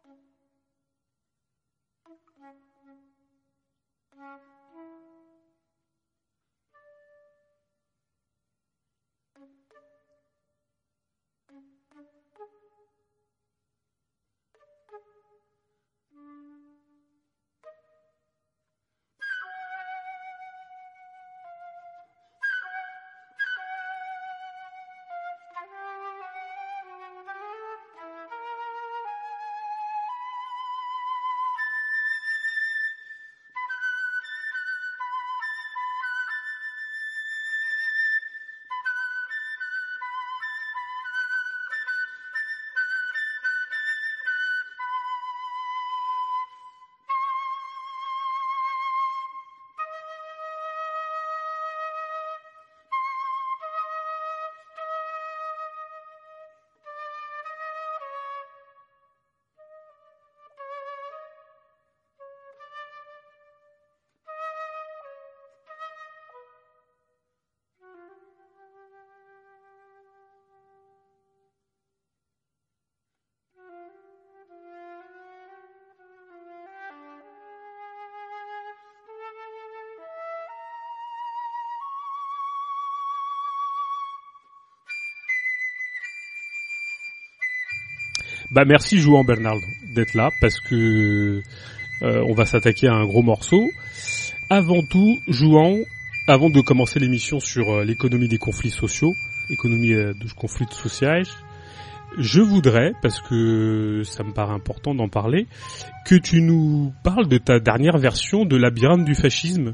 Bah merci Jouan Bernard d'être là parce que on va s'attaquer à un gros morceau. Avant tout, Jouan, avant de commencer l'émission sur l'économie des conflits sociaux, économie de conflits sociaux, je voudrais, parce que ça me paraît important d'en parler, que tu nous parles de ta dernière version de Labyrinthe du fascisme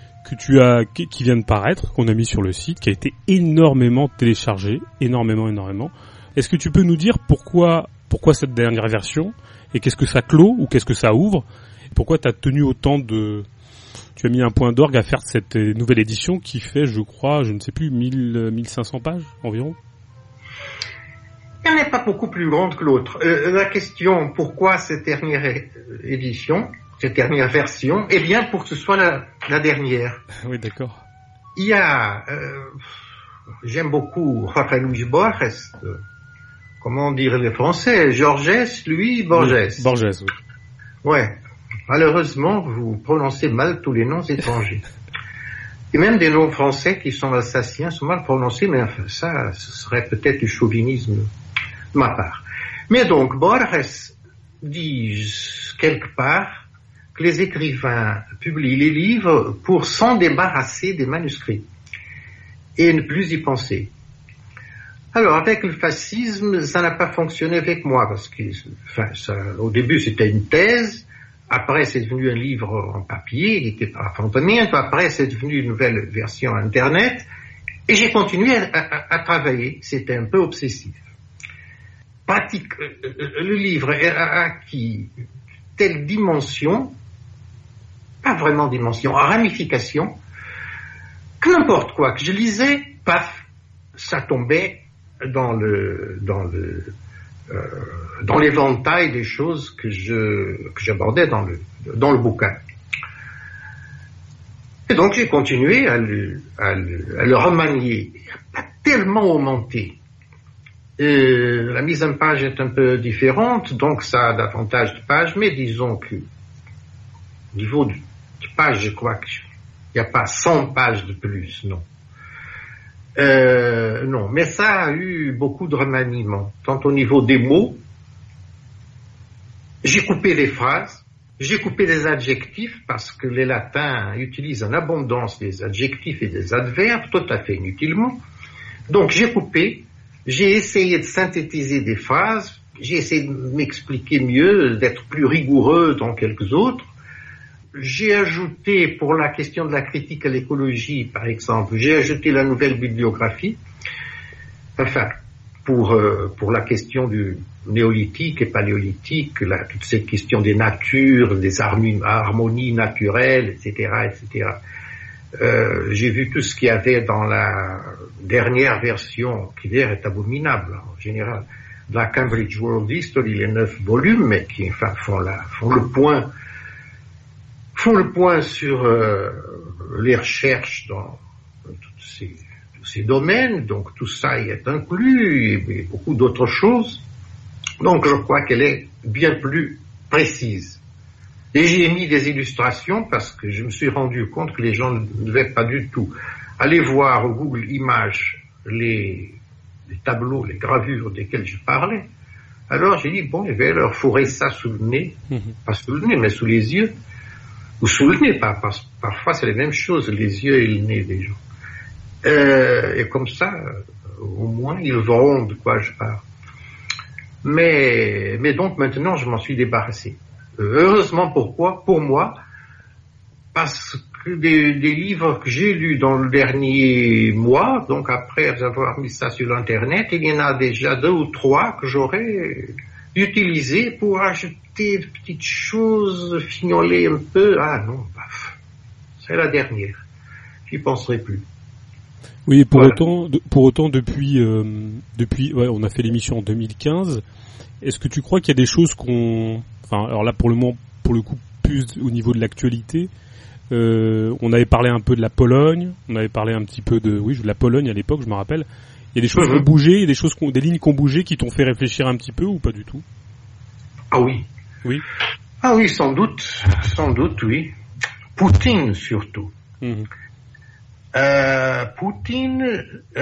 qui vient de paraître, qu'on a mis sur le site, qui a été énormément téléchargé, énormément. Est-ce que tu peux nous dire pourquoi cette dernière version et qu'est-ce que ça clôt ou qu'est-ce que ça ouvre? Pourquoi tu as tenu autant de... Tu as mis un point d'orgue à faire cette nouvelle édition qui fait, je crois, je ne sais plus, 1500 pages environ? Elle n'est pas beaucoup plus grande que l'autre. La question, pourquoi cette dernière édition, cette dernière version? Eh bien, pour que ce soit la dernière. Oui, d'accord. Il y a... j'aime beaucoup Jorge Luis Borges, comment dire les Français, Borges. Oui, Borges, oui. Ouais. Malheureusement, vous prononcez mal tous les noms étrangers. Et même des noms français qui sont alsaciens sont mal prononcés, mais enfin, ça, ce serait peut-être du chauvinisme de ma part. Mais donc, Borges dit quelque part que les écrivains publient les livres pour s'en débarrasser des manuscrits et ne plus y penser. Alors, avec le fascisme, ça n'a pas fonctionné avec moi, parce que, au début, c'était une thèse. Après, c'est devenu un livre en papier, il était pas fantomé. Après, c'est devenu une nouvelle version Internet. Et j'ai continué à travailler. C'était un peu obsessif. Le livre a acquis telle dimension, pas vraiment dimension, ramification, que n'importe quoi que je lisais, paf, ça tombait dans l'éventail des choses que j'abordais dans le bouquin. Et donc j'ai continué à le remanier, pas tellement augmenté. La mise en page est un peu différente, donc ça a davantage de pages, mais disons que au niveau de pages, je crois qu'il n'y a pas 100 pages de plus, non. Non, mais ça a eu beaucoup de remaniements, tant au niveau des mots. J'ai coupé les phrases, j'ai coupé les adjectifs, parce que les latins utilisent en abondance des adjectifs et des adverbes, tout à fait inutilement. Donc j'ai coupé, j'ai essayé de synthétiser des phrases, j'ai essayé de m'expliquer mieux, d'être plus rigoureux dans quelques autres. J'ai ajouté, pour la question de la critique à l'écologie, par exemple, j'ai ajouté la nouvelle bibliographie, enfin, pour la question du néolithique et paléolithique, toutes ces questions des natures, des harmonies naturelles, etc., etc. J'ai vu tout ce qu'il y avait dans la dernière version, qui d'ailleurs est abominable, en général, de la Cambridge World History, les 9 volumes, mais qui, enfin, font le point sur les recherches dans tous ces domaines, donc tout ça y est inclus, et beaucoup d'autres choses. Donc je crois qu'elle est bien plus précises. Et j'ai mis des illustrations parce que je me suis rendu compte que les gens ne devaient pas du tout aller voir au Google Images les tableaux, les gravures desquels je parlais. Alors j'ai dit, bon, je vais leur fourrer ça sous le nez, pas sous le nez, mais sous les yeux, ou sous le nez, parfois c'est les mêmes choses, les yeux et le nez des gens. Et comme ça, au moins, ils verront de quoi je parle. Mais donc maintenant, je m'en suis débarrassé. Heureusement, pourquoi? Pour moi, parce que des livres que j'ai lus dans le dernier mois, donc après avoir mis ça sur l'internet, il y en a déjà 2 ou 3 que j'aurais utilisés pour ajouter de petites choses, fignoler un peu. Ah non, paf, c'est la dernière. J'y penserai plus. Oui, pour autant, depuis, ouais, on a fait l'émission en 2015. Est-ce que tu crois qu'il y a des choses alors là, pour le moment, pour le coup, plus au niveau de l'actualité, on avait parlé un peu de la Pologne, on avait parlé un petit peu de la Pologne à l'époque, je me rappelle. Il y a des choses qui ont bougé, il y a des lignes qui ont bougé qui t'ont fait réfléchir un petit peu ou pas du tout? Ah oui. Oui. Ah oui, sans doute, oui. Poutine, surtout. Poutine,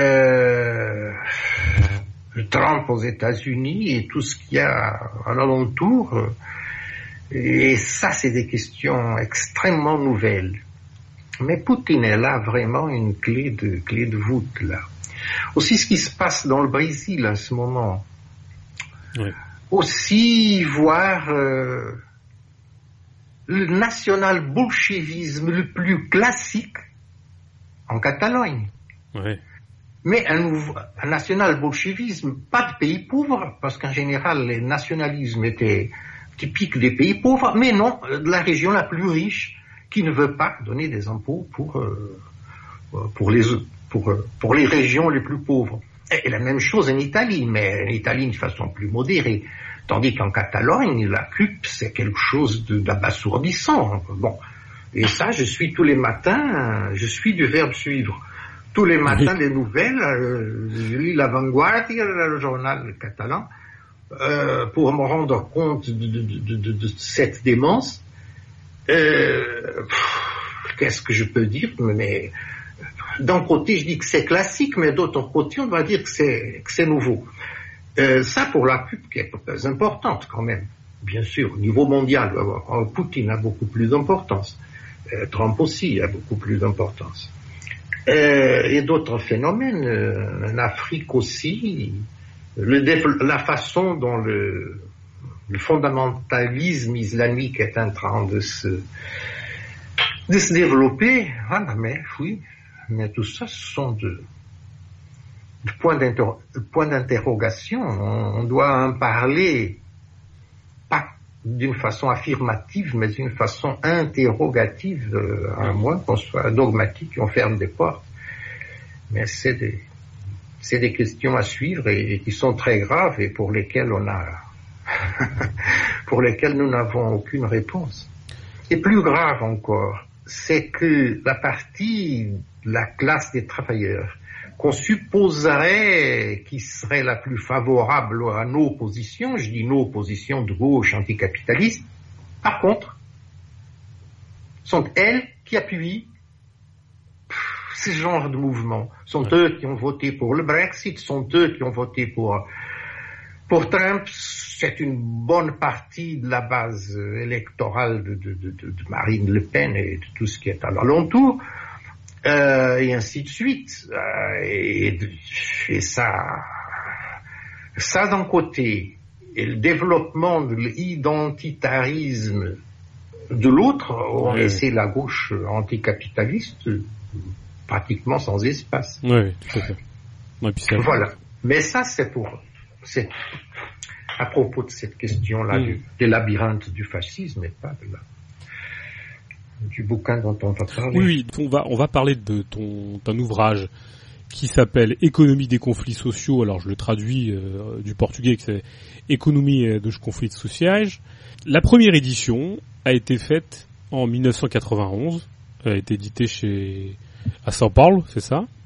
Trump aux États-Unis et tout ce qu'il y a à l'alentour, et ça, c'est des questions extrêmement nouvelles. Mais Poutine est là vraiment une clé de voûte, là. Aussi ce qui se passe dans le Brésil à ce moment. Oui. Aussi voir le national-bolchevisme le plus classique en Catalogne. Oui. Mais un national-bolchevisme, pas de pays pauvres, parce qu'en général, le nationalisme était typique des pays pauvres, mais non, de la région la plus riche, qui ne veut pas donner des impôts pour les régions les plus pauvres. Et la même chose en Italie, mais en Italie de façon plus modérée. Tandis qu'en Catalogne, la CUP, c'est quelque chose d'abasourdissant. Bon. Et ça, je suis tous les matins, je suis du verbe suivre. Tous les matins, les nouvelles, je lis La Vanguardia, le journal catalan, pour me rendre compte de cette démence. Qu'est-ce que je peux dire? Mais d'un côté, je dis que c'est classique, mais d'autre côté, on va dire que c'est nouveau. Ça, pour la CUP, qui est très importante quand même, bien sûr, au niveau mondial, Poutine a beaucoup plus d'importance. Trump aussi a beaucoup plus d'importance. Et d'autres phénomènes, en Afrique aussi, la façon dont le fondamentalisme islamique est en train de se développer, mais tout ça, ce sont de points d'interrogation. On doit en parler, pas d'une façon affirmative, mais d'une façon interrogative, à moins qu'on soit dogmatique et on ferme des portes. Mais c'est des questions à suivre et qui sont très graves et pour lesquelles nous n'avons aucune réponse. Et plus grave encore, c'est que la partie de la classe des travailleurs qu'on supposerait qui serait la plus favorable à nos positions, je dis nos positions de gauche anticapitalistes, par contre, sont elles qui appuient ce genre de mouvement. Sont eux qui ont voté pour le Brexit, sont eux qui ont voté pour Trump. C'est une bonne partie de la base électorale de Marine Le Pen et de tout ce qui est à l'alentour. Et ainsi de suite. Et ça d'un côté, et le développement de l'identitarisme de l'autre, on laissé la gauche anticapitaliste pratiquement sans espace. Oui, tout à fait. Voilà. Mais ça, c'est à propos de cette question-là des labyrinthes du fascisme et pas du bouquin dont on va parler. Oui, on va parler de d'un ouvrage qui s'appelle Économie des conflits sociaux. Alors je le traduis du portugais, que c'est Économie dos conflits sociais. La première édition a été faite en 1991, elle a été éditée à São Paulo, c'est ça?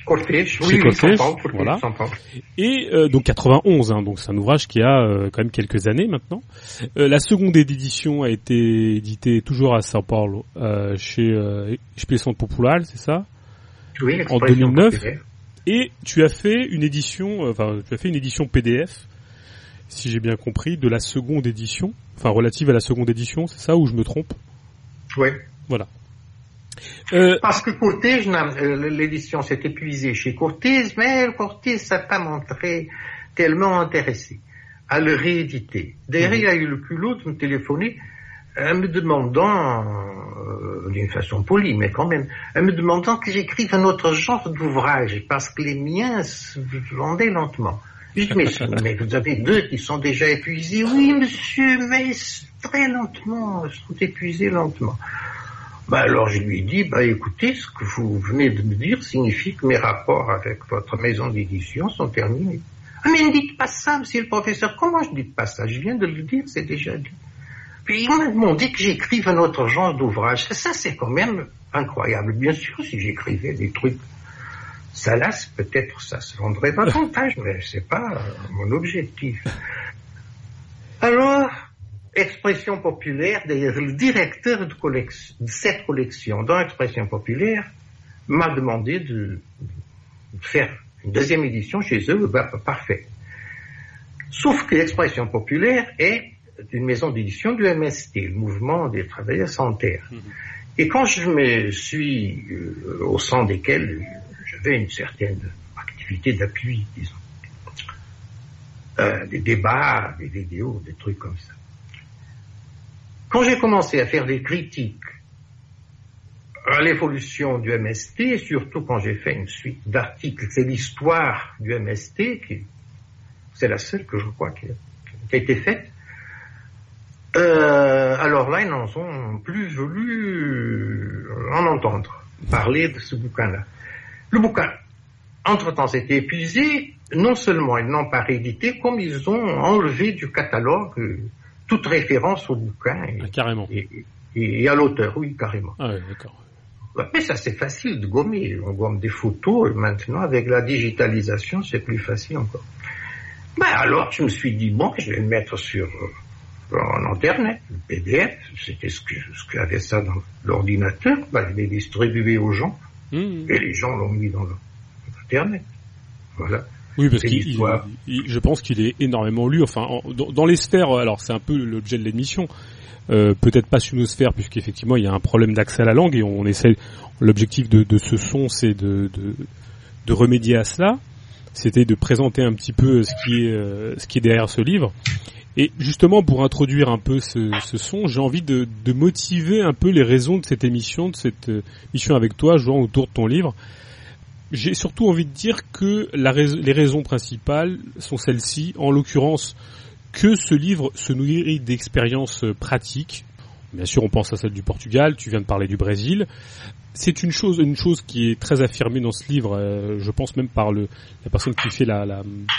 Cortès, chez oui, Cortès, Cortès, voilà. Et donc 91, hein, donc c'est un ouvrage qui a quand même quelques années maintenant. La seconde édition a été éditée toujours à São Paulo chez Expressão Popular, c'est ça? Oui, en 2009. Populaire. Et tu as fait une édition, PDF, si j'ai bien compris, de la seconde édition, enfin relative à la seconde édition, c'est ça ou je me trompe? Oui. Voilà. Parce que Cortès, l'édition s'est épuisée chez Cortès, mais Cortès n'a pas montré tellement intéressé à le rééditer. D'ailleurs, il a eu le culot de me téléphoner en me demandant, d'une façon polie, mais quand même, en me demandant que j'écrive un autre genre d'ouvrage, parce que les miens se vendaient lentement. Je dis, mais vous avez deux qui sont déjà épuisés. Oui, monsieur, mais très lentement, sont épuisés lentement. Alors je lui ai dit, écoutez, ce que vous venez de me dire signifie que mes rapports avec votre maison d'édition sont terminés. Ah, mais ne dites pas ça, monsieur le professeur. Comment je ne dis pas ça? Je viens de le dire, c'est déjà dit. Puis ils m'ont dit que j'écrive un autre genre d'ouvrage. Ça, c'est quand même incroyable. Bien sûr, si j'écrivais des trucs salaces, peut-être ça se vendrait davantage, mais c'est pas mon objectif. Alors, Expression populaire, d'ailleurs, le directeur de cette collection dans Expression populaire m'a demandé de faire une deuxième édition chez eux, parfait. Sauf que l'Expression populaire est une maison d'édition du MST, le mouvement des travailleurs sans terre. Et quand je me suis au sein desquels j'avais une certaine activité d'appui, disons, des débats, des vidéos, des trucs comme ça. Quand j'ai commencé à faire des critiques à l'évolution du MST, et surtout quand j'ai fait une suite d'articles, c'est l'histoire du MST, c'est la seule que je crois qui a été faite, alors là, ils n'en ont plus voulu en entendre parler de ce bouquin-là. Le bouquin, entre-temps, s'est épuisé. Non seulement ils n'ont pas réédité, comme ils ont enlevé du catalogue toute référence au bouquin carrément. Et à l'auteur, oui, carrément. Ah oui, d'accord. Mais ça, c'est facile de gommer. On gomme des photos, et maintenant, avec la digitalisation, c'est plus facile encore. Alors, je me suis dit, je vais le mettre en Internet, le PDF, c'était ce qu'avait ça dans l'ordinateur, je l'ai distribué aux gens, et les gens l'ont mis dans Internet. Voilà. Oui, parce je pense qu'il est énormément lu. Enfin, dans les sphères, alors c'est un peu l'objet de l'émission. Peut-être pas sur nos sphères, puisqu'effectivement il y a un problème d'accès à la langue et on essaie. L'objectif de ce son, c'est de remédier à cela. C'était de présenter un petit peu ce qui est derrière ce livre. Et justement, pour introduire un peu ce son, j'ai envie de motiver un peu les raisons de cette émission avec toi, jouant autour de ton livre. J'ai surtout envie de dire que les raisons principales sont celles-ci, en l'occurrence que ce livre se nourrit d'expériences pratiques. Bien sûr, on pense à celle du Portugal, tu viens de parler du Brésil. C'est une chose qui est très affirmée dans ce livre, je pense même par la personne qui fait la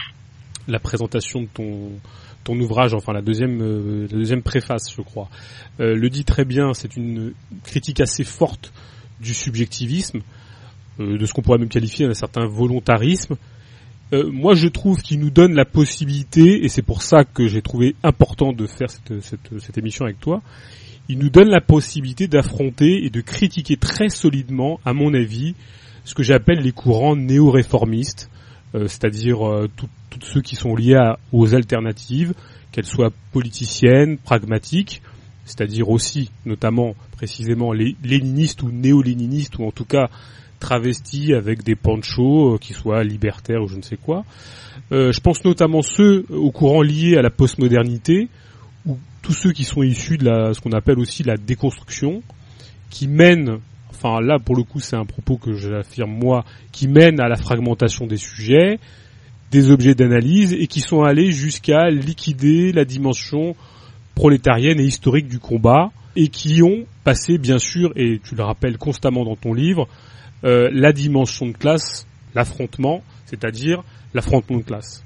présentation de ton ouvrage, enfin la deuxième préface, je crois, le dit très bien. C'est une critique assez forte du subjectivisme, de ce qu'on pourrait même qualifier d'un certain volontarisme. Moi, je trouve qu'il nous donne la possibilité, et c'est pour ça que j'ai trouvé important de faire cette émission avec toi, il nous donne la possibilité d'affronter et de critiquer très solidement, à mon avis, ce que j'appelle les courants néo-réformistes, c'est-à-dire tous ceux qui sont liés aux alternatives, qu'elles soient politiciennes, pragmatiques, c'est-à-dire aussi, notamment, précisément, les léninistes ou néo-léninistes, ou en tout cas travestis avec des ponchos, qui soient libertaires ou je ne sais quoi. Je pense notamment ceux aux courants liés à la postmodernité, ou tous ceux qui sont issus de ce qu'on appelle aussi la déconstruction, qui mènent, enfin là pour le coup c'est un propos que j'affirme moi, qui mènent à la fragmentation des sujets, des objets d'analyse, et qui sont allés jusqu'à liquider la dimension prolétarienne et historique du combat, et qui ont passé bien sûr, et tu le rappelles constamment dans ton livre, la dimension de classe, l'affrontement, c'est-à-dire l'affrontement de classe.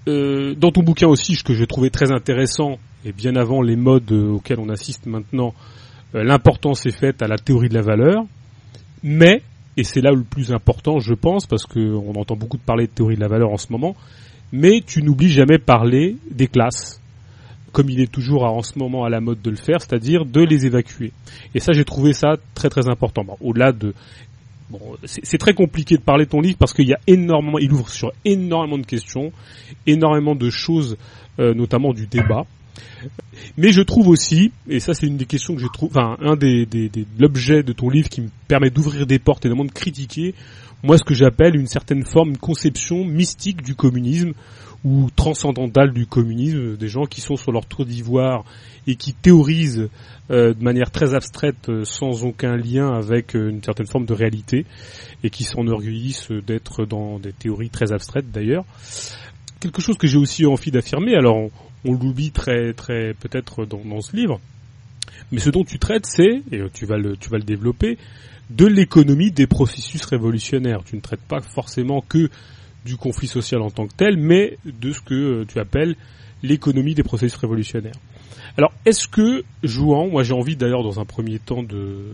Dans ton bouquin aussi, ce que j'ai trouvé très intéressant, et bien avant les modes auxquels on assiste maintenant, l'importance est faite à la théorie de la valeur, mais et c'est là le plus important, je pense, parce qu'on entend beaucoup parler de théorie de la valeur en ce moment, mais tu n'oublies jamais parler des classes, comme il est toujours en ce moment à la mode de le faire, c'est-à-dire de les évacuer. Et ça, j'ai trouvé ça très très important. Bon, au-delà de... Bon, c'est très compliqué de parler de ton livre parce qu'il y a énormément, il ouvre sur énormément de questions, énormément de choses, notamment du débat. Mais je trouve aussi, et ça c'est une des questions que je trouve, enfin un des l'objet de ton livre qui me permet d'ouvrir des portes et notamment de critiquer, moi ce que j'appelle une certaine forme, une conception mystique du communisme ou transcendantale du communisme, des gens qui sont sur leur tour d'ivoire et qui théorisent de manière très abstraite, sans aucun lien avec une certaine forme de réalité, et qui s'enorgueillissent d'être dans des théories très abstraites d'ailleurs. Quelque chose que j'ai aussi envie d'affirmer, alors on l'oublie très très peut-être dans ce livre, mais ce dont tu traites, c'est, et tu vas le développer, de l'économie des processus révolutionnaires. Tu ne traites pas forcément que du conflit social en tant que tel, mais de ce que tu appelles l'économie des processus révolutionnaires. Alors, est-ce que, Jouan, moi j'ai envie d'ailleurs dans un premier temps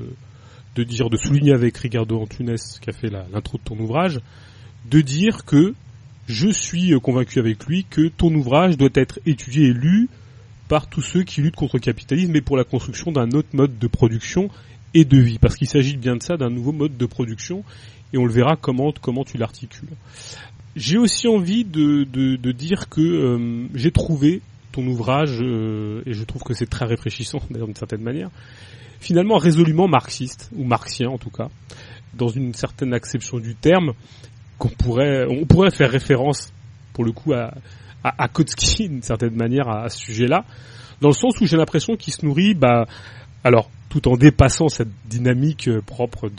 de souligner avec Ricardo Antunes, qui a fait l'intro de ton ouvrage, de dire que je suis convaincu avec lui que ton ouvrage doit être étudié et lu par tous ceux qui luttent contre le capitalisme, mais pour la construction d'un autre mode de production et de vie, parce qu'il s'agit bien de ça, d'un nouveau mode de production, et on le verra comment tu l'articules. J'ai aussi envie de dire que j'ai trouvé ton ouvrage, et je trouve que c'est très réfléchissant d'ailleurs d'une certaine manière, finalement résolument marxiste, ou marxien en tout cas, dans une certaine acception du terme, on pourrait faire référence pour le coup à Kautsky d'une certaine manière à ce sujet-là, dans le sens où j'ai l'impression qu'il se nourrit, alors tout en dépassant cette dynamique propre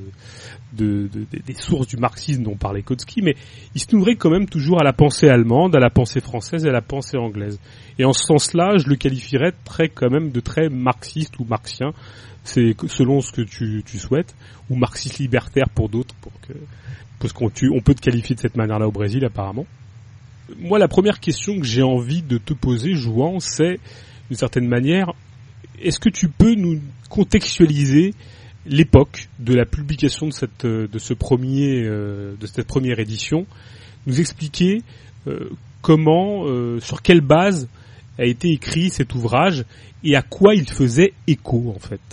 des sources du marxisme dont parlait Kautsky, mais il se nourrit quand même toujours à la pensée allemande, à la pensée française et à la pensée anglaise. Et en ce sens-là, je le qualifierais quand même de très marxiste ou marxien, c'est selon ce que tu souhaites, ou marxiste libertaire pour d'autres, parce qu'on peut te qualifier de cette manière-là au Brésil apparemment. Moi, la première question que j'ai envie de te poser, Jouan, c'est, d'une certaine manière, est-ce que tu peux nous contextualiser l'époque de la publication de cette première édition, nous expliquer comment, sur quelle base a été écrit cet ouvrage et à quoi il faisait écho en fait.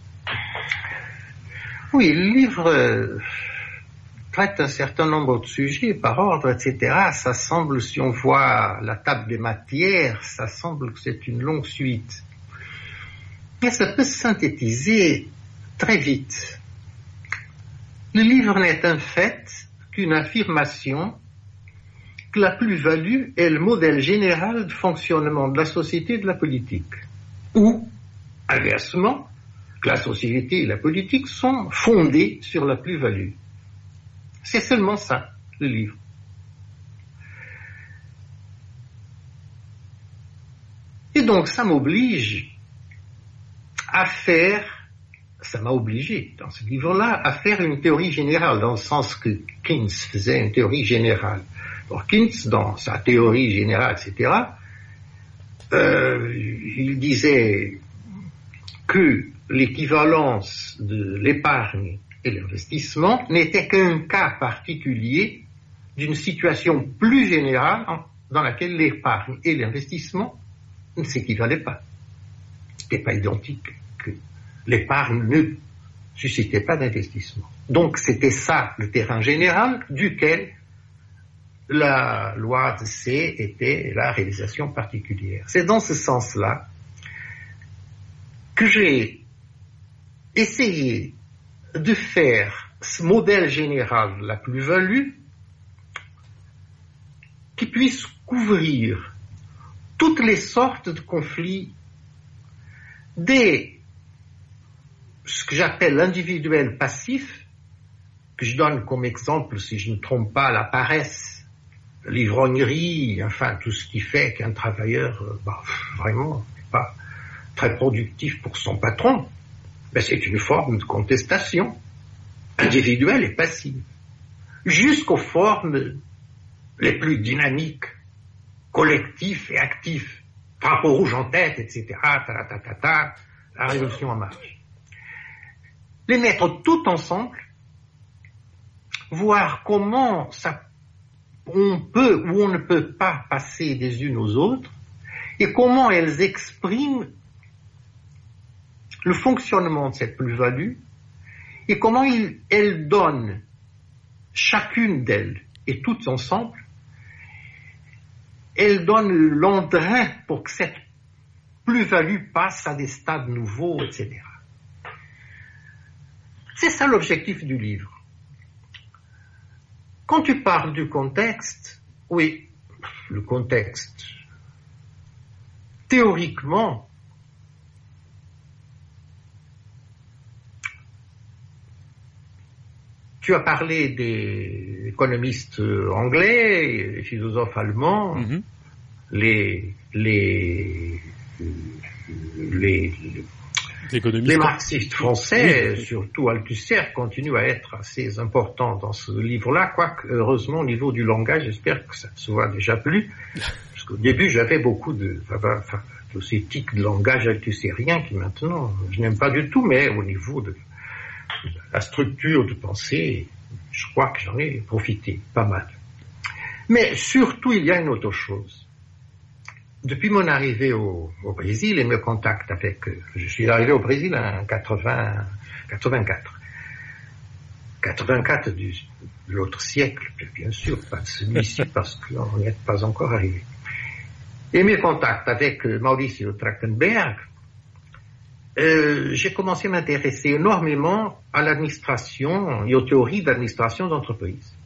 Oui, le livre traite un certain nombre de sujets par ordre, etc. Ça semble, si on voit la table des matières, ça semble que c'est une longue suite. Mais ça peut se synthétiser très vite. Le livre n'est un fait qu'une affirmation que la plus-value est le modèle général de fonctionnement de la société et de la politique. Ou, inversement, que la société et la politique sont fondées sur la plus-value. C'est seulement ça, le livre. Et donc, ça m'oblige ça m'a obligé, dans ce livre-là, à faire une théorie générale, dans le sens que Keynes faisait une théorie générale. Alors Keynes, dans sa théorie générale, etc., il disait que l'équivalence de l'épargne et l'investissement n'était qu'un cas particulier d'une situation plus générale dans laquelle l'épargne et l'investissement ne s'équivalaient pas. C'était pas identique, que l'épargne ne suscitait pas d'investissement. Donc c'était ça le terrain général duquel la loi de C était la réalisation particulière. C'est dans ce sens-là que j'ai essayé de faire ce modèle général de la plus-value qui puisse couvrir toutes les sortes de conflits, dès ce que j'appelle l'individuel passif, que je donne comme exemple, si je ne me trompe pas, la paresse, l'ivrognerie, enfin tout ce qui fait qu'un travailleur vraiment n'est pas très productif pour son patron, c'est une forme de contestation individuelle et passive, jusqu'aux formes les plus dynamiques, collectives et actives, drapeau rouge en tête, etc., la révolution en marche. Les mettre tout ensemble voir comment on peut ou on ne peut pas passer des unes aux autres, et comment elles expriment le fonctionnement de cette plus-value, et comment elles donnent, chacune d'elles, et toutes ensemble, elles donnent l'entrain pour que cette plus-value passe à des stades nouveaux, etc. C'est ça l'objectif du livre. Quand tu parles du contexte, oui, le contexte, théoriquement, tu as parlé des économistes anglais, des philosophes allemands, les marxistes français, surtout Althusser, continuent à être assez importants dans ce livre-là, quoique, heureusement, au niveau du langage, j'espère que ça se voit déjà plus, parce qu'au début, j'avais beaucoup de ces tics de langage althussérien qui maintenant, je n'aime pas du tout, mais au niveau de la structure de pensée, je crois que j'en ai profité pas mal. Mais surtout, il y a une autre chose. Depuis mon arrivée au Brésil et mes contacts avec... Je suis arrivé au Brésil en 84. 84 de l'autre siècle, bien sûr, pas de celui-ci, parce qu'on n'y est pas encore arrivé. Et mes contacts avec Mauricio Trachtenberg, j'ai commencé à m'intéresser énormément à l'administration et aux théories d'administration d'entreprise.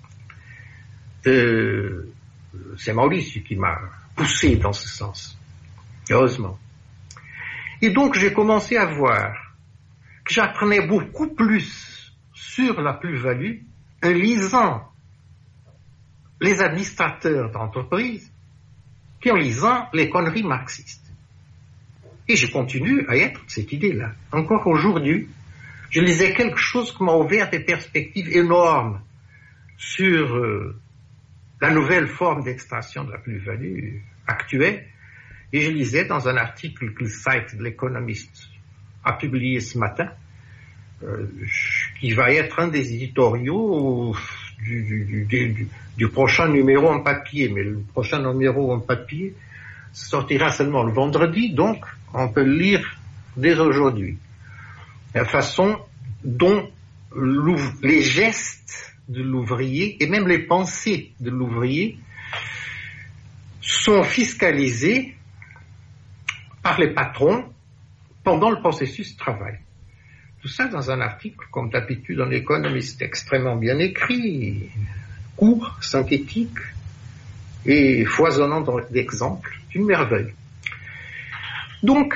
C'est Mauricio qui m'a poussé dans ce sens, heureusement. Et donc j'ai commencé à voir que j'apprenais beaucoup plus sur la plus-value en lisant les administrateurs d'entreprise qu'en lisant les conneries marxistes. Et je continue à être de cette idée-là. Encore aujourd'hui, je lisais quelque chose qui m'a ouvert des perspectives énormes sur la nouvelle forme d'extraction de la plus-value actuelle. Et je lisais dans un article que le site de l'Économiste a publié ce matin, qui va être un des éditoriaux du prochain numéro en papier. Mais le prochain numéro en papier sortira seulement le vendredi, donc on peut le lire dès aujourd'hui. La façon dont les gestes de l'ouvrier et même les pensées de l'ouvrier sont fiscalisés par les patrons pendant le processus de travail. Tout ça dans un article, comme d'habitude, en économiste, extrêmement bien écrit, court, synthétique et foisonnant d'exemples, une merveille. Donc,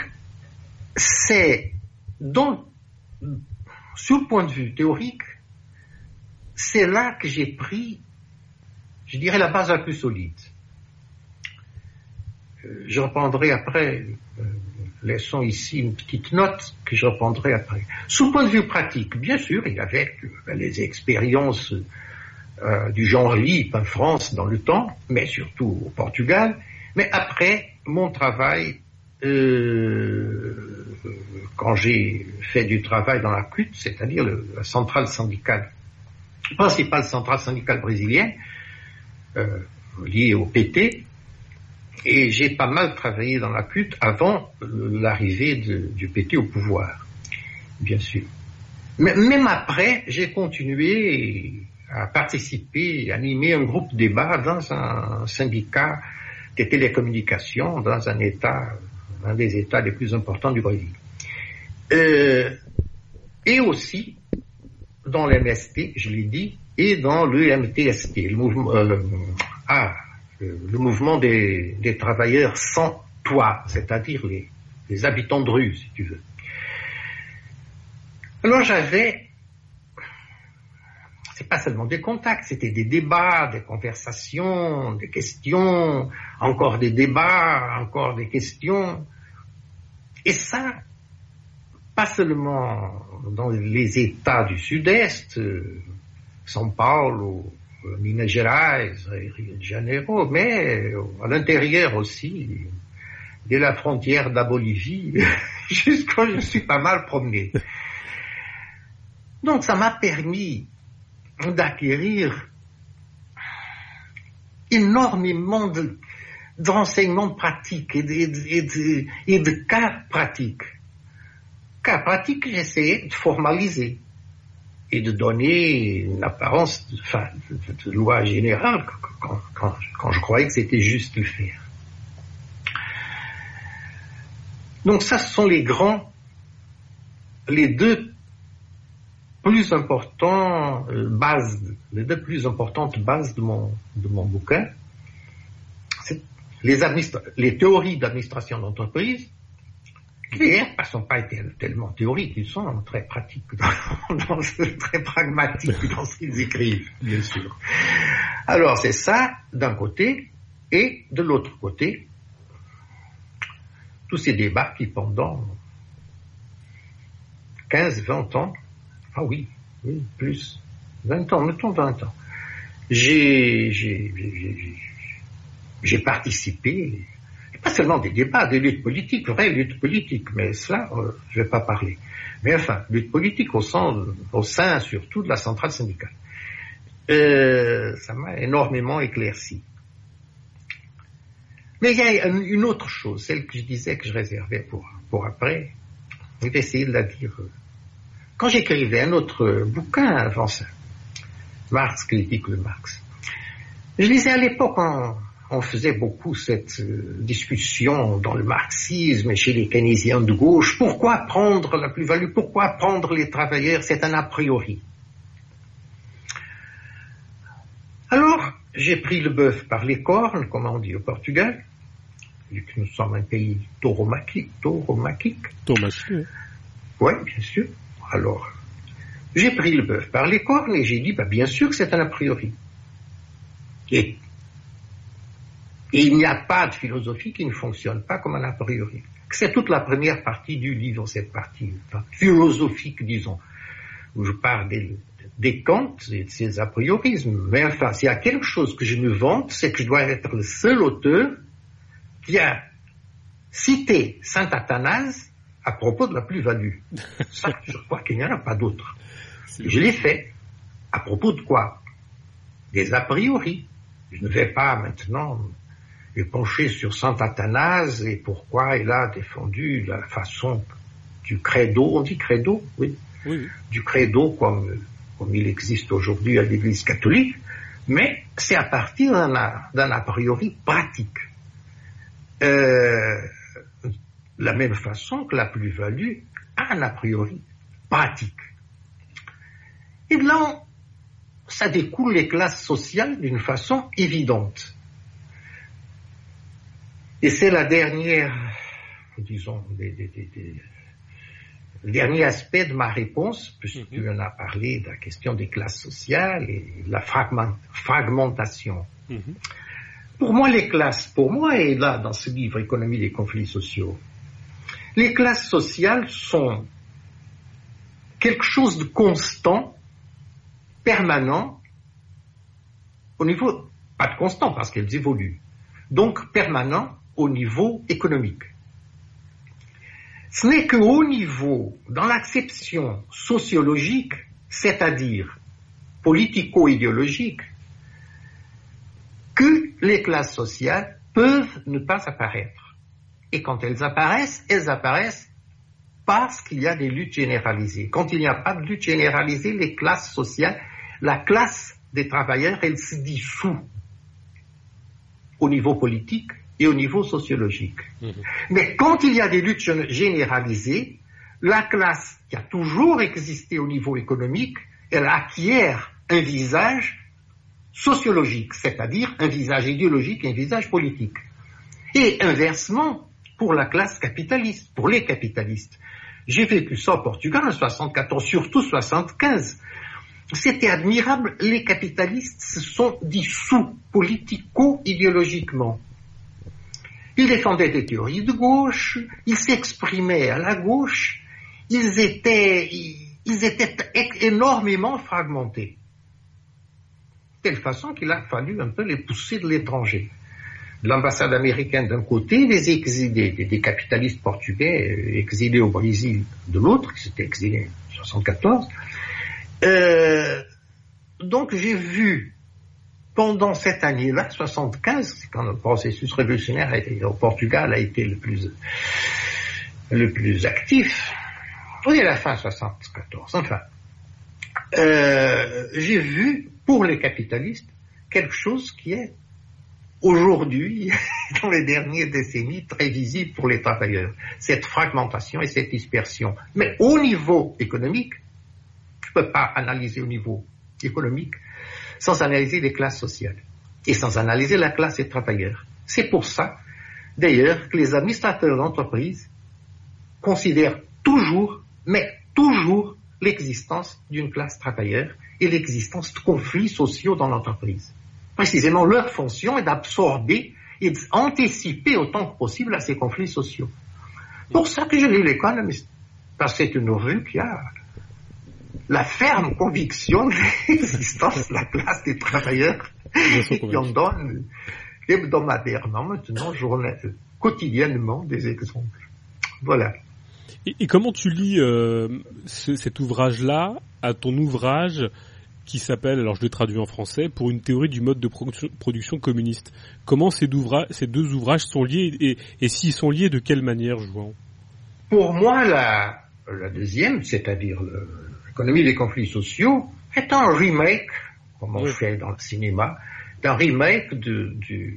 sur le point de vue théorique, c'est là que j'ai pris, je dirais, la base la plus solide. Je reprendrai après, laissons ici une petite note que je reprendrai après. Sous le point de vue pratique, bien sûr, il y avait les expériences du genre LIP en France dans le temps, mais surtout au Portugal. Mais après, mon travail, quand j'ai fait du travail dans la CUT, c'est-à-dire la centrale syndicale, principale centrale syndicale brésilienne, liée au PT, et j'ai pas mal travaillé dans la CUT avant l'arrivée du PT au pouvoir, bien sûr. Mais même après, j'ai continué à participer, à animer un groupe débat dans un syndicat des télécommunications, dans un des États les plus importants du Brésil. Et aussi dans l'MST, je l'ai dit, et dans le MTST, le mouvement des travailleurs sans toit, c'est-à-dire les habitants de rue, si tu veux. Alors c'est pas seulement des contacts, c'était des débats, des conversations, des questions, encore des débats, encore des questions. Et ça, pas seulement dans les États du Sud-Est, São Paulo, Minas Gerais, Rio de Janeiro, mais à l'intérieur aussi, dès la frontière de la Bolivie, jusqu'à je suis pas mal promené. Donc ça m'a permis d'acquérir énormément d'enseignements pratiques et de cas pratiques. Cas pratiques que j'essayais de formaliser et de donner une apparence de loi générale quand je croyais que c'était juste le faire. Donc ça, ce sont les deux plus importantes bases de mon bouquin. C'est les théories d'administration d'entreprise, qui d'ailleurs ne sont pas tellement théoriques, ils sont très pratiques, très pragmatiques dans ce qu'ils écrivent, bien sûr. Alors c'est ça d'un côté, et de l'autre côté, tous ces débats qui pendant 15, 20 ans, ah oui, plus, 20 ans, mettons 20 ans, j'ai participé, pas seulement des débats, des luttes politiques, vraies luttes politiques, mais cela, je ne vais pas parler. Mais enfin, lutte politique au sein surtout de la centrale syndicale. Ça m'a énormément éclairci. Mais il y a une autre chose, celle que je disais que je réservais pour après. Je vais essayer de la dire. Quand j'écrivais un autre bouquin avant ça, Marx critique le Marx, je lisais à l'époque, on faisait beaucoup cette discussion dans le marxisme et chez les keynésiens de gauche. Pourquoi prendre la plus-value? Pourquoi prendre les travailleurs? C'est un a priori. Alors, j'ai pris le bœuf par les cornes, comme on dit au Portugal, vu que nous sommes un pays tauromachique. Oui, bien sûr. Alors, j'ai pris le bœuf par les cornes et j'ai dit, bien sûr que c'est un a priori. Et il n'y a pas de philosophie qui ne fonctionne pas comme un a priori. C'est toute la première partie du livre, cette partie philosophique, disons, où je parle des Kant et de ses a priorismes. Mais enfin, s'il y a quelque chose que je me vante, c'est que je dois être le seul auteur qui a cité saint Athanase à propos de la plus-value. Ça, je crois qu'il n'y en a pas d'autre. Je l'ai fait. À propos de quoi? Des a priori. Je ne vais pas maintenant me pencher sur saint Athanase et pourquoi il a défendu la façon du credo. On dit credo? Oui. Du credo comme il existe aujourd'hui à l'Église catholique, mais c'est à partir d'un a priori pratique. La même façon que la plus-value a un a priori pratique. Et là, ça découle les classes sociales d'une façon évidente. Et c'est la dernière, disons, le dernier aspect de ma réponse, puisque tu en as parlé de la question des classes sociales et de la fragmentation. Pour moi, et là, dans ce livre, Économie des conflits sociaux, les classes sociales sont quelque chose de constant, permanent, au niveau, pas de constant parce qu'elles évoluent, donc permanent au niveau économique. Ce n'est qu'au niveau, dans l'acception sociologique, c'est-à-dire politico-idéologique, que les classes sociales peuvent ne pas apparaître. Et quand elles apparaissent parce qu'il y a des luttes généralisées. Quand il n'y a pas de lutte généralisée, les classes sociales, la classe des travailleurs, elle se dissout au niveau politique et au niveau sociologique. Mais quand il y a des luttes généralisées, la classe qui a toujours existé au niveau économique, elle acquiert un visage sociologique, c'est-à-dire un visage idéologique et un visage politique. Et inversement, pour la classe capitaliste, pour les capitalistes. J'ai vécu ça au Portugal en 74, surtout 75. C'était admirable, les capitalistes se sont dissous politico-idéologiquement. Ils défendaient des théories de gauche, ils s'exprimaient à la gauche, ils étaient énormément fragmentés. De telle façon qu'il a fallu un peu les pousser de l'étranger. L'ambassade américaine d'un côté, les exilés, des capitalistes portugais exilés au Brésil de l'autre, qui s'étaient exilés en 74, donc j'ai vu, pendant cette année-là, 75, c'est quand le processus révolutionnaire au Portugal a été le plus actif, oui, à la fin 74, enfin, j'ai vu, pour les capitalistes, quelque chose qui est aujourd'hui, dans les dernières décennies, très visible pour les travailleurs. Cette fragmentation et cette dispersion. Mais au niveau économique, je ne peux pas analyser au niveau économique sans analyser les classes sociales et sans analyser la classe des travailleurs. C'est pour ça, d'ailleurs, que les administrateurs d'entreprise considèrent toujours, mais toujours, l'existence d'une classe travailleur et l'existence de conflits sociaux dans l'entreprise. Précisément, leur fonction est d'absorber et d'anticiper autant que possible à ces conflits sociaux. Pour ça que je lis l'Économiste, parce que c'est une revue qui a la ferme conviction de l'existence de la classe des travailleurs et qui en donne hebdomadairement, maintenant, quotidiennement, des exemples. Voilà. Et comment tu lis cet ouvrage-là à ton ouvrage qui s'appelle, alors je le traduis en français, pour une théorie du mode de production communiste. Comment ces deux ouvrages sont liés et s'ils sont liés, de quelle manière, Jouan? Pour moi, la deuxième, c'est-à-dire l'économie des conflits sociaux, est un remake, comme on fait dans le cinéma, d'un remake du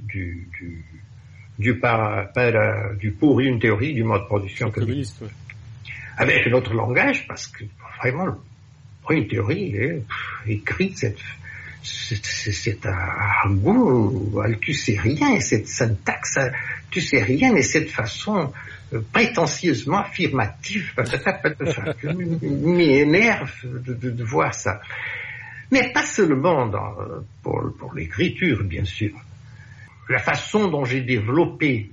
pour une théorie du mode de production communiste. Avec un autre langage, parce que vraiment, une théorie est écrite, c'est un goût, tu sais rien, cette syntaxe, tu sais rien, et cette façon prétentieusement affirmative, m'énerve de voir ça. Mais pas seulement pour l'écriture, bien sûr. La façon dont j'ai développé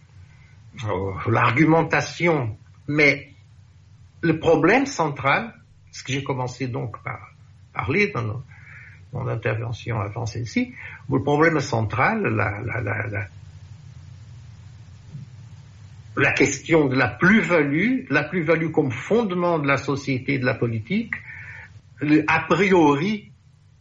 l'argumentation, mais le problème central, ce que j'ai commencé donc par parler dans mon intervention avant celle-ci, le problème central, la question de la plus-value comme fondement de la société et de la politique, a priori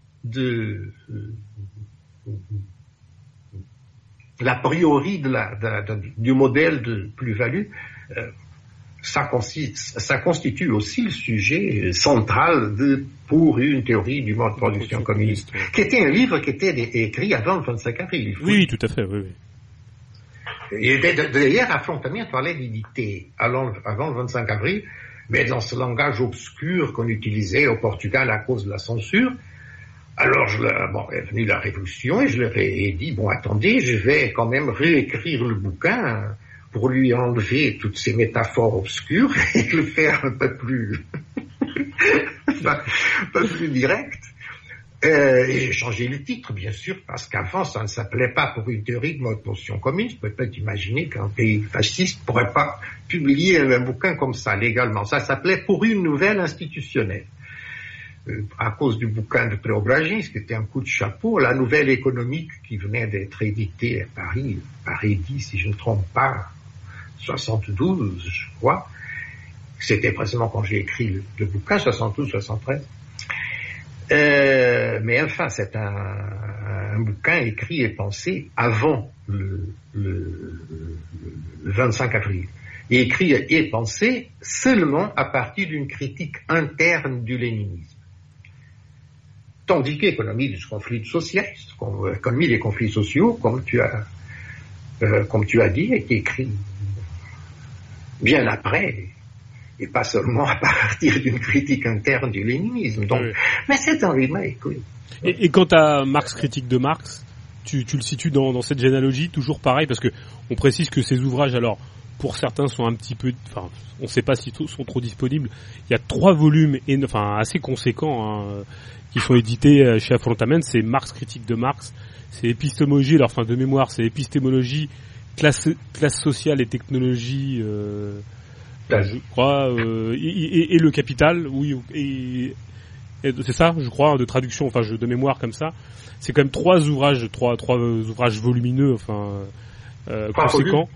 du modèle de plus-value, ça constitue aussi le sujet central pour une théorie du mode de production communiste, qui était un livre qui était écrit avant le 25 avril. Oui, tout à fait, oui. Et d'ailleurs, Affrontamien parlait d'éditer avant le 25 avril, mais dans ce langage obscur qu'on utilisait au Portugal à cause de la censure. Alors, est venue la Révolution et je leur ai dit, attendez, je vais quand même réécrire le bouquin pour lui enlever toutes ces métaphores obscures et le faire un peu plus, direct. Et j'ai changé le titre, bien sûr, parce qu'avant, ça ne s'appelait pas pour une théorie de mode de production communiste. Peut-être imaginer qu'un pays fasciste pourrait pas publier un bouquin comme ça, légalement. Ça s'appelait pour une nouvelle institutionnelle. À cause du bouquin de Preobragin, ce qui était un coup de chapeau, la nouvelle économique qui venait d'être éditée à Paris, par Eddy, si je ne me trompe pas, 72, je crois. C'était précisément quand j'ai écrit le bouquin, 72, 73. Mais enfin, c'est un bouquin écrit et pensé avant le 25 avril. Et écrit et pensé seulement à partir d'une critique interne du léninisme. Tandis qu'économie du conflit social, économie des conflits sociaux, comme tu as dit, est écrit bien après, et pas seulement à partir d'une critique interne du léninisme. Donc, oui. Mais c'est un remake, oui. Et quant à Marx, critique de Marx, tu le situes dans cette généalogie, toujours pareil, parce que on précise que ces ouvrages, alors, pour certains sont un petit peu, enfin, on ne sait pas s'ils sont trop disponibles. Il y a 3 volumes, assez conséquents, qui sont édités chez Affrontaments. C'est Marx, critique de Marx, c'est épistémologie, alors, de mémoire, c'est épistémologie, classe sociale et technologie, je crois, et le capital, oui, et c'est ça, je crois, de traduction, de mémoire comme ça. C'est quand même 3 ouvrages volumineux, conséquents.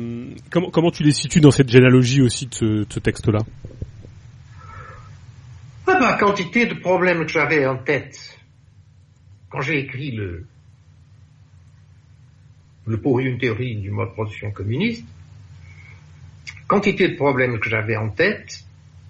Comment tu les situes dans cette généalogie aussi de ce texte-là? La quantité de problèmes que j'avais en tête quand j'ai écrit le pour une théorie du mode de production communiste, quantité de problèmes que j'avais en tête,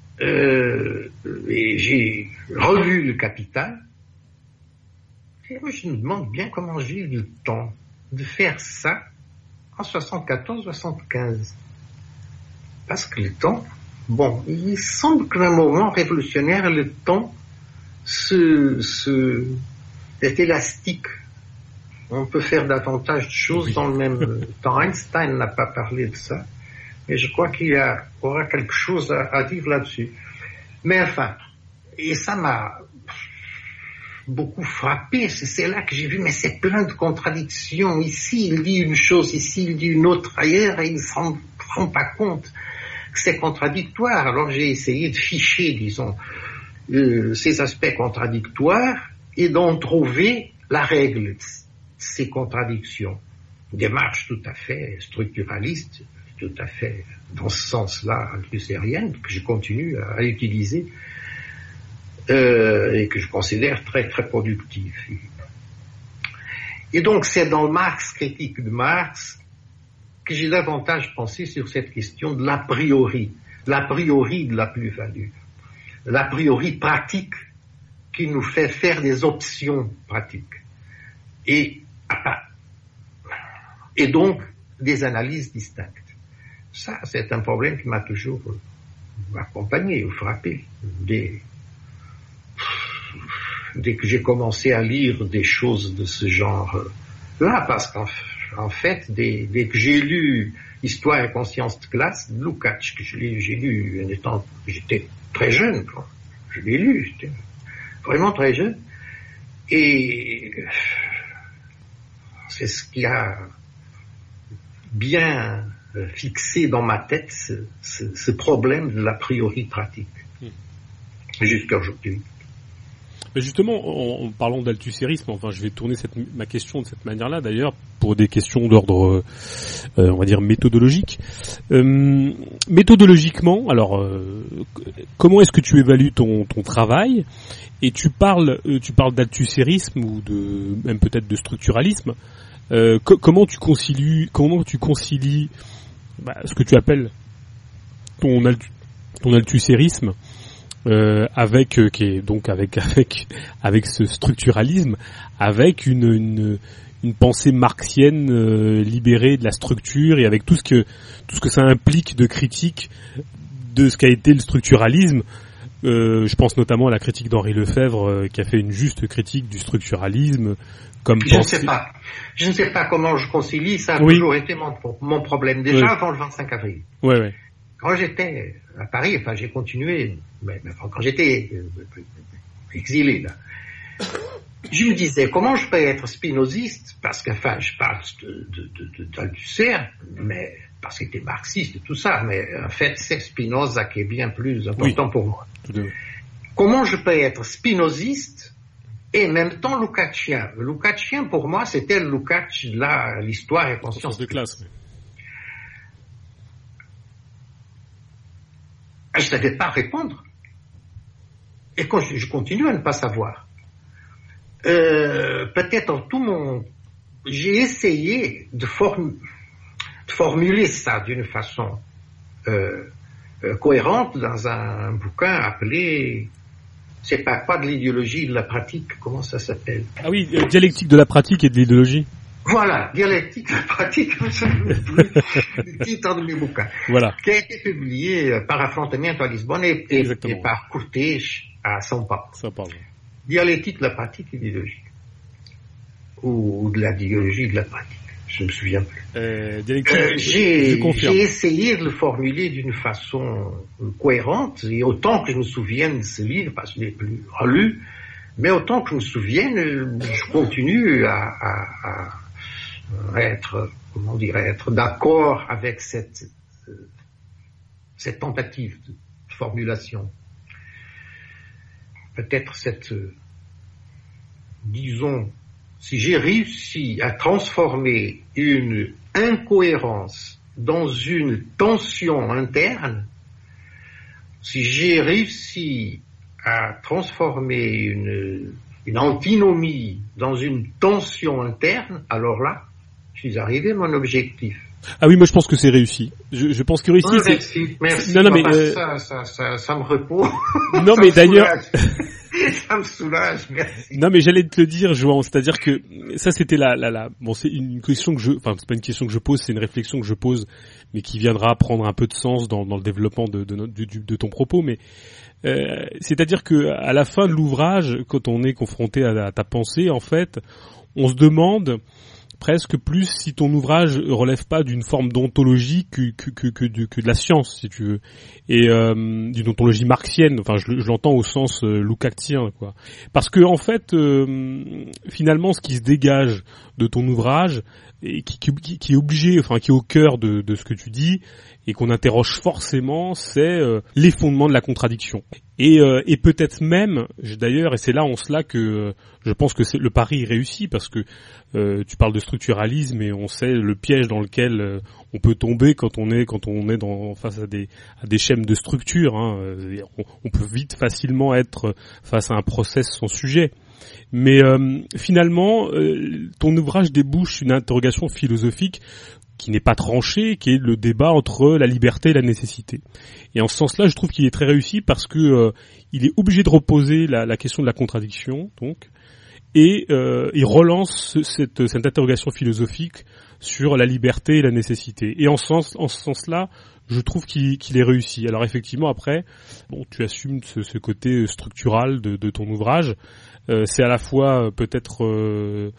et j'ai relu le Capital, et moi je me demande bien comment j'ai eu le temps de faire ça en 74-75. Parce que le temps, bon, il semble qu'un moment révolutionnaire, le temps est élastique. On peut faire davantage de choses dans le même temps. Einstein n'a pas parlé de ça, mais je crois qu'il aura quelque chose à dire là-dessus. Mais enfin, et ça m'a beaucoup frappé, c'est là que j'ai vu, mais c'est plein de contradictions. Ici, il dit une chose, ici, il dit une autre, ailleurs, et il ne se rend pas compte que c'est contradictoire. Alors j'ai essayé de ficher, disons, ces aspects contradictoires et d'en trouver la règle de ces contradictions. Une démarche tout à fait structuraliste, tout à fait dans ce sens-là althusérienne, que je continue à utiliser et que je considère très très productive. Et donc c'est dans le Marx, critique de Marx, que j'ai davantage pensé sur cette question de l'a priori de la plus-value, l'a priori pratique qui nous fait faire des options pratiques et donc des analyses distinctes. Ça, c'est un problème qui m'a toujours accompagné ou frappé dès que j'ai commencé à lire des choses de ce genre-là, parce qu'en fait, dès que j'ai lu Histoire et conscience de classe de Lukács, que j'ai lu j'étais très jeune, quoi. Je l'ai lu, j'étais vraiment très jeune, et c'est ce qui a bien fixé dans ma tête ce problème de l'a priori pratique jusqu'à aujourd'hui. Mais justement, en parlant d'althussérisme, enfin, je vais tourner ma question de cette manière-là, d'ailleurs, pour des questions d'ordre, on va dire, méthodologique. Méthodologiquement, alors, comment est-ce que tu évalues ton travail ? Et tu parles d'althussérisme ou même peut-être de structuralisme. Comment tu concilies ce que tu appelles ton althussérisme avec ce structuralisme, avec une pensée marxienne libérée de la structure et avec tout ce que ça implique de critique de ce qu'a été le structuralisme. Je pense notamment à la critique d'Henri Lefebvre qui a fait une juste critique du structuralisme. Je ne sais pas comment je concilie, ça a toujours été mon problème, déjà avant le 25 avril. Ouais. Quand j'étais à Paris, enfin j'ai continué, mais quand j'étais exilé là, je me disais comment je peux être spinoziste, parce que enfin je parle d'Althusser, mais parce qu'il était marxiste et tout ça, mais en fait c'est Spinoza qui est bien plus important pour moi. Comment je peux être spinoziste et en même temps lukácsien? Le lukácsien pour moi c'était le Lukács de l'histoire et conscience de classe. Je ne savais pas répondre. Et quand je continue à ne pas savoir. Peut-être j'ai essayé de formuler ça d'une façon cohérente dans un bouquin appelé, c'est pas de l'idéologie de la pratique, comment ça s'appelle? Ah oui, dialectique de la pratique et de l'idéologie. Voilà, dialectique de la pratique, le titre de mes bouquins, voilà. Qui a été publié par Affrontamento à Lisbonne et par Cortés à São Paulo. Dialectique de la pratique et de l'idéologie. Ou de l'idéologie de la pratique, je ne me souviens plus. J'ai essayé de le formuler d'une façon cohérente, et autant que je me souvienne de ce livre, parce que je ne l'ai plus relu, mais autant que je me souvienne, je continue à être d'accord avec cette tentative de formulation. Peut-être disons, si j'ai réussi à transformer une incohérence dans une tension interne, si j'ai réussi à transformer une antinomie dans une tension interne, alors là, je suis arrivé à mon objectif. Ah oui, moi je pense que c'est réussi. Je pense que réussi, c'est... Merci. Non, mais ça me repose. Non, mais d'ailleurs, ça me soulage. Merci. Non, mais j'allais te le dire, Johan. C'est-à-dire que ça, c'était bon, c'est une question c'est pas une question que je pose, c'est une réflexion que je pose, mais qui viendra prendre un peu de sens dans le développement de ton propos. Mais c'est-à-dire que à la fin de l'ouvrage, quand on est confronté à ta pensée, en fait, on se demande presque plus si ton ouvrage relève pas d'une forme d'ontologie que de la science, si tu veux, et d'une ontologie marxienne. Enfin, je l'entends au sens lukácsien, quoi. Parce que en fait, finalement, ce qui se dégage de ton ouvrage et qui est obligé, enfin, qui est au cœur de ce que tu dis et qu'on interroge forcément, c'est les fondements de la contradiction. Et peut-être même, d'ailleurs, et c'est là en cela que je pense que le pari est réussi, parce que tu parles de structuralisme et on sait le piège dans lequel on peut tomber quand on est face à des schèmes de structure. Hein. On peut vite facilement être face à un process sans sujet. Mais finalement, ton ouvrage débouche une interrogation philosophique qui n'est pas tranché, qui est le débat entre la liberté et la nécessité. Et en ce sens-là, je trouve qu'il est très réussi parce que il est obligé de reposer la question de la contradiction, donc, et il relance cette interrogation philosophique sur la liberté et la nécessité. Et en ce sens-là, je trouve qu'il est réussi. Alors effectivement, après, bon, tu assumes ce côté structural de ton ouvrage. C'est à la fois peut-être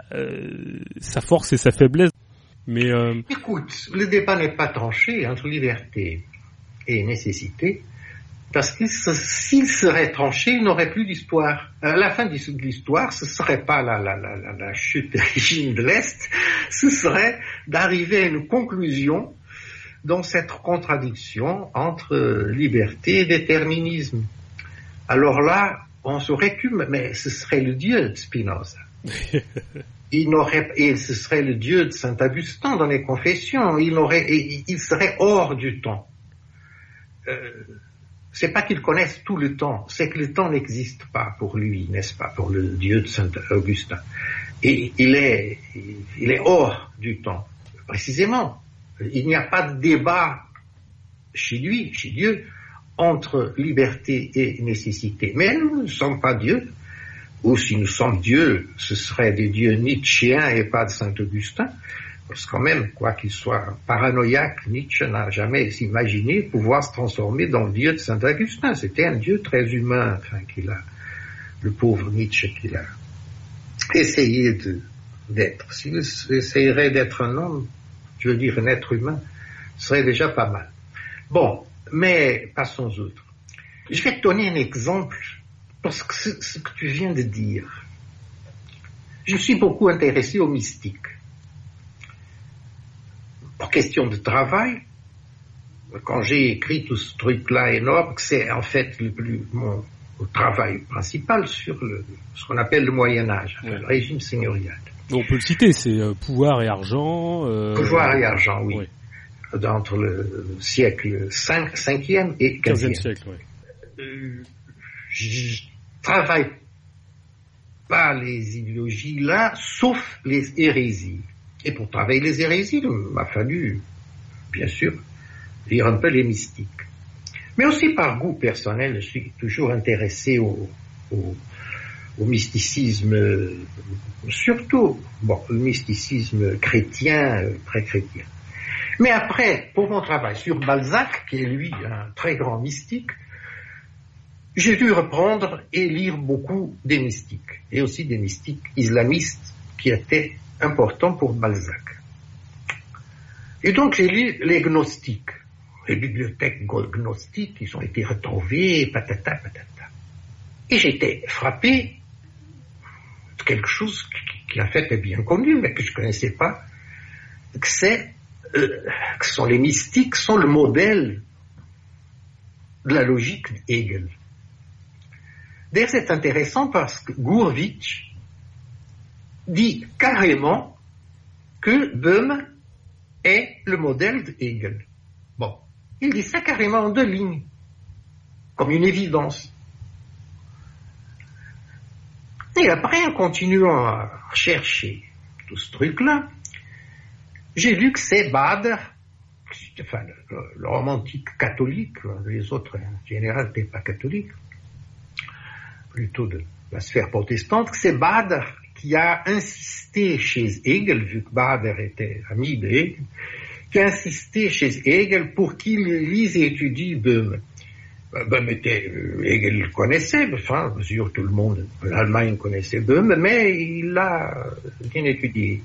sa force et sa faiblesse. Mais écoute, le débat n'est pas tranché entre liberté et nécessité, parce que s'il serait tranché, il n'aurait plus d'histoire. À la fin de l'histoire, ce serait pas la chute des régimes de l'Est, ce serait d'arriver à une conclusion dans cette contradiction entre liberté et déterminisme. Alors là, on se récume, mais ce serait le Dieu de Spinoza. Et ce serait le Dieu de Saint Augustin dans les confessions. Il serait hors du temps. C'est pas qu'il connaisse tout le temps, c'est que le temps n'existe pas pour lui, n'est-ce pas, pour le Dieu de Saint Augustin. Et il est hors du temps. Précisément, il n'y a pas de débat chez lui, chez Dieu, entre liberté et nécessité. Mais nous ne sommes pas Dieu. Ou si nous sommes Dieu, ce serait des dieux nietzschéens et pas de Saint-Augustin. Parce que quand même, quoi qu'il soit paranoïaque, Nietzsche n'a jamais imaginé pouvoir se transformer dans le Dieu de Saint-Augustin. C'était un Dieu très humain, le pauvre Nietzsche qu'il a essayé d'être. S'il essayerait d'être un homme, je veux dire un être humain, ce serait déjà pas mal. Bon, mais passons aux autres. Je vais te donner un exemple. Parce que ce que tu viens de dire, je me suis beaucoup intéressé aux mystiques. Pour question de travail, quand j'ai écrit tout ce truc-là énorme, c'est en fait mon travail principal sur ce qu'on appelle le Moyen-Âge, le régime seigneurial. On peut le citer, c'est pouvoir et argent. Pouvoir et argent, oui. Entre le siècle 5e et 15e siècle, oui. Je travaille pas les idéologies là, sauf les hérésies. Et pour travailler les hérésies, il m'a fallu, bien sûr, lire un peu les mystiques. Mais aussi par goût personnel, je suis toujours intéressé au mysticisme, surtout, le mysticisme chrétien, très chrétien. Mais après, pour mon travail sur Balzac, qui est lui un très grand mystique, j'ai dû reprendre et lire beaucoup des mystiques, et aussi des mystiques islamistes qui étaient importants pour Balzac. Et donc j'ai lu les gnostiques, les bibliothèques gnostiques qui ont été retrouvées, patata, patata. Et j'étais frappé de quelque chose qui en fait est bien connu, mais que je ne connaissais pas, que sont les mystiques, sont le modèle de la logique d'Hegel. D'ailleurs, c'est intéressant parce que Gurevitch dit carrément que Böhm est le modèle de Hegel. Bon, il dit ça carrément en 2 lignes, comme une évidence. Et après, en continuant à chercher tout ce truc-là, j'ai vu que c'est Bader, enfin le romantique catholique, les autres en général n'étaient pas catholiques, plutôt de la sphère protestante, que c'est Bader qui a insisté chez Hegel, vu que Bader était ami de Hegel, qui a insisté chez Hegel pour qu'il lise et étudie Böhme. Hegel connaissait, enfin, sûr, tout le monde en Allemagne connaissait Böhme, mais il l'a bien étudié.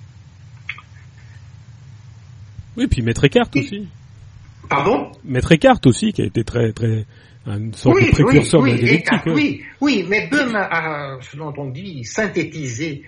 Oui, puis Maître Eckhart aussi. Pardon? Maître Eckhart aussi, qui a été très, très, une sorte de précurseur de la dialectique. Eckhart, oui, mais Böhme a, selon on dit, synthétisé.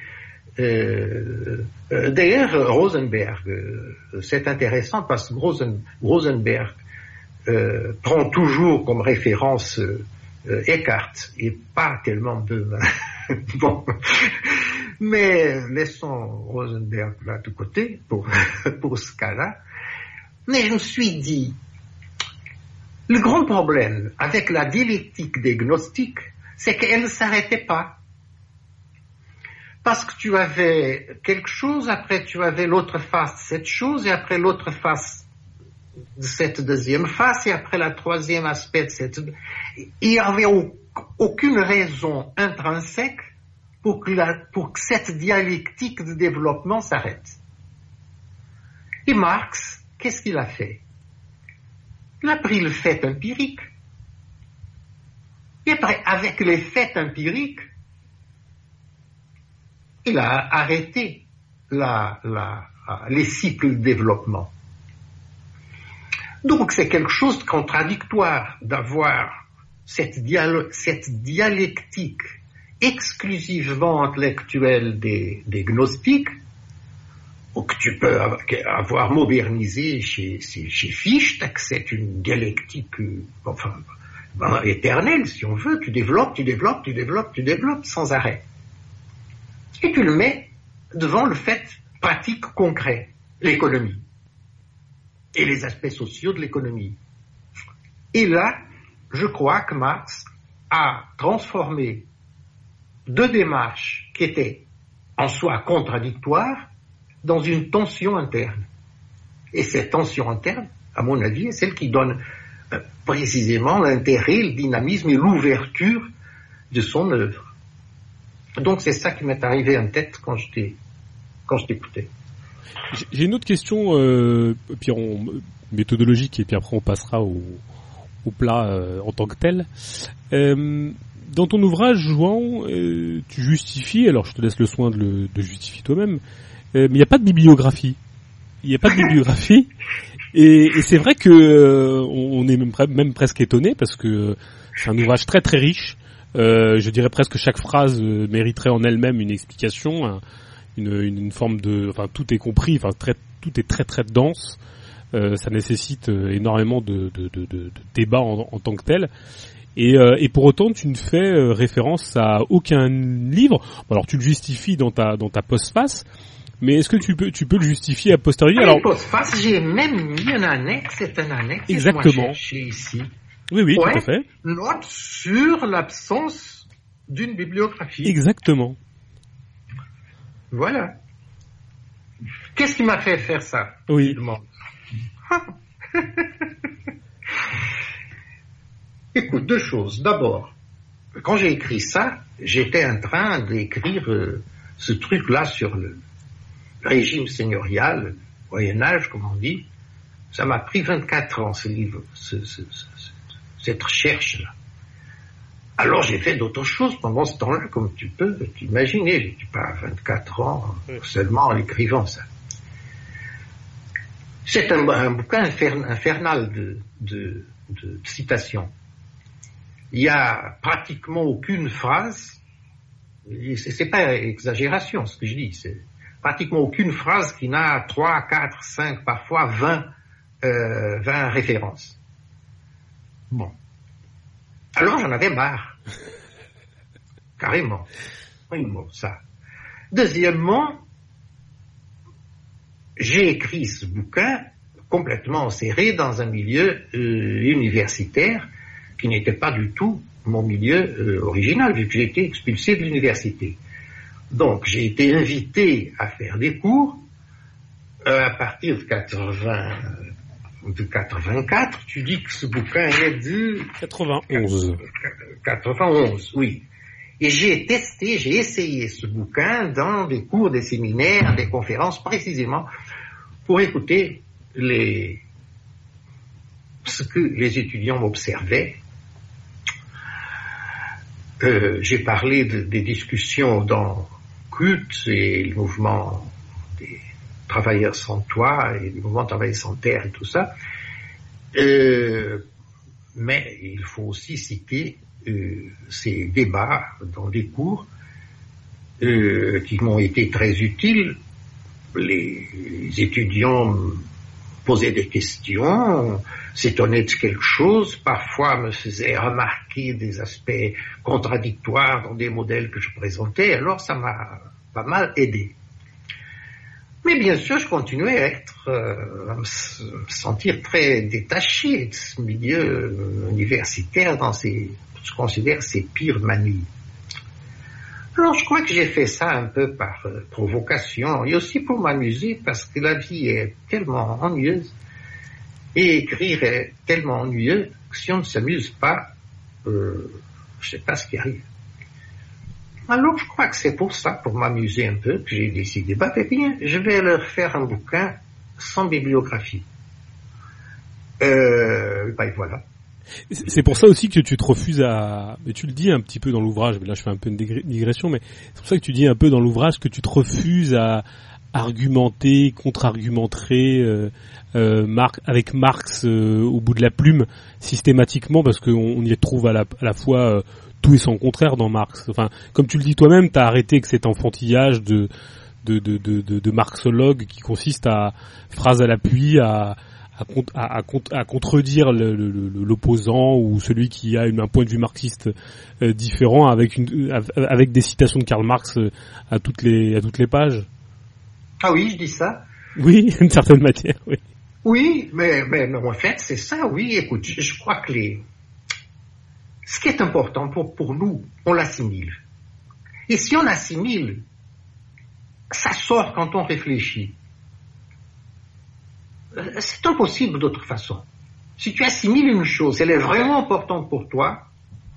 D'ailleurs, Rosenberg, c'est intéressant parce que Rosenberg prend toujours comme référence Eckhart et pas tellement Böhme. Bon, mais laissons Rosenberg là de côté pour ce cas-là. Mais je me suis dit, le grand problème avec la dialectique des gnostiques, c'est qu'elle ne s'arrêtait pas. Parce que tu avais quelque chose, après tu avais l'autre face de cette chose, et après l'autre face de cette deuxième face, et après la troisième aspect de cette... Il n'y avait aucune raison intrinsèque pour que cette dialectique de développement s'arrête. Et Marx, qu'est-ce qu'il a fait? Il a pris le fait empirique. Et après, avec les faits empiriques, il a arrêté les cycles de développement. Donc c'est quelque chose de contradictoire d'avoir cette dialectique exclusivement intellectuelle des gnostiques, ou que tu peux avoir modernisé chez Fichte, que c'est une dialectique éternelle, si on veut. Tu développes sans arrêt. Et tu le mets devant le fait pratique concret, l'économie, et les aspects sociaux de l'économie. Et là, je crois que Marx a transformé deux démarches qui étaient en soi contradictoires dans une tension interne. Et cette tension interne, à mon avis, est celle qui donne précisément l'intérêt, le dynamisme et l'ouverture de son œuvre. Donc c'est ça qui m'est arrivé en tête quand je t'écoutais. J'ai une autre question, puis méthodologique, et puis après on passera au plat en tant que tel. Dans ton ouvrage, Jouan, tu justifies, alors je te laisse le soin de justifier toi-même, mais il n'y a pas de bibliographie. Et c'est vrai que on est même presque étonné parce que c'est un ouvrage très très riche. Je dirais presque chaque phrase mériterait en elle-même une explication, une forme de, enfin tout est compris, enfin tout est très très dense. Ça nécessite énormément de débats en tant que tel. Et pour autant, tu ne fais référence à aucun livre. Alors tu le justifies dans ta postface, mais est-ce que tu peux le justifier a posteriori? Alors postface, j'ai même mis un annexe, c'est un annexe. Exactement. Ici. Oui, ouais, tout à fait. Note sur l'absence d'une bibliographie. Exactement. Voilà. Qu'est-ce qui m'a fait faire ça? Oui. Écoute, deux choses. D'abord, quand j'ai écrit ça, j'étais en train d'écrire ce truc-là sur le régime seigneurial, le Moyen-Âge, comme on dit. Ça m'a pris 24 ans, ce livre, cette recherche-là. Alors j'ai fait d'autres choses pendant ce temps-là, comme tu peux t'imaginer. J'étais pas à 24 ans seulement en écrivant ça. C'est un bouquin infernal de citations. Il y a pratiquement aucune phrase, et c'est pas exagération ce que je dis, c'est pratiquement aucune phrase qui n'a 3, 4, 5, parfois 20 références. Bon. Alors j'en avais marre. Carrément. Primo, ça. Deuxièmement, j'ai écrit ce bouquin complètement serré dans un milieu universitaire qui n'était pas du tout mon milieu original, vu que j'ai été expulsé de l'université. Donc, j'ai été invité à faire des cours à partir de 84. Tu dis que ce bouquin est de 91. 91, oui. Et j'ai essayé ce bouquin dans des cours, des séminaires, des conférences, précisément pour écouter ce que les étudiants observaient. J'ai parlé des discussions dans CUT et le mouvement des travailleurs sans toit et le mouvement travailleurs sans terre et tout ça. Mais il faut aussi citer ces débats dans des cours qui m'ont été très utiles. Les étudiants posaient des questions, s'étonnaient de quelque chose, parfois me faisaient remarquer des aspects contradictoires dans des modèles que je présentais, alors ça m'a pas mal aidé. Mais bien sûr, je continuais à me sentir très détaché de ce milieu universitaire dans je considère ses pires manies. Alors, je crois que j'ai fait ça un peu par provocation et aussi pour m'amuser parce que la vie est tellement ennuyeuse et écrire est tellement ennuyeux que si on ne s'amuse pas, je sais pas ce qui arrive. Alors, je crois que c'est pour ça, pour m'amuser un peu, que j'ai décidé, eh bien, je vais leur faire un bouquin sans bibliographie. Voilà. C'est pour ça aussi que tu te refuses à... Mais tu le dis un petit peu dans l'ouvrage, mais là je fais un peu une digression, mais c'est pour ça que tu dis un peu dans l'ouvrage que tu te refuses à argumenter, contre-argumenter avec Marx au bout de la plume systématiquement, parce qu'on y trouve à la fois tout et son contraire dans Marx. Enfin, comme tu le dis toi-même, t'as arrêté que cet enfantillage de marxologue qui consiste à phrase à l'appui, à contredire l'opposant ou celui qui a un point de vue marxiste différent avec des citations de Karl Marx à toutes les pages. Ah oui, je dis ça. Oui, d'une certaine manière, oui. Oui, mais en fait, c'est ça, oui. Écoute, je crois que ce qui est important pour nous, on l'assimile. Et si on assimile, ça sort quand on réfléchit. C'est impossible d'autre façon. Si tu assimiles une chose, elle est vraiment importante pour toi,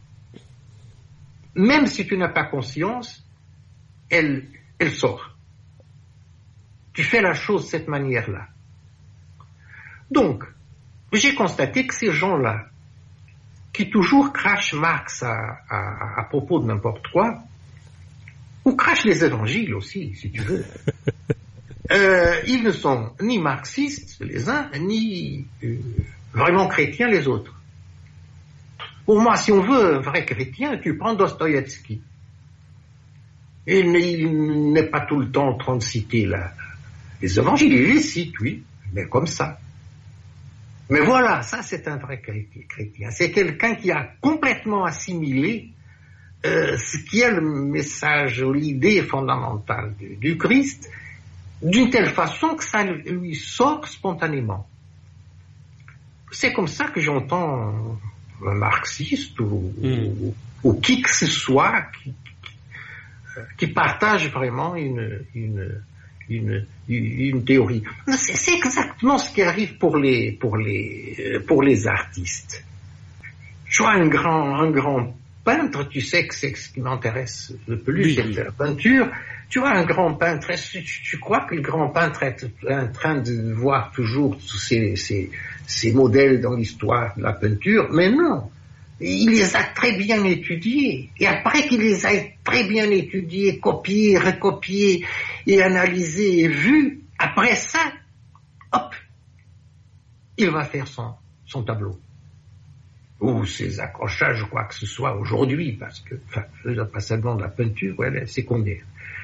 même si tu n'as pas conscience, elle sort. Tu fais la chose de cette manière-là. Donc, j'ai constaté que ces gens-là, qui toujours crachent Marx à propos de n'importe quoi, ou crachent les évangiles aussi, si tu veux, ils ne sont ni marxistes les uns, ni vraiment chrétiens les autres. Pour moi, si on veut un vrai chrétien, tu prends Dostoïevski. Il n'est pas tout le temps en train de citer les évangiles, il les cite, oui, mais comme ça. Mais voilà, ça c'est un vrai chrétien. C'est quelqu'un qui a complètement assimilé ce qui est le message ou l'idée fondamentale du Christ, d'une telle façon que ça lui sort spontanément. C'est comme ça que j'entends un marxiste ou qui que ce soit qui partage vraiment une théorie. C'est exactement ce qui arrive pour les artistes. Tu vois un grand peintre, tu sais que c'est ce qui m'intéresse le plus, c'est la peinture. Tu vois un grand peintre, tu crois que le grand peintre est en train de voir toujours tous ces modèles dans l'histoire de la peinture? Mais non, il les a très bien étudiés. Et après qu'il les a très bien étudiés, copiés, recopiés et analysés et vus, après ça, hop, il va faire son tableau. Ou ses accrochages, quoi que ce soit aujourd'hui, parce que, pas seulement de la peinture, elle est secondaire.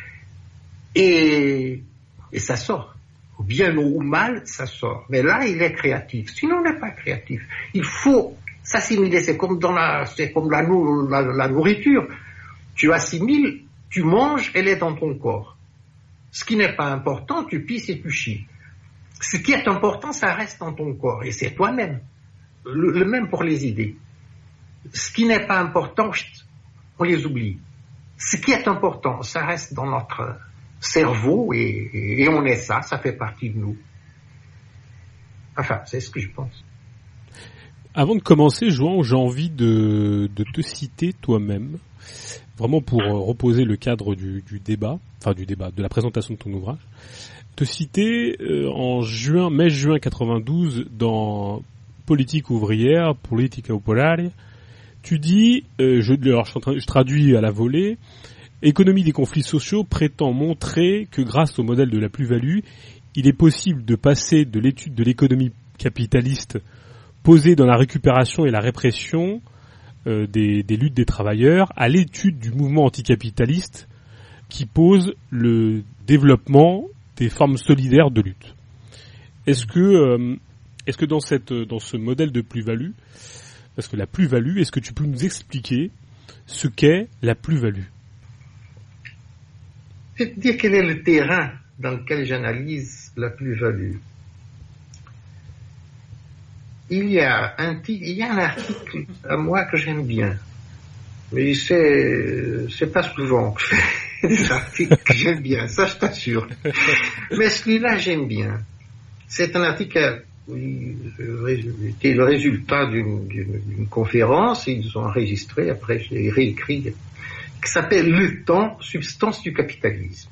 Et ça sort. Ou bien ou mal, ça sort. Mais là, il est créatif. Sinon, on n'est pas créatif. Il faut s'assimiler. C'est comme la nourriture. Tu assimiles, tu manges, elle est dans ton corps. Ce qui n'est pas important, tu pisses et tu chies. Ce qui est important, ça reste dans ton corps. Et c'est toi-même. Le même pour les idées. Ce qui n'est pas important, on les oublie. ce qui est important, ça reste dans notre cerveau et on est ça fait partie de nous. Enfin, c'est ce que je pense. Avant de commencer, Jouan, j'ai envie de te citer toi-même, vraiment pour reposer le cadre du débat, de la présentation de ton ouvrage. Te citer mai-juin 92 dans Politique ouvrière, Politica Operaria. Tu dis, je traduis à la volée, économie des conflits sociaux prétend montrer que grâce au modèle de la plus-value, il est possible de passer de l'étude de l'économie capitaliste posée dans la récupération et la répression des luttes des travailleurs à l'étude du mouvement anticapitaliste qui pose le développement des formes solidaires de lutte. Est-ce que dans ce modèle de plus-value, parce que la plus-value, est-ce que tu peux nous expliquer ce qu'est la plus-value? C'est-à-dire quel est le terrain dans lequel j'analyse la plus-value. Il y a un article à moi que j'aime bien, mais c'est pas souvent que je fais des articles que j'aime bien, ça je t'assure. Mais celui-là j'aime bien. C'est un article qui était le résultat d'une conférence, ils ont enregistré, après je l'ai réécrit, qui s'appelle Le temps, substance du capitalisme.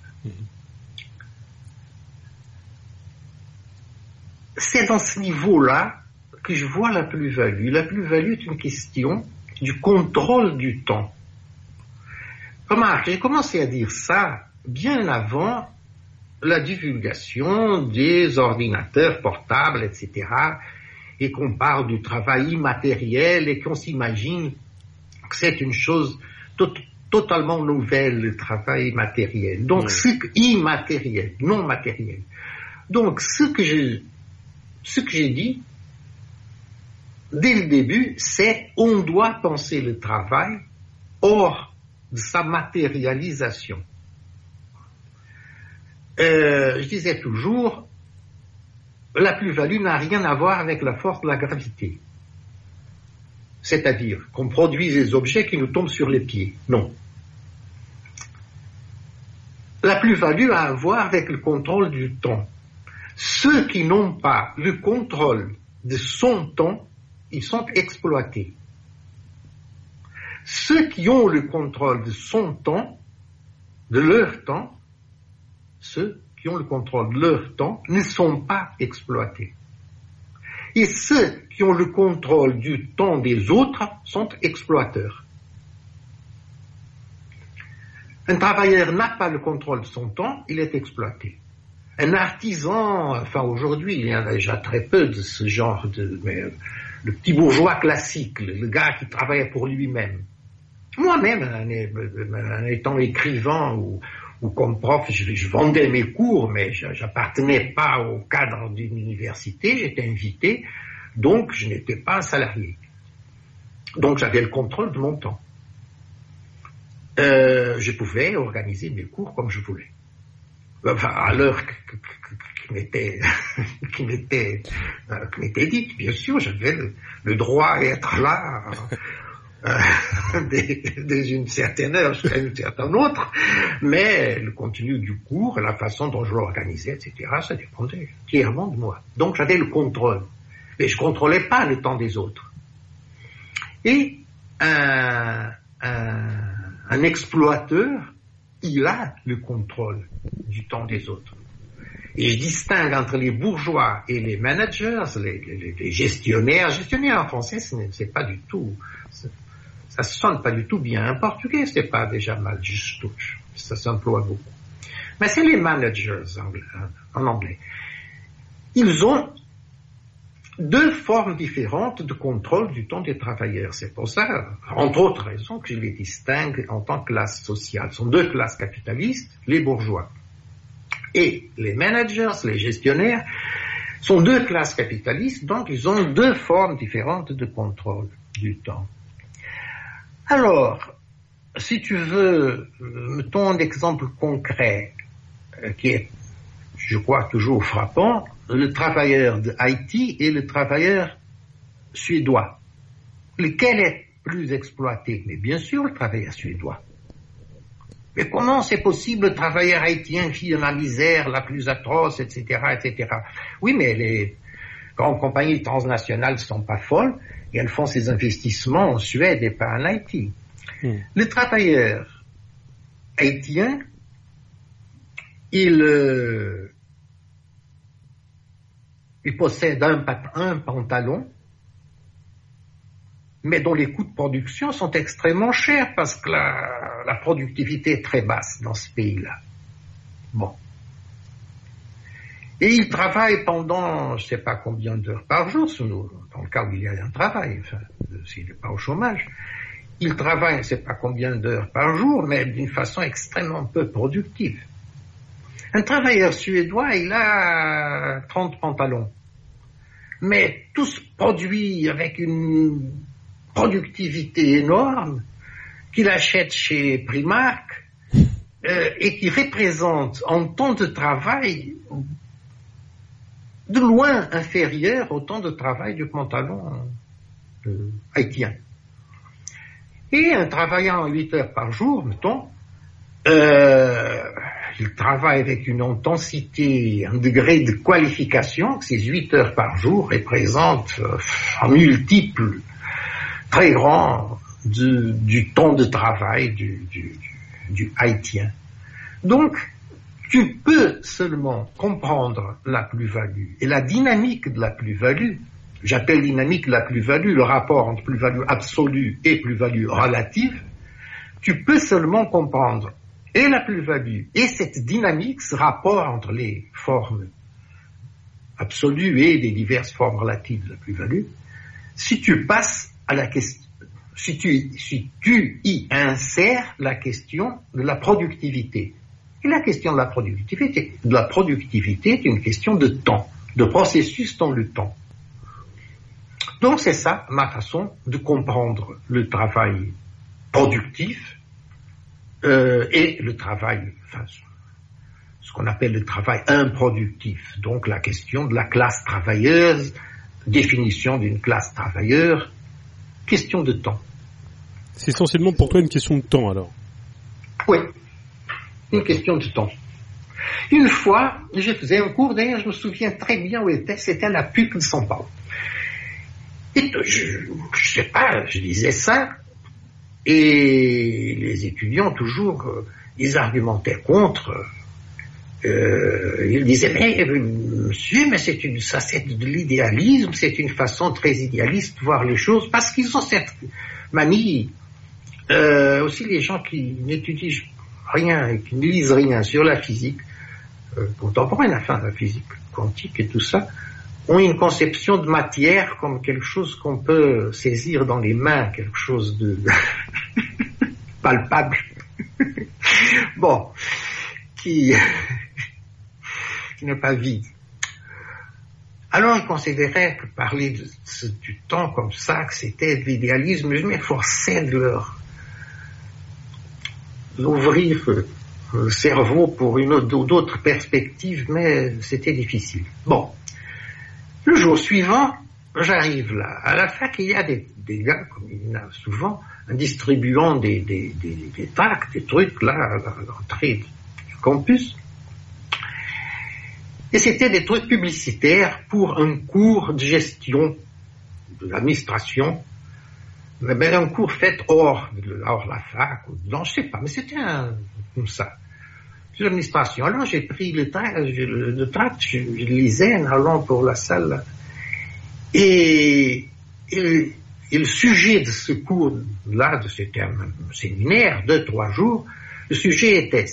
C'est dans ce niveau-là que je vois la plus-value. La plus-value est une question du contrôle du temps. Remarque, j'ai commencé à dire ça bien avant la divulgation des ordinateurs portables, etc., et qu'on parle du travail immatériel et qu'on s'imagine que c'est une chose totalement nouvelle, le travail matériel. Donc, immatériel, non matériel. Donc, ce que j'ai dit, dès le début, c'est on doit penser le travail hors de sa matérialisation. Je disais toujours, la plus-value n'a rien à voir avec la force de la gravité. C'est-à-dire qu'on produise des objets qui nous tombent sur les pieds. Non. La plus-value a à voir avec le contrôle du temps. Ceux qui n'ont pas le contrôle de son temps, ils sont exploités. Ceux qui ont le contrôle de son temps, de leur temps, ceux qui ont le contrôle de leur temps ne sont pas exploités. Et ceux qui ont le contrôle du temps des autres sont exploiteurs. Un travailleur n'a pas le contrôle de son temps, il est exploité. Un artisan, enfin aujourd'hui il y en a déjà très peu de ce genre mais le petit bourgeois classique, le gars qui travaille pour lui-même. Moi-même, en étant écrivain ou comme prof, je vendais mes cours, mais j'appartenais pas au cadre d'une université, j'étais invité, donc je n'étais pas un salarié. Donc j'avais le contrôle de mon temps. Je pouvais organiser mes cours comme je voulais. Enfin, à l'heure qui m'était dite, bien sûr, j'avais le droit à être là dès une certaine heure jusqu'à une certaine autre, mais le contenu du cours, la façon dont je l'organisais, etc., ça dépendait entièrement de moi. Donc j'avais le contrôle, mais je contrôlais pas le temps des autres. Et un exploiteur, il a le contrôle du temps des autres. Et je distingue entre les bourgeois et les managers, les gestionnaires. Gestionnaire en français, c'est pas du tout, ça sonne pas du tout bien. En portugais, c'est pas déjà mal, gestores. Ça s'emploie beaucoup. Mais c'est les managers en anglais. Ils ont deux formes différentes de contrôle du temps des travailleurs. C'est pour ça, entre autres raisons, que je les distingue en tant que classe sociale. Ce sont deux classes capitalistes, les bourgeois. Et les managers, les gestionnaires, sont deux classes capitalistes, donc ils ont deux formes différentes de contrôle du temps. Alors, si tu veux, mettons un exemple concret, qui est, je crois, toujours frappant, le travailleur de Haïti et le travailleur suédois. Lequel est plus exploité? Mais bien sûr, le travailleur suédois. Mais comment c'est possible, le travailleur haïtien vit dans la misère la plus atroce, etc., etc. Oui, mais les grandes compagnies transnationales ne sont pas folles et elles font ces investissements en Suède et pas en Haïti. Le travailleur haïtien, il possède un pantalon, mais dont les coûts de production sont extrêmement chers parce que la productivité est très basse dans ce pays-là. Bon. Et il travaille pendant je ne sais pas combien d'heures par jour, dans le cas où il y a un travail, enfin, s'il n'est pas au chômage. Il travaille je ne sais pas combien d'heures par jour, mais d'une façon extrêmement peu productive. Un travailleur suédois, il a 30 pantalons. Mais tous produits avec une productivité énorme, qu'il achète chez Primark, et qui représente en temps de travail de loin inférieur au temps de travail du pantalon haïtien. Et un travaillant 8 heures par jour, mettons, il travaille avec une intensité, un degré de qualification, que ces 8 heures par jour représentent en multiples, très grand du temps de travail du haïtien. Donc, tu peux seulement comprendre la plus-value et la dynamique de la plus-value. J'appelle dynamique la plus-value, le rapport entre plus-value absolue et plus-value relative. Tu peux seulement comprendre et la plus-value et cette dynamique, ce rapport entre les formes absolues et les diverses formes relatives de la plus-value, si tu passes à la question, si tu y insères la question de la productivité. Et la question de la productivité est une question de temps, de processus dans le temps. Donc c'est ça ma façon de comprendre le travail productif et le travail, enfin, ce qu'on appelle le travail improductif. Donc la question de la classe travailleuse, définition d'une classe travailleur, question de temps. C'est essentiellement pour toi une question de temps alors? Oui, une question de temps. Une fois, je faisais un cours, d'ailleurs je me souviens très bien où c'était à la PUC de São Paulo. Et je sais pas, je disais ça, et les étudiants toujours, ils argumentaient contre. Ils disaient, mais monsieur, mais c'est de l'idéalisme, c'est une façon très idéaliste de voir les choses, parce qu'ils ont cette manie, aussi les gens qui n'étudient rien et qui ne lisent rien sur la physique contemporaine, enfin la physique quantique et tout ça, ont une conception de matière comme quelque chose qu'on peut saisir dans les mains, quelque chose de palpable. Bon, qui n'est pas vide. Alors ils considéraient que parler du temps comme ça, que c'était de l'idéalisme, je m'efforçais de leur ouvrir le cerveau pour une d'autres perspectives, mais c'était difficile. Bon. Le jour suivant, j'arrive là. À la fac, il y a des gars, comme il y en a souvent, distribuant des tracts, des trucs, là, à l'entrée du campus. Et c'était des trucs publicitaires pour un cours de gestion, de l'administration, mais un cours fait hors la fac, ou non, je sais pas, mais c'était comme ça. De l'administration. Alors j'ai pris le tract, je lisais en allant pour la salle. Et le sujet de ce cours-là, c'était un séminaire de 2-3 jours, le sujet était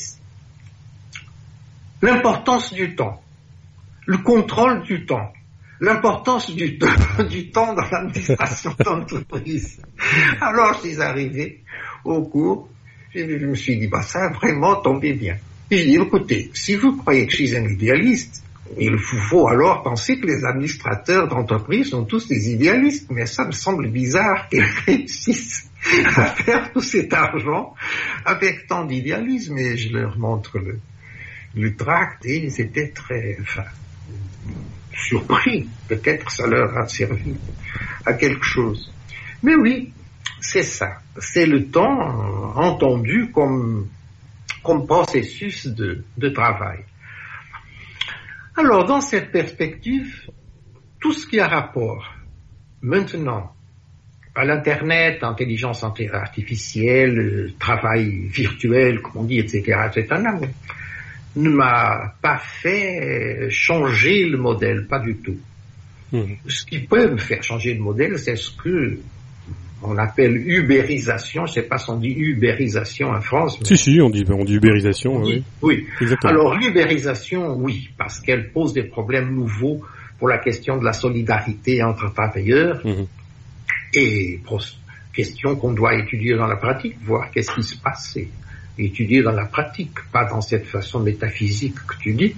l'importance du temps, le contrôle du temps, l'importance du temps dans l'administration d'entreprise. Alors je suis arrivé au cours, je me suis dit, ça a vraiment tombé bien. Et j'ai dit, écoutez, si vous croyez que je suis un idéaliste, il faut alors penser que les administrateurs d'entreprise sont tous des idéalistes. Mais ça me semble bizarre qu'ils réussissent à faire tout cet argent avec tant d'idéalisme. Et je leur montre le tract et ils étaient très surpris. Peut-être ça leur a servi à quelque chose. Mais oui, c'est ça. C'est le temps entendu comme comme processus de travail. Alors, dans cette perspective, tout ce qui a rapport maintenant à l'Internet, intelligence artificielle, travail virtuel, comme on dit, etc., ne m'a pas fait changer le modèle, pas du tout. Ce qui peut me faire changer le modèle, c'est ce que on appelle ubérisation. Je ne sais pas si on dit ubérisation en France. Mais si, on dit ubérisation, oui. Oui. Exactement. Alors, l'ubérisation, oui, parce qu'elle pose des problèmes nouveaux pour la question de la solidarité entre travailleurs et question qu'on doit étudier dans la pratique, voir qu'est-ce qui se passe et étudier dans la pratique, pas dans cette façon métaphysique que tu dis.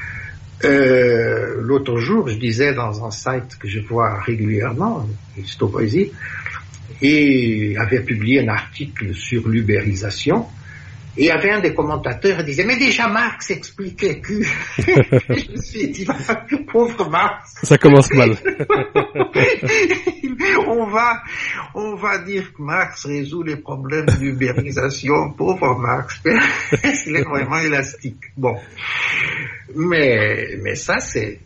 L'autre jour, je disais dans un site que je vois régulièrement, Histopoésie, et avait publié un article sur l'ubérisation, et il y avait un des commentateurs qui disait, mais déjà Marx expliquait que... Je me suis dit, pauvre Marx. Ça commence mal. on va dire que Marx résout les problèmes d'ubérisation, pauvre Marx. Il est vraiment élastique. Bon. Mais ça, c'est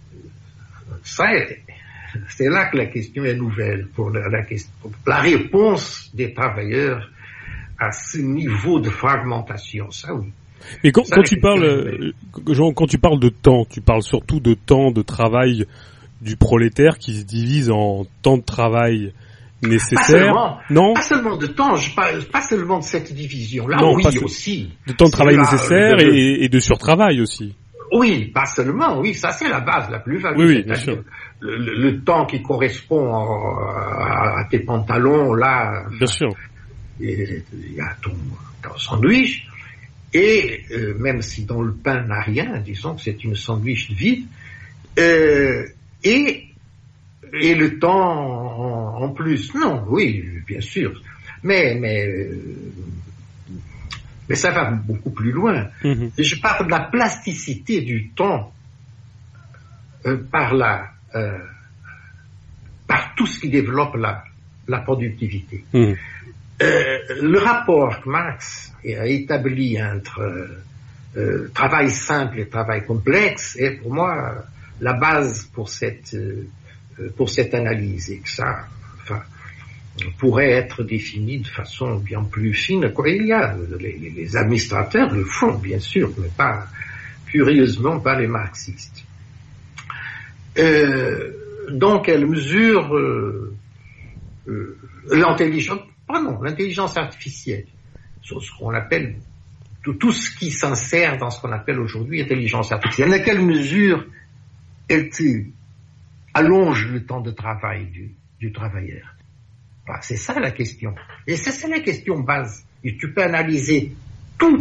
là que la question est nouvelle pour la réponse des travailleurs à ce niveau de fragmentation, ça oui. Mais quand tu parles, Jean, quand tu parles de temps, tu parles surtout de temps de travail du prolétaire qui se divise en temps de travail nécessaire. Pas seulement de temps, je parle pas seulement de cette division. Là, non, oui, aussi. De temps de travail nécessaire et de surtravail aussi. Oui, pas seulement, oui, ça c'est la base la plus value. Oui, bien sûr. Le temps qui correspond à tes pantalons, là. Bien sûr. Il y a ton sandwich, et même si dans le pain n'a rien, disons que c'est une sandwich vide, et le temps en plus. Non, oui, bien sûr. Mais ça va beaucoup plus loin. Je parle de la plasticité du temps par tout ce qui développe la productivité. Le rapport que Marx a établi entre travail simple et travail complexe est pour moi la base pour cette analyse, et que ça pourrait être défini de façon bien plus fine. Il y a les administrateurs le font, bien sûr, mais pas, curieusement, pas les marxistes. Donc, elle mesure l'intelligence artificielle, ce qu'on appelle tout ce qui s'insère dans ce qu'on appelle aujourd'hui intelligence artificielle. À quelle mesure elle allonge le temps de travail du travailleur? C'est ça la question. Et c'est la question base. Et tu peux analyser toute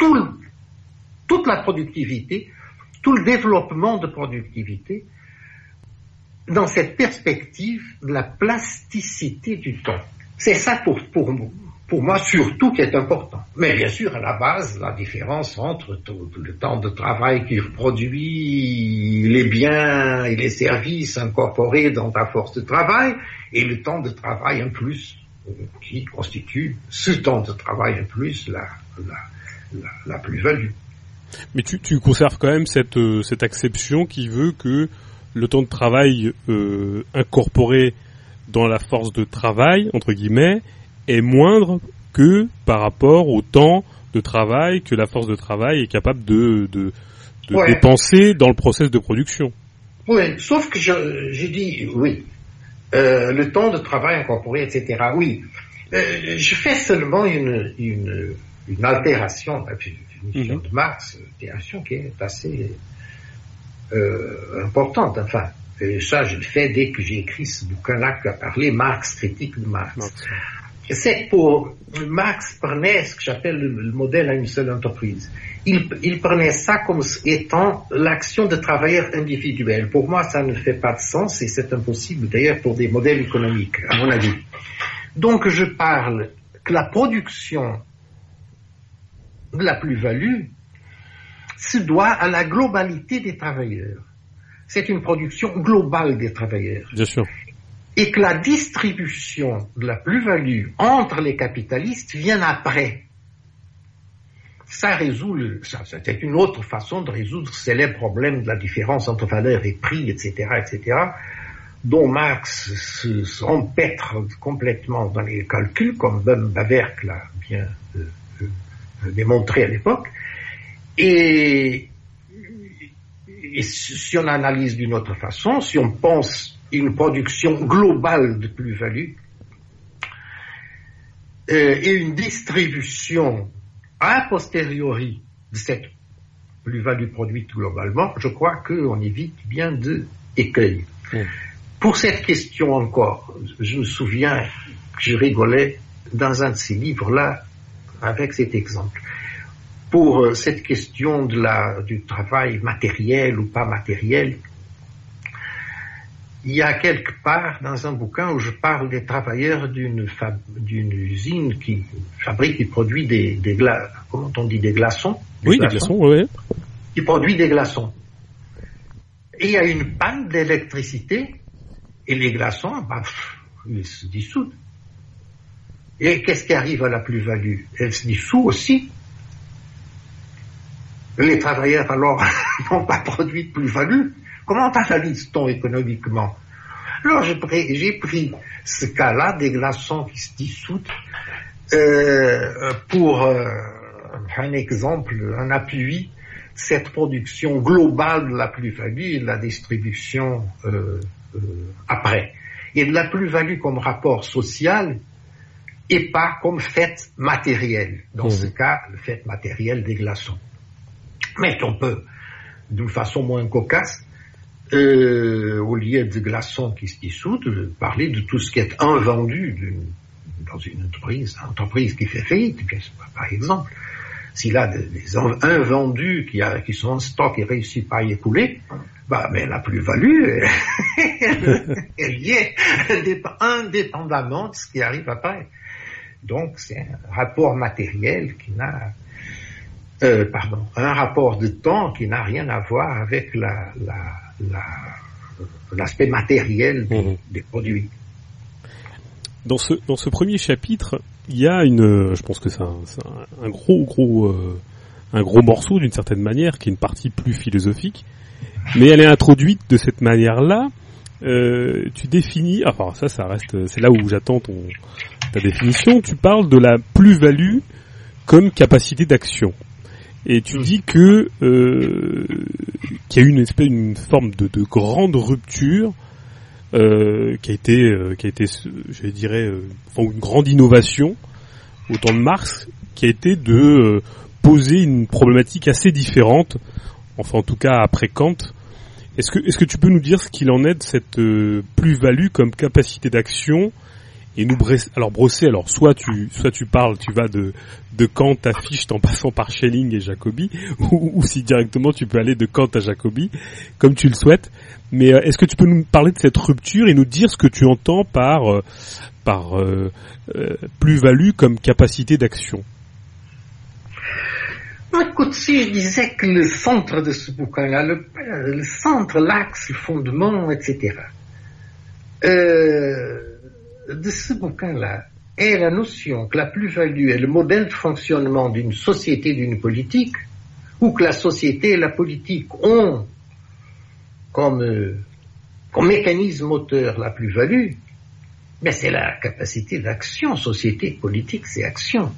la productivité, tout le développement de productivité dans cette perspective de la plasticité du temps. C'est ça pour moi surtout qui est important. Mais bien sûr, à la base, la différence entre le temps de travail qui produit les biens et les services incorporés dans ta force de travail et le temps de travail en plus qui constitue ce temps de travail en plus la plus-value. Mais tu conserves quand même cette acception qui veut que le temps de travail incorporé dans la force de travail, entre guillemets, est moindre que par rapport au temps de travail que la force de travail est capable de dépenser dans le process de production. Oui, sauf que j'ai dit oui. Le temps de travail incorporé, etc. Oui. Je fais seulement une altération de la définition de Marx, altération qui est assez importante. Enfin, et ça, je le fais dès que j'ai écrit ce bouquin-là qui a parlé Marx, critique de Marx. C'est que pour Marx prenait ce que j'appelle le modèle à une seule entreprise. Il prenait ça comme étant l'action de travailleurs individuels. Pour moi, ça ne fait pas de sens et c'est impossible d'ailleurs pour des modèles économiques, à mon avis. Donc, je parle que la production de la plus-value se doit à la globalité des travailleurs. C'est une production globale des travailleurs. Bien sûr. Et que la distribution de la plus-value entre les capitalistes vient après. c'était une autre façon de résoudre ce célèbre problème de la différence entre valeur et prix, etc., dont Marx s'empêtre complètement dans les calculs, comme Bawerk l'a bien démontré à l'époque. Et si on analyse d'une autre façon, si on pense une production globale de plus-value et une distribution a posteriori de cette plus-value produite globalement, je crois qu'on évite bien de écueils. Pour cette question encore, je me souviens que je rigolais dans un de ces livres-là avec cet exemple. Pour cette question du travail matériel ou pas matériel, il y a quelque part dans un bouquin où je parle des travailleurs d'une usine qui produit des glaçons. Des glaçons, oui. Qui produit des glaçons. Et il y a une panne d'électricité et les glaçons, ils se dissoudent. Et qu'est-ce qui arrive à la plus-value? Elle se dissout aussi. Les travailleurs, alors, n'ont pas produit de plus-value. Comment analyse-t-on économiquement? Alors, j'ai pris ce cas-là, des glaçons qui se dissoudent, pour un exemple, un appui, cette production globale de la plus-value et de la distribution après. Et de la plus-value comme rapport social et pas comme fait matériel. Dans ce cas, le fait matériel des glaçons. Mais on peut, d'une façon moins cocasse, au lieu de glaçons qui se dissoudent, parler de tout ce qui est invendu dans une entreprise qui fait faillite. Par exemple, s'il a des invendus qui sont en stock et réussit pas à y écouler, mais la plus-value, elle y est indépendamment de ce qui arrive après. Donc, c'est un rapport matériel qui n'a, un rapport de temps qui n'a rien à voir avec l'aspect matériel des produits. Dans ce premier chapitre, il y a je pense que c'est un gros morceau d'une certaine manière, qui est une partie plus philosophique, mais elle est introduite de cette manière-là. Tu définis, ça reste, c'est là où j'attends ta définition. Tu parles de la plus-value comme capacité d'action. Et tu dis qu'il y a eu une forme de grande rupture qui a été, je dirais, une grande innovation au temps de Marx, qui a été de poser une problématique assez différente, enfin en tout cas après Kant. Est-ce que tu peux nous dire ce qu'il en est de cette plus-value comme capacité d'action et nous brosser, soit tu parles, tu vas de Kant à Fichte en passant par Schelling et Jacobi, ou si directement tu peux aller de Kant à Jacobi, comme tu le souhaites. Mais est-ce que tu peux nous parler de cette rupture et nous dire ce que tu entends par plus-value comme capacité d'action? Écoute, si je disais que le centre de ce bouquin-là, le centre, l'axe, le fondement, etc., de ce bouquin-là est la notion que la plus-value est le modèle de fonctionnement d'une société, d'une politique, ou que la société et la politique ont comme mécanisme moteur la plus-value, mais c'est la capacité d'action. Société, politique, c'est action.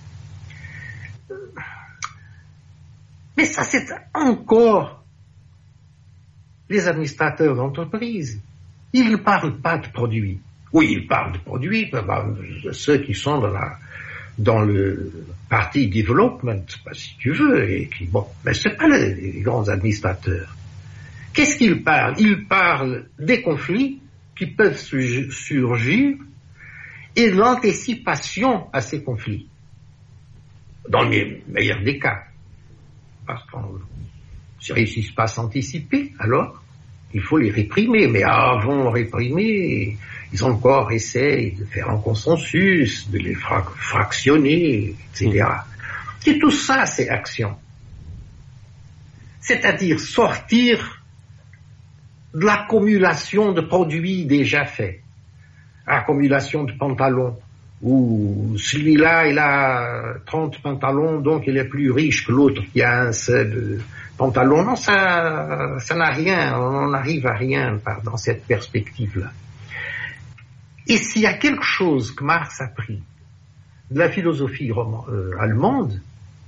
Mais ça, c'est encore les administrateurs d'entreprise. Ils ne parlent pas de produits. Oui, ils parlent de produits, ceux qui sont dans le party development, si tu veux, mais c'est pas les grands administrateurs. Qu'est-ce qu'ils parlent? Ils parlent des conflits qui peuvent surgir et de l'anticipation à ces conflits. Dans le meilleur des cas. Parce qu'on ne réussissent pas à s'anticiper, alors il faut les réprimer. Mais avant de réprimer, ils encore essayent de faire un consensus, de les fractionner, etc. Et tout ça, c'est action. C'est-à-dire sortir de l'accumulation de produits déjà faits. Accumulation de pantalons. ou celui-là, il a 30 pantalons, donc il est plus riche que l'autre qui a un seul pantalon. Non, ça n'a rien, on n'arrive à rien dans cette perspective-là. Et s'il y a quelque chose que Marx a pris de la philosophie allemande,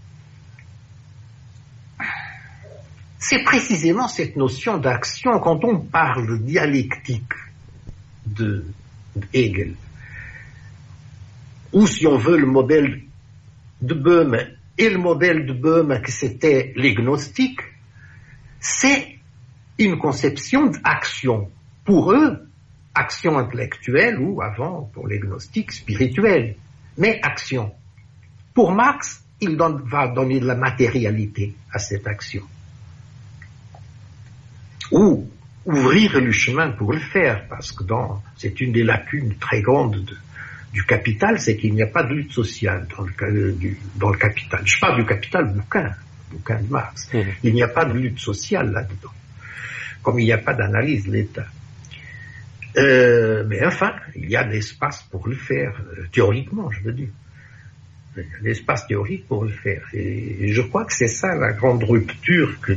c'est précisément cette notion d'action. Quand on parle de dialectique de Hegel, ou si on veut le modèle de Böhme, et le modèle de Böhme que c'était les gnostiques, c'est une conception d'action. Pour eux, action intellectuelle, ou avant, pour les gnostiques, spirituelle, mais action. Pour Marx, il va donner de la matérialité à cette action. Ou ouvrir le chemin pour le faire, parce que c'est une des lacunes très grandes du Capital, c'est qu'il n'y a pas de lutte sociale dans le Capital. Je parle du Capital bouquin de Marx. Il n'y a pas de lutte sociale là-dedans, comme il n'y a pas d'analyse de l'État. Mais enfin, il y a l'espace pour le faire, théoriquement, je veux dire. Il y a l'espace théorique pour le faire. Et je crois que c'est ça la grande rupture que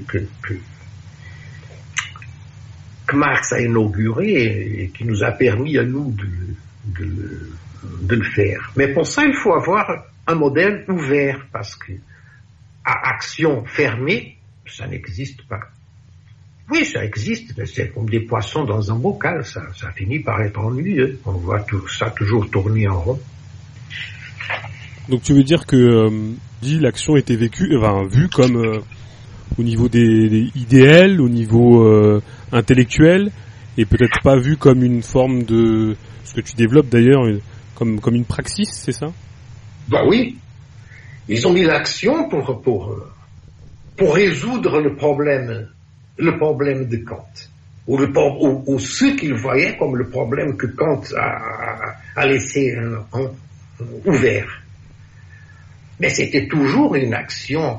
Marx a inaugurée et qui nous a permis à nous de le faire. Mais pour ça, il faut avoir un modèle ouvert, parce que à action fermée, ça n'existe pas. Oui, ça existe, mais c'est comme des poissons dans un bocal, ça finit par être ennuyeux. On voit tout ça toujours tourner en rond. Donc tu veux dire que l'action était vue comme au niveau des idéels, au niveau intellectuel, et peut-être pas vue comme une forme de ce que tu développes d'ailleurs, comme une praxis, c'est ça? Bah oui, ils ont mis l'action pour résoudre le problème de Kant, ou ce qu'ils voyaient comme le problème que Kant a laissé ouvert. Mais c'était toujours une action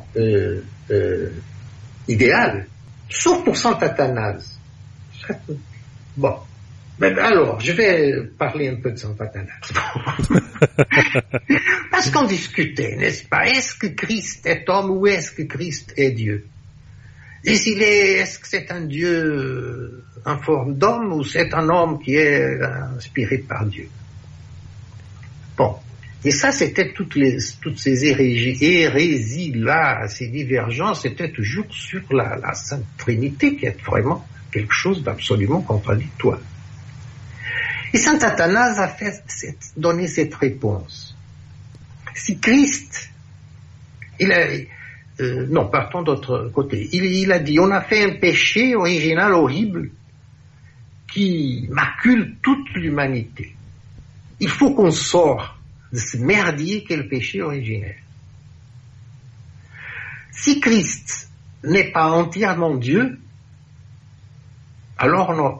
idéale, sauf pour Saint Athanase. Bon. Ben alors, je vais parler un peu de Saint Athanase. Parce qu'on discutait, n'est-ce pas? Est-ce que Christ est homme ou est-ce que Christ est Dieu? Et est-ce que c'est un Dieu en forme d'homme ou c'est un homme qui est inspiré par Dieu? Bon. Et ça, c'était toutes ces hérésies-là, ces divergences, c'était toujours sur la Sainte Trinité, qui est vraiment quelque chose d'absolument contradictoire. Et saint Athanase a donné cette réponse. Si Christ, non, partons d'autre côté. Il a dit, on a fait un péché original horrible qui macule toute l'humanité. Il faut qu'on sorte de ce merdier qu'est le péché originel. Si Christ n'est pas entièrement Dieu, alors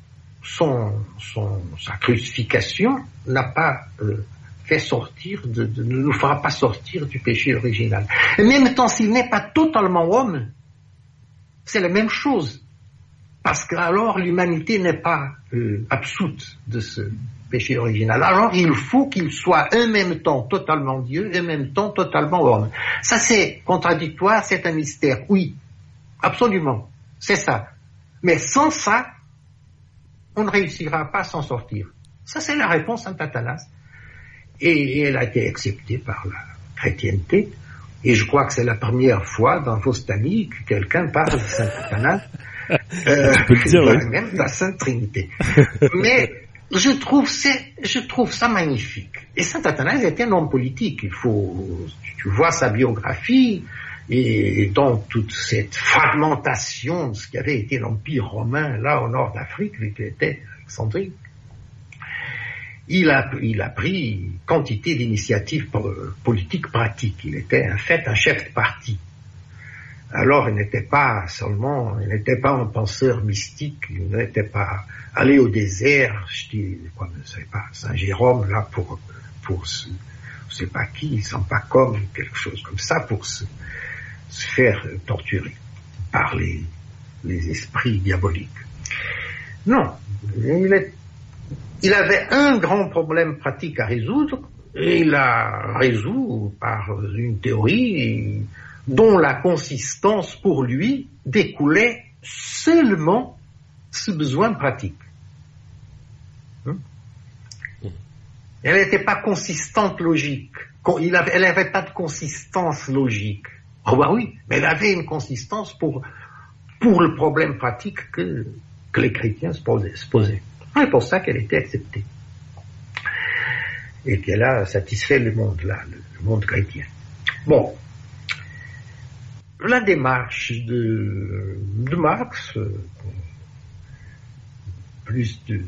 sa crucifixion n'a pas fait sortir, ne nous fera pas sortir du péché original. Et même temps, s'il n'est pas totalement homme, c'est la même chose. Parce que alors l'humanité n'est pas absoute de ce péché original. Alors il faut qu'il soit en même temps totalement Dieu et en même temps totalement homme. Ça c'est contradictoire, c'est un mystère. Oui, absolument, c'est ça. Mais sans ça, on ne réussira pas à s'en sortir. Ça c'est la réponse Saint Athanase. Et elle a été acceptée par la chrétienté. Et je crois que c'est la première fois dans Vostani que quelqu'un parle de Saint Athanase. Même de la Sainte Trinité. Mais je trouve ça magnifique. Et Saint Athanase était un homme politique. Tu vois sa biographie, et dans toute cette fragmentation de ce qui avait été l'Empire romain, là, au nord d'Afrique, qui était Alexandrie, il a pris quantité d'initiatives politiques pratiques. Il était en fait un chef de parti. Alors, il n'était pas un penseur mystique, il n'était pas allé au désert, Saint Jérôme, là, pour je sais pas qui, sans pas comme, quelque chose comme ça, pour se faire torturer par les esprits diaboliques. Non, il avait un grand problème pratique à résoudre, Et il la résout par une théorie dont la consistance pour lui découlait seulement ce besoin pratique. Elle n'était pas consistante logique. Elle n'avait pas de consistance logique. Ah bah oui, mais elle avait une consistance pour le problème pratique que les chrétiens se posaient. C'est pour ça qu'elle était acceptée. Et qu'elle a satisfait le monde chrétien. Bon. La démarche de Marx, plus de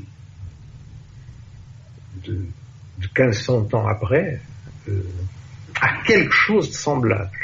1500 ans après, a quelque chose de semblable.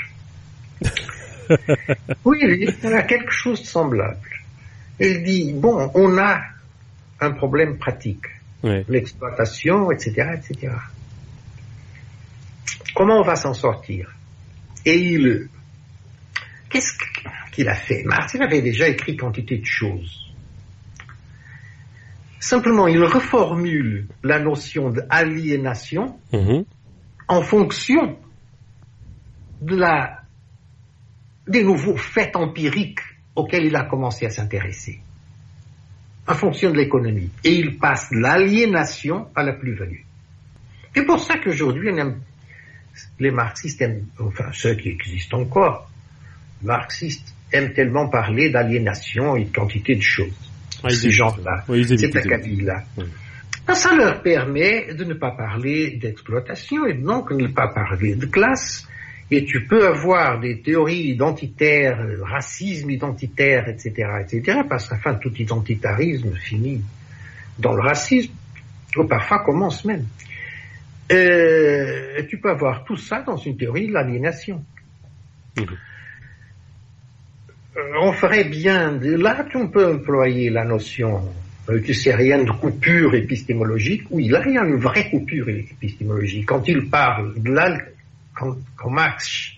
Oui, elle a quelque chose de semblable. Elle dit, bon, on a un problème pratique. Oui. L'exploitation, etc., etc. Comment on va s'en sortir? Et qu'est-ce qu'il a fait? Marx, il avait déjà écrit quantité de choses. Simplement, il reformule la notion d'aliénation en fonction des nouveaux faits empiriques auxquels il a commencé à s'intéresser, en fonction de l'économie. Et il passe de l'aliénation à la plus-value. C'est pour ça qu'aujourd'hui, les marxistes enfin ceux qui existent encore, marxistes aiment tellement parler d'aliénation et de quantité de choses. Ces gens-là, cet acabit-là. Ça leur permet de ne pas parler d'exploitation et donc de ne pas parler de classe. Et tu peux avoir des théories identitaires, racisme identitaire, etc., parce qu'à tout identitarisme finit dans le racisme, ou parfois commence même. Tu peux avoir tout ça dans une théorie de l'aliénation. On ferait bien, là on peut employer la notion que c'est rien de coupure épistémologique. Oui, là il y a une vraie coupure épistémologique. Quand il parle quand Marx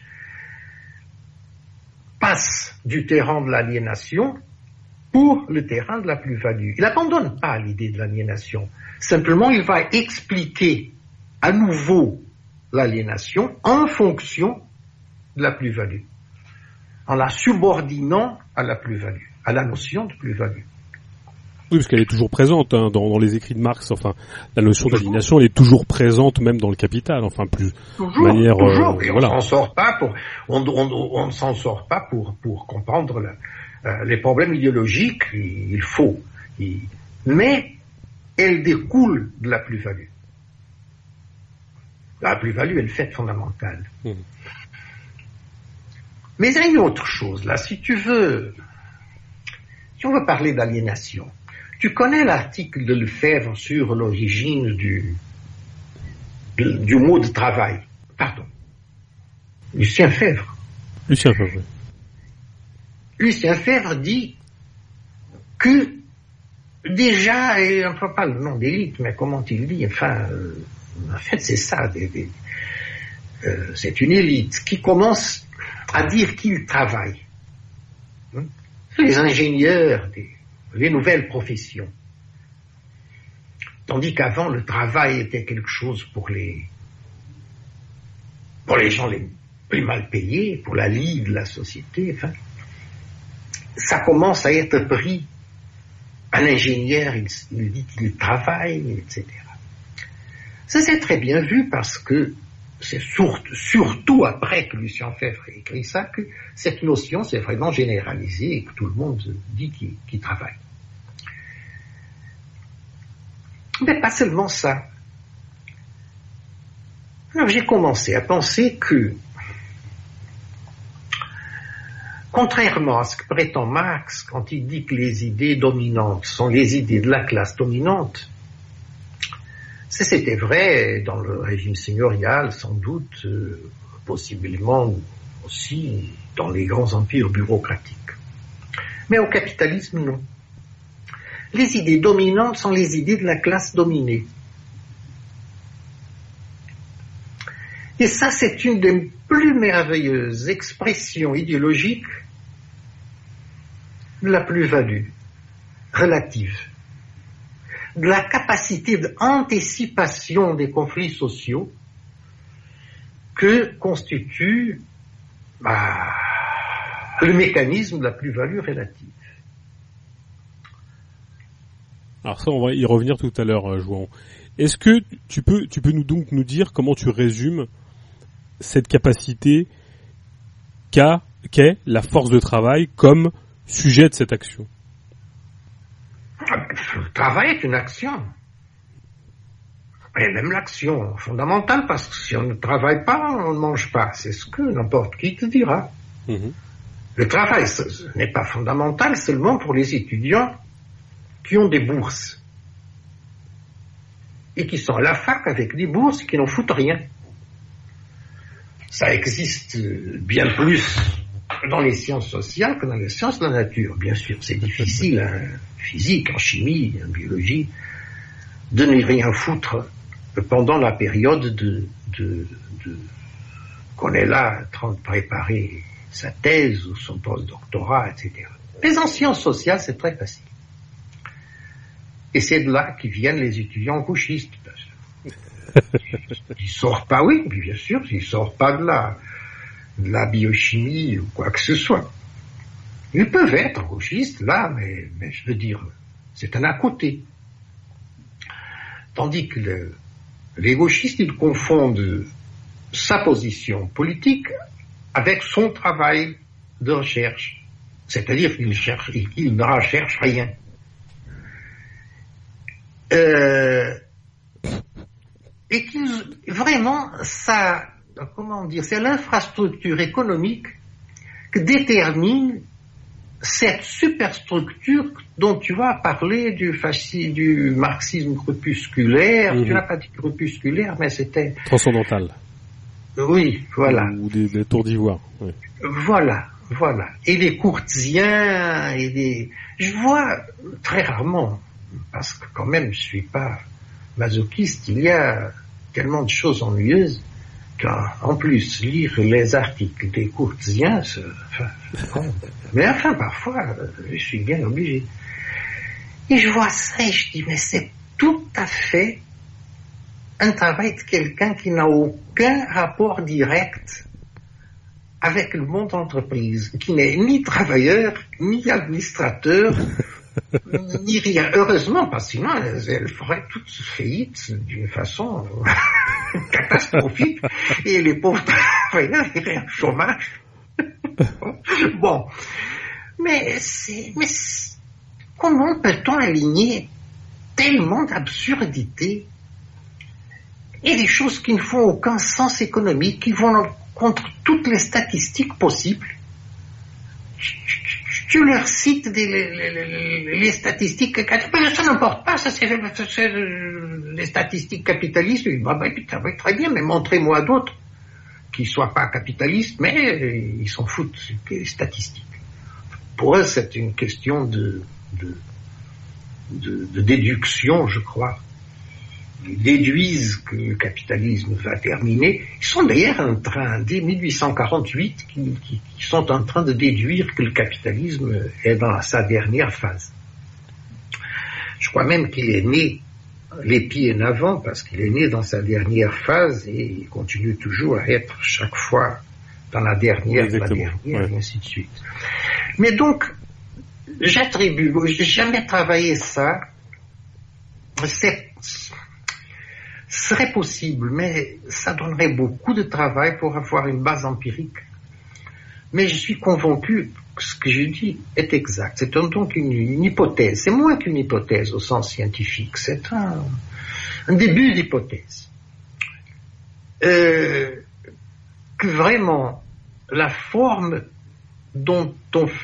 passe du terrain de l'aliénation pour le terrain de la plus-value. Il n'abandonne pas l'idée de l'aliénation. Simplement, il va expliquer à nouveau l'aliénation en fonction de la plus-value, en la subordonnant à la plus-value, à la notion de plus-value. Oui, parce qu'elle est toujours présente dans les écrits de Marx. Enfin, la notion d'aliénation, elle est toujours présente même dans le Capital. Enfin, plus toujours, de manière. Toujours. Et voilà. On ne s'en sort pas pour comprendre les problèmes idéologiques. Il faut. Mais elle découle de la plus-value. La plus-value est le fait fondamental. Mais il y a une autre chose là. Si on veut parler d'aliénation. Tu connais l'article de Lefebvre sur l'origine du mot de travail. Pardon. Lucien Febvre. Lucien Febvre, oui. Lucien Febvre dit que déjà, et on ne parle pas le nom d'élite, mais comment il dit, enfin, en fait c'est ça, c'est une élite qui commence à dire qu'il travaille. Les ingénieurs, les nouvelles professions. Tandis qu'avant, le travail était quelque chose pour les gens les plus mal payés, pour la lie de la société. Enfin, ça commence à être pris. Un ingénieur, il dit qu'il travaille, etc. Ça, c'est très bien vu parce que c'est surtout après que Lucien Febvre a écrit ça que cette notion s'est vraiment généralisée et que tout le monde dit qu'il travaille. Mais pas seulement ça. Alors j'ai commencé à penser que, contrairement à ce que prétend Marx quand il dit que les idées dominantes sont les idées de la classe dominante, c'était vrai dans le régime seigneurial, sans doute, possiblement aussi dans les grands empires bureaucratiques. Mais au capitalisme, non. Les idées dominantes sont les idées de la classe dominée. Et ça, c'est une des plus merveilleuses expressions idéologiques de la plus-value relative, de la capacité d'anticipation des conflits sociaux que constitue le mécanisme de la plus-value relative. Alors ça, on va y revenir tout à l'heure, Jouan. Est-ce que tu peux nous dire comment tu résumes cette capacité qu'est la force de travail comme sujet de cette action? Le travail est une action. Et même l'action fondamentale, parce que si on ne travaille pas, on ne mange pas. C'est ce que n'importe qui te dira. Le travail, ce n'est pas fondamental seulement pour les étudiants qui ont des bourses. Et qui sont à la fac avec des bourses et qui n'en foutent rien. Ça existe bien plus dans les sciences sociales que dans les sciences de la nature. Bien sûr, c'est difficile en physique, en chimie, en biologie, de ne rien foutre pendant la période qu'on est là en train de préparer sa thèse ou son post-doctorat, etc. Mais en sciences sociales, c'est très facile. Et c'est de là qu'ils viennent les étudiants gauchistes. Ils sortent pas, oui, bien sûr, ils sortent pas de la biochimie ou quoi que ce soit. Ils peuvent être gauchistes, là, mais je veux dire, c'est un à côté. Tandis que les gauchistes, ils confondent sa position politique avec son travail de recherche. C'est-à-dire qu'ils ne recherchent rien. Et qu'ils, vraiment, ça, comment dire, c'est l'infrastructure économique qui détermine cette superstructure dont tu vas parler du marxisme crépusculaire. Tu n'as pas dit crépusculaire, mais c'était... Transcendantal. Oui, voilà. Ou des tours d'ivoire. Oui. Voilà. Et les courtisiens, je vois très rarement, parce que quand même je suis pas masochiste, il y a tellement de choses ennuyeuses qu'en plus lire les articles des courtisiens, mais enfin parfois je suis bien obligé. Et je vois ça et je dis mais c'est tout à fait un travail de quelqu'un qui n'a aucun rapport direct avec le monde entreprise, qui n'est ni travailleur, ni administrateur, ni rien. Heureusement, parce que sinon, elle ferait toute faillite d'une façon catastrophique, et les pauvres travailleurs iraient en chômage. Bon. Mais comment peut-on aligner tellement d'absurdités et des choses qui ne font aucun sens économique, qui vont contre toutes les statistiques possibles? Tu leur cites les statistiques, mais ça n'importe pas, ça c'est les statistiques capitalistes. Oui, très bien, mais montrez-moi d'autres qui soient pas capitalistes, mais ils s'en foutent des statistiques. Pour eux, c'est une question de déduction, je crois. Ils déduisent que le capitalisme va terminer. Ils sont d'ailleurs en train, dès 1848, qui sont en train de déduire que le capitalisme est dans sa dernière phase. Je crois même qu'il est né les pieds en avant, parce qu'il est né dans sa dernière phase et il continue toujours à être chaque fois dans la dernière, et ainsi de suite. Mais donc, j'ai jamais travaillé ça. Serait possible, mais ça donnerait beaucoup de travail pour avoir une base empirique. Mais je suis convaincu que ce que je dis est exact. C'est donc une hypothèse. C'est moins qu'une hypothèse au sens scientifique. C'est un début d'hypothèse. Que vraiment, la forme dont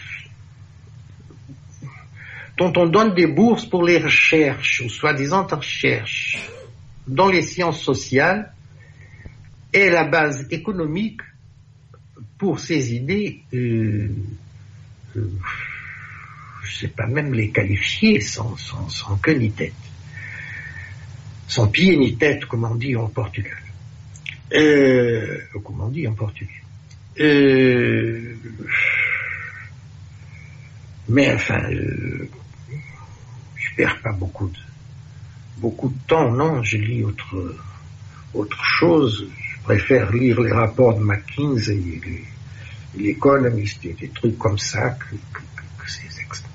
on donne des bourses pour les recherches, ou soi-disant recherches, dans les sciences sociales, est la base économique pour ces idées, je ne sais pas même les qualifier sans queue ni tête. Sans pied ni tête, comme on dit en Portugal. Mais enfin, je perds pas beaucoup de temps, non, je lis autre chose, je préfère lire les rapports de McKinsey et l'Economist et des trucs comme ça que ces extraits.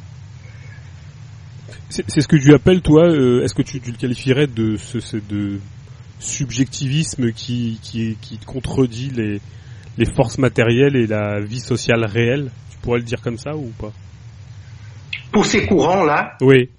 C'est ce que tu appelles, toi, est-ce que tu le qualifierais de subjectivisme qui contredit les forces matérielles et la vie sociale réelle? Tu pourrais le dire comme ça ou pas? Pour ces courants-là? Oui.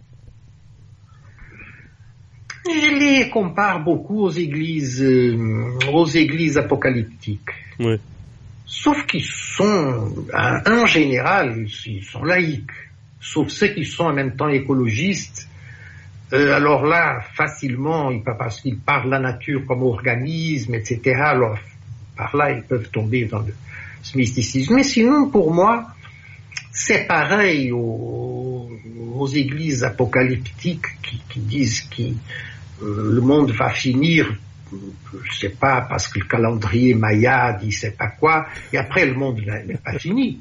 Je les compare beaucoup aux églises apocalyptiques. Oui. Sauf qu'ils sont, en général, ils sont laïcs. Sauf ceux qui sont en même temps écologistes. Alors là, facilement, parce qu'ils parlent de la nature comme organisme, etc. Alors, par là, ils peuvent tomber dans ce mysticisme. Mais sinon, pour moi, c'est pareil aux églises apocalyptiques qui disent que le monde va finir, je sais pas, parce que le calendrier Maya dit c'est pas quoi, et après le monde n'est pas fini.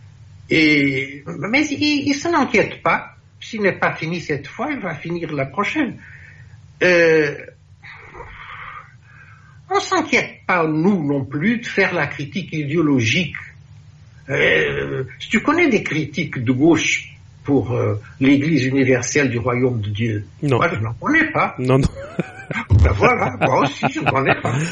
Mais il s'en inquiète pas. S'il n'est pas fini cette fois, il va finir la prochaine. On s'inquiète pas, nous non plus, de faire la critique idéologique. Si tu connais des critiques de gauche pour l'Église universelle du Royaume de Dieu, non. Moi, je n'en connais pas. Non. Ben voilà, moi aussi, je ne connais pas.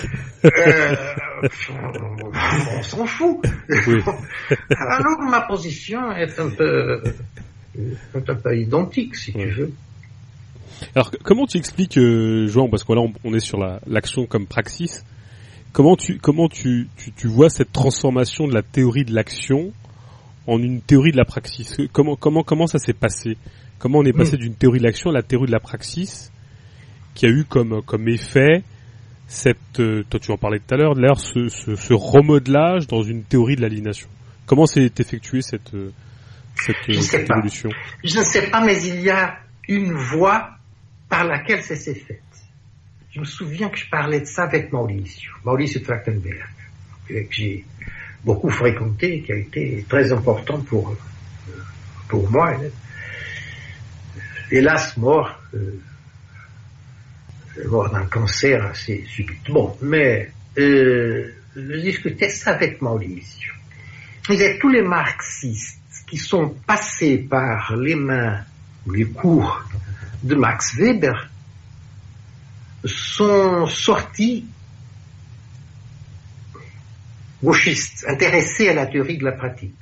On s'en fout. Oui. Alors, ma position est un peu identique, si tu veux. Alors, comment tu expliques, Joan, parce que là, on est sur l'action comme praxis, comment tu vois cette transformation de la théorie de l'action en une théorie de la praxis? Comment ça s'est passé? Comment on est passé d'une théorie de l'action à la théorie de la praxis, qui a eu comme effet toi tu en parlais tout à l'heure, d'ailleurs ce remodelage dans une théorie de l'aliénation. Comment s'est effectuée cette évolution? Je ne sais pas, mais il y a une voie par laquelle ça s'est fait. Je me souviens que je parlais de ça avec Maurice Trachtenberg, que j'ai beaucoup fréquenté, qui a été très important pour moi. Hélas, mort d'un cancer assez subitement. Mais je discutais ça avec Maurice. Il y a tous les marxistes qui sont passés par les mains ou les cours de Max Weber sont sortis gauchistes, intéressés à la théorie de la pratique.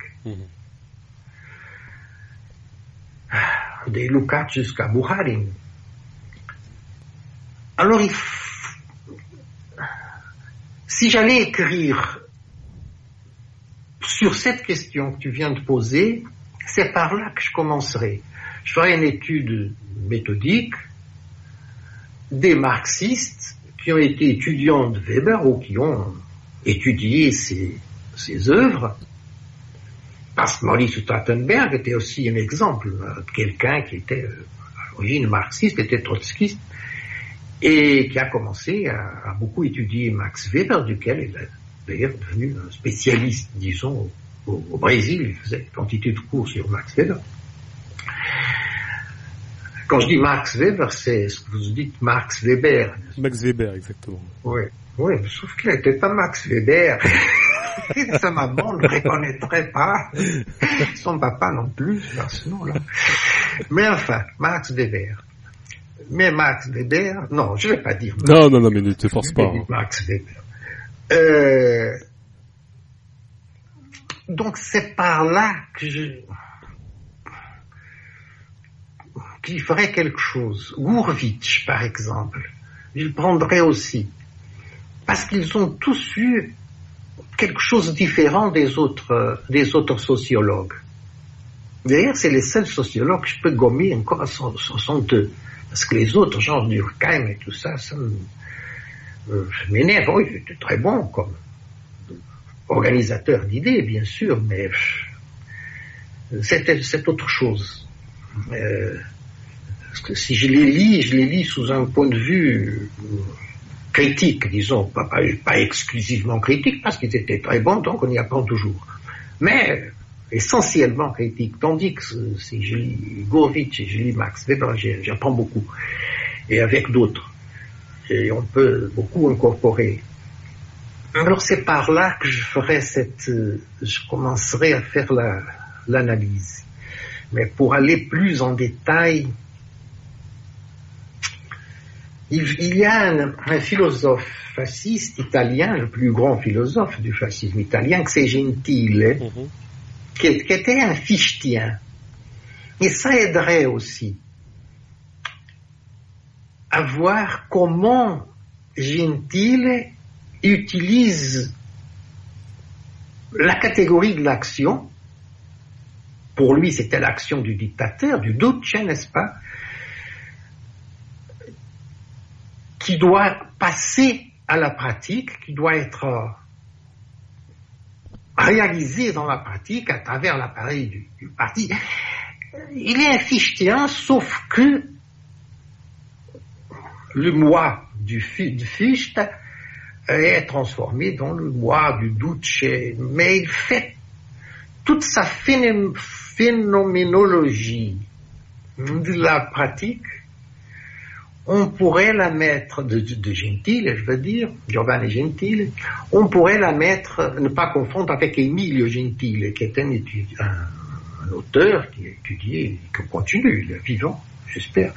Des Lukács jusqu'à Bukharin. Alors, si j'allais écrire sur cette question que tu viens de poser, c'est par là que je commencerai. Je ferai une étude méthodique des marxistes qui ont été étudiants de Weber ou qui ont étudié ses œuvres. Parce que Maurice Trachtenberg était aussi un exemple de quelqu'un qui était à l'origine marxiste, qui était trotskiste, et qui a commencé à beaucoup étudier Max Weber, duquel il est d'ailleurs devenu un spécialiste, disons, au Brésil. Il faisait une quantité de cours sur Max Weber. Quand je dis Max Weber, c'est ce que vous dites Max Weber. Max Weber, exactement. Oui, sauf qu'il n'était pas Max Weber. Sa maman ne le reconnaîtrait pas. Son papa non plus, par ce nom-là. Mais enfin, Max Weber. Mais Max Weber, non, je ne vais pas dire. Non, mais ne te force pas. Max Weber. Donc c'est par là qu'il ferait quelque chose. Gurvitch, par exemple, je le prendrais aussi. Parce qu'ils ont tous eu quelque chose de différent des autres sociologues. D'ailleurs, c'est les seuls sociologues que je peux gommer encore à 62. Parce que les autres, genre Durkheim et tout ça, ça m'énerve. Oui, j'étais très bon comme organisateur d'idées, bien sûr, mais c'est autre chose. Parce que si je les lis sous un point de vue critique, disons, pas exclusivement critique, parce qu'ils étaient très bons, donc on y apprend toujours. Mais essentiellement critique, tandis que si je lis Gurvitch et je lis Max Weber, j'apprends beaucoup, et avec d'autres. Et on peut beaucoup incorporer. Alors c'est par là que je commencerai à faire l'analyse. Mais pour aller plus en détail, il y a un philosophe fasciste italien, le plus grand philosophe du fascisme italien, que c'est Gentile, qui était un fichtien. Et ça aiderait aussi à voir comment Gentile utilise la catégorie de l'action. Pour lui, c'était l'action du dictateur, du duce, n'est-ce pas, qui doit passer à la pratique, qui doit être réalisée dans la pratique à travers l'appareil du parti. Il est un fichtien, sauf que le moi du Fichte est transformé dans le moi du duce, mais il fait toute sa phénoménologie de la pratique. On pourrait la mettre, de Gentile, je veux dire, Giovanni Gentile, on pourrait la mettre, ne pas confondre avec Emilio Gentile, qui est un auteur qui a étudié, qui continue, il est vivant, j'espère,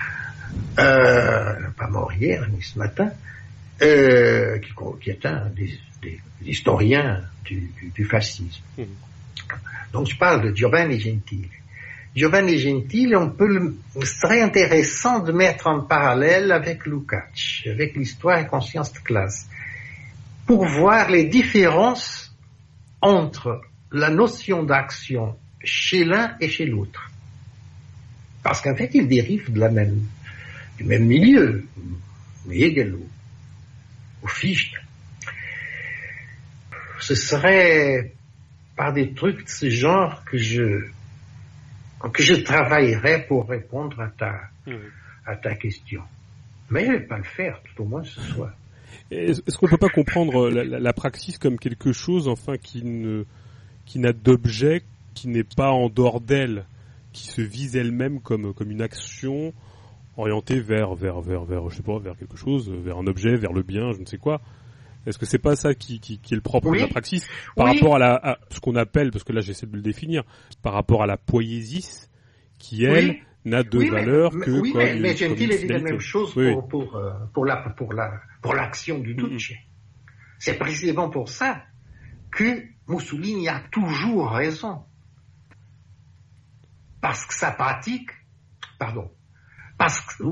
pas mort hier, ni ce matin, qui est un des historiens du fascisme. Donc je parle de Giovanni Gentile. Giovanni Gentile, serait intéressant de mettre en parallèle avec Lukács, avec l'histoire et conscience de classe, pour voir les différences entre la notion d'action chez l'un et chez l'autre. Parce qu'en fait, ils dérivent du même milieu, Hegel au Fichte. Ce serait par des trucs de ce genre que je travaillerai pour répondre à ta question. Mais je ne vais pas le faire, tout au moins ce soir. Est-ce qu'on ne peut pas comprendre la praxis comme quelque chose, enfin, qui n'a d'objet, qui n'est pas en dehors d'elle, qui se vise elle-même comme une action orientée vers je sais pas, vers quelque chose, vers un objet, vers le bien, je ne sais quoi. Est-ce que c'est pas ça qui est le propre de la praxis par rapport à ce qu'on appelle, parce que là j'essaie de le définir, par rapport à la poiesis, qui elle n'a de valeur que mais Gentile dit la même chose pour l'action du duce. C'est précisément pour ça que Mussolini a toujours raison. Parce que sa pratique, parce que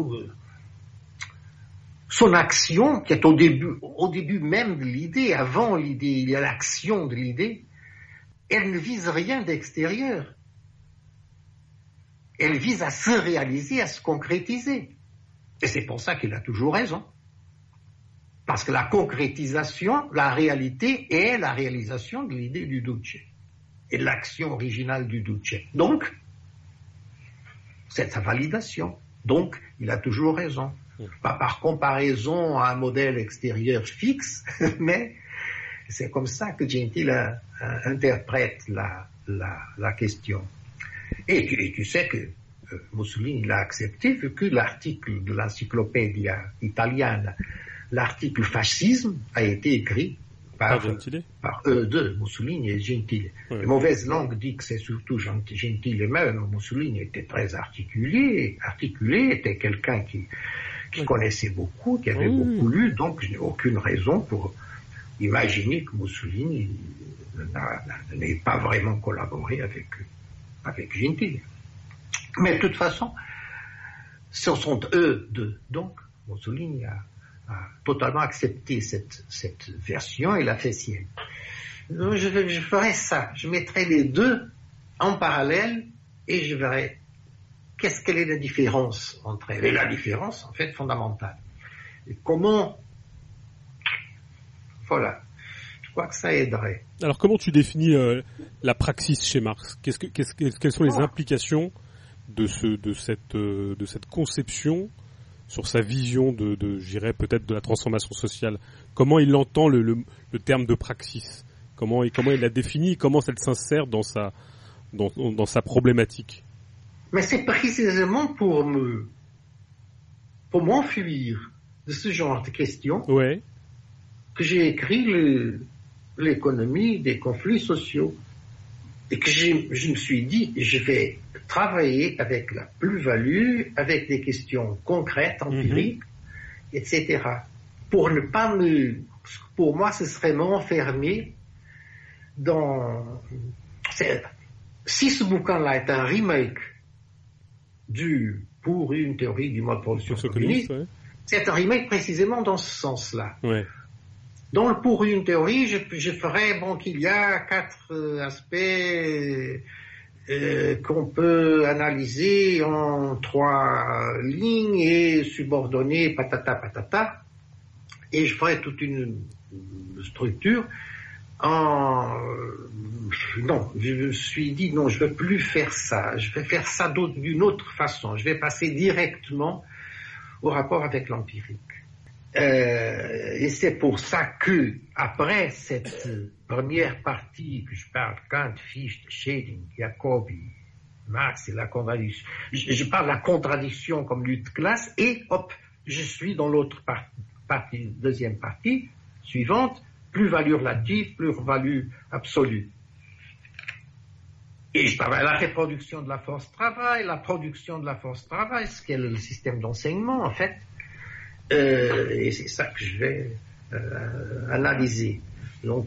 son action, qui est au début même de l'idée, avant l'idée, il y a l'action de l'idée, elle ne vise rien d'extérieur. Elle vise à se réaliser, à se concrétiser. Et c'est pour ça qu'il a toujours raison. Parce que la concrétisation, la réalité est la réalisation de l'idée du duce et de l'action originale du duce. Donc, c'est sa validation. Donc, il a toujours raison. Pas par comparaison à un modèle extérieur fixe, mais c'est comme ça que Gentile interprète la question. Et tu sais que Mussolini l'a accepté, vu que l'article de l'Encyclopédia Italiana, l'article fascisme, a été écrit par eux deux, Mussolini et Gentile. La mauvaise langue dit que c'est surtout Gentile, même Mussolini était très articulé, était quelqu'un qui connaissait beaucoup, qui avait beaucoup lu, donc je n'ai aucune raison pour imaginer que Mussolini n'ait pas vraiment collaboré avec Gentile. Mais de toute façon, ce sont eux deux. Donc, Mussolini a totalement accepté cette version et l'a fait sienne. Donc, je ferai ça. Je mettrai les deux en parallèle et je verrai quelle est la différence entre elles. Et la différence, en fait, fondamentale. Et comment... Voilà. Je crois que ça aiderait. Alors, comment tu définis la praxis chez Marx ? Quelles sont les implications de cette conception sur sa vision de j'irais peut-être de la transformation sociale ? Comment il entend le terme de praxis ? Comment il la définit ? Comment elle s'insère dans sa problématique ? Mais c'est précisément pour m'enfuir de ce genre de questions que j'ai écrit l'économie des conflits sociaux. Et que je me suis dit, je vais travailler avec la plus-value, avec des questions concrètes, empiriques, etc. Pour ne pas pour moi, ce serait m'enfermer dans... Si ce bouquin-là est un remake pour une théorie du mode de production communiste, c'est un remake précisément dans ce sens-là. Ouais. Dans le pour une théorie, je ferais qu'il y a 4 aspects qu'on peut analyser en 3 lignes et subordonner patata patata, et je ferais toute une structure non, je me suis dit non, je ne veux plus faire ça, je vais faire ça d'une autre façon, je vais passer directement au rapport avec l'empirique. Et c'est pour ça que, après cette première partie que je parle, Kant, Fichte, Schelling, Jacobi, Marx et la contradiction, je parle de la contradiction comme lutte de classe, et hop, je suis dans l'autre partie, deuxième partie, suivante, plus-value relative, plus-value absolue. Et je travaille la reproduction de la force travail, la production de la force travail, ce qu'est le système d'enseignement, en fait. Et c'est ça que je vais analyser. Donc,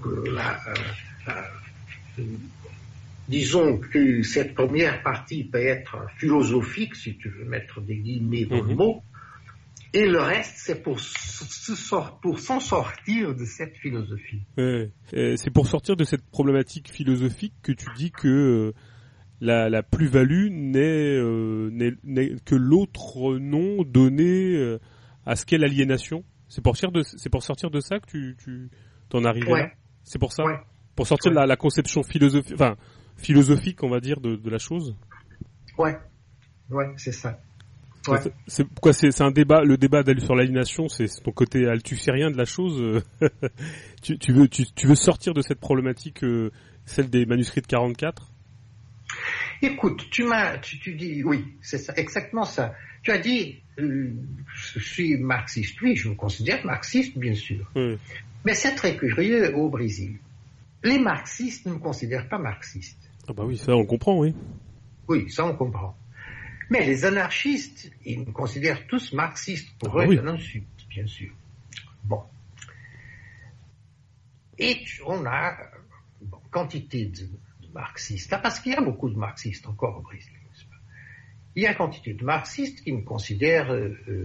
disons que cette première partie peut être philosophique, si tu veux mettre des guillemets dans le mot, et le reste, c'est pour s'en sortir de cette philosophie. C'est pour sortir de cette problématique philosophique que tu dis que la plus-value n'est que l'autre nom donné à ce qu'est l'aliénation. C'est pour sortir de ça que tu t'en arrives là. C'est pour ça. Pour sortir de la conception philosophique, on va dire, de la chose. Ouais, c'est ça. Ouais. C'est un débat, le débat sur l'aliénation, c'est ton côté althussérien de la chose. tu veux sortir de cette problématique, celle des manuscrits de 44? Écoute, tu dis, oui, c'est ça, exactement ça. Tu as dit, je suis marxiste. Oui, je me considère marxiste, bien sûr. Mais c'est très curieux au Brésil. Les marxistes ne me considèrent pas marxiste. Ah bah oui, ça on comprend, oui. Oui, ça on comprend. Mais les anarchistes, ils me considèrent tous marxistes. Pour eux, un insulte, bien sûr. Bon. Et on a quantité de marxistes. Là, parce qu'il y a beaucoup de marxistes encore au Brésil, n'est-ce pas? Il y a quantité de marxistes qui me considèrent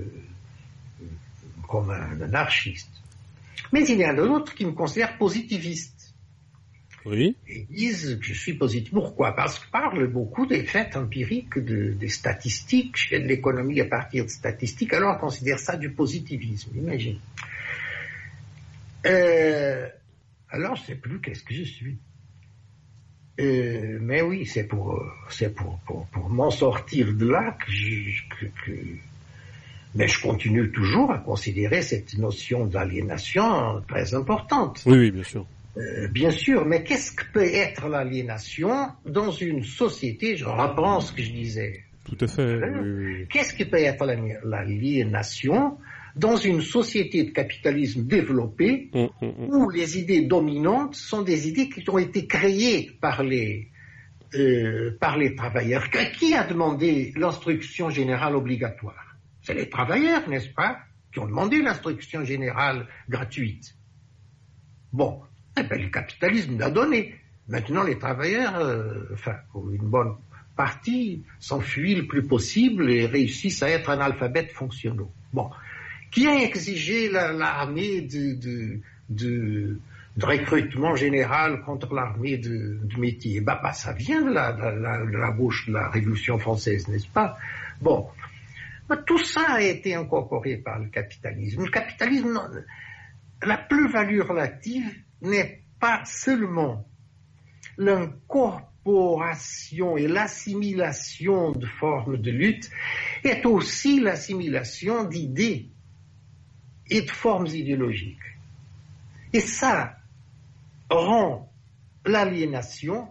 comme un anarchiste. Mais il y en a d'autres qui me considèrent positiviste. Oui. Et disent que je suis positif. Pourquoi? Parce qu'ils parlent beaucoup des faits empiriques, des statistiques. Je fais de l'économie à partir de statistiques, alors on considère ça du positivisme, imagine. Alors je ne sais plus qu'est-ce que je suis. Mais oui, c'est pour m'en sortir de là mais je continue toujours à considérer cette notion d'aliénation très importante. Oui, bien sûr. Bien sûr, mais qu'est-ce que peut être l'aliénation dans une société? Je reprends ce que je disais. Tout à fait. Oui. Qu'est-ce que peut être l'aliénation dans une société de capitalisme développé où les idées dominantes sont des idées qui ont été créées par les travailleurs? Qui a demandé l'instruction générale obligatoire? C'est les travailleurs, n'est-ce pas, qui ont demandé l'instruction générale gratuite. Bon. Le capitalisme l'a donné. Maintenant, les travailleurs, pour une bonne partie, s'enfuient le plus possible et réussissent à être analphabètes fonctionnaux. Bon. Qui a exigé l'armée de recrutement général contre l'armée de métier? Ça vient de la gauche de la Révolution française, n'est-ce pas? Bon. Tout ça a été incorporé par le capitalisme. Le capitalisme, la plus-value relative n'est pas seulement l'incorporation et l'assimilation de formes de lutte, est aussi l'assimilation d'idées et de formes idéologiques. Et ça rend l'aliénation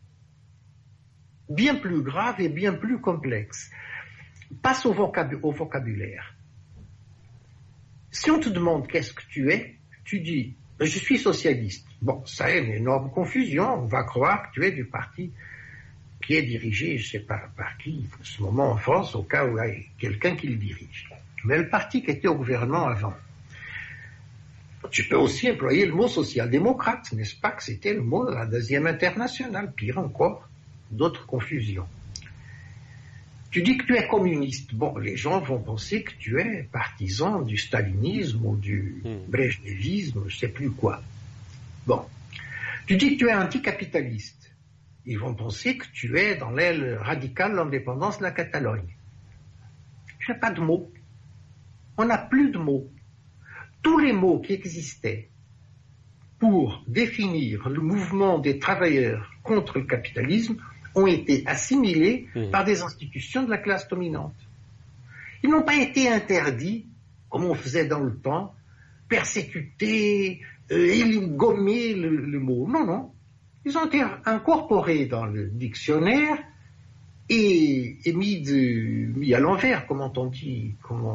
bien plus grave et bien plus complexe. Passe au vocabulaire. Si on te demande qu'est-ce que tu es, tu dis, je suis socialiste. Bon, ça est une énorme confusion. On va croire que tu es du parti qui est dirigé, je ne sais pas par qui, en ce moment en France, au cas où il y a quelqu'un qui le dirige. Mais le parti qui était au gouvernement avant. Tu peux aussi employer le mot social-démocrate, n'est-ce pas que c'était le mot de la deuxième internationale, pire encore, d'autres confusions. Tu dis que tu es communiste. Bon, les gens vont penser que tu es partisan du stalinisme ou du brejnevisme, je ne sais plus quoi. Bon. Tu dis que tu es anticapitaliste. Ils vont penser que tu es dans l'aile radicale de l'indépendance de la Catalogne. Tu n'as pas de mots. On n'a plus de mots. Tous les mots qui existaient pour définir le mouvement des travailleurs contre le capitalisme ont été assimilés par des institutions de la classe dominante. Ils n'ont pas été interdits, comme on faisait dans le temps, persécutés, gommer le mot. Non, non. Ils ont été incorporés dans le dictionnaire et mis à l'envers, comment on dit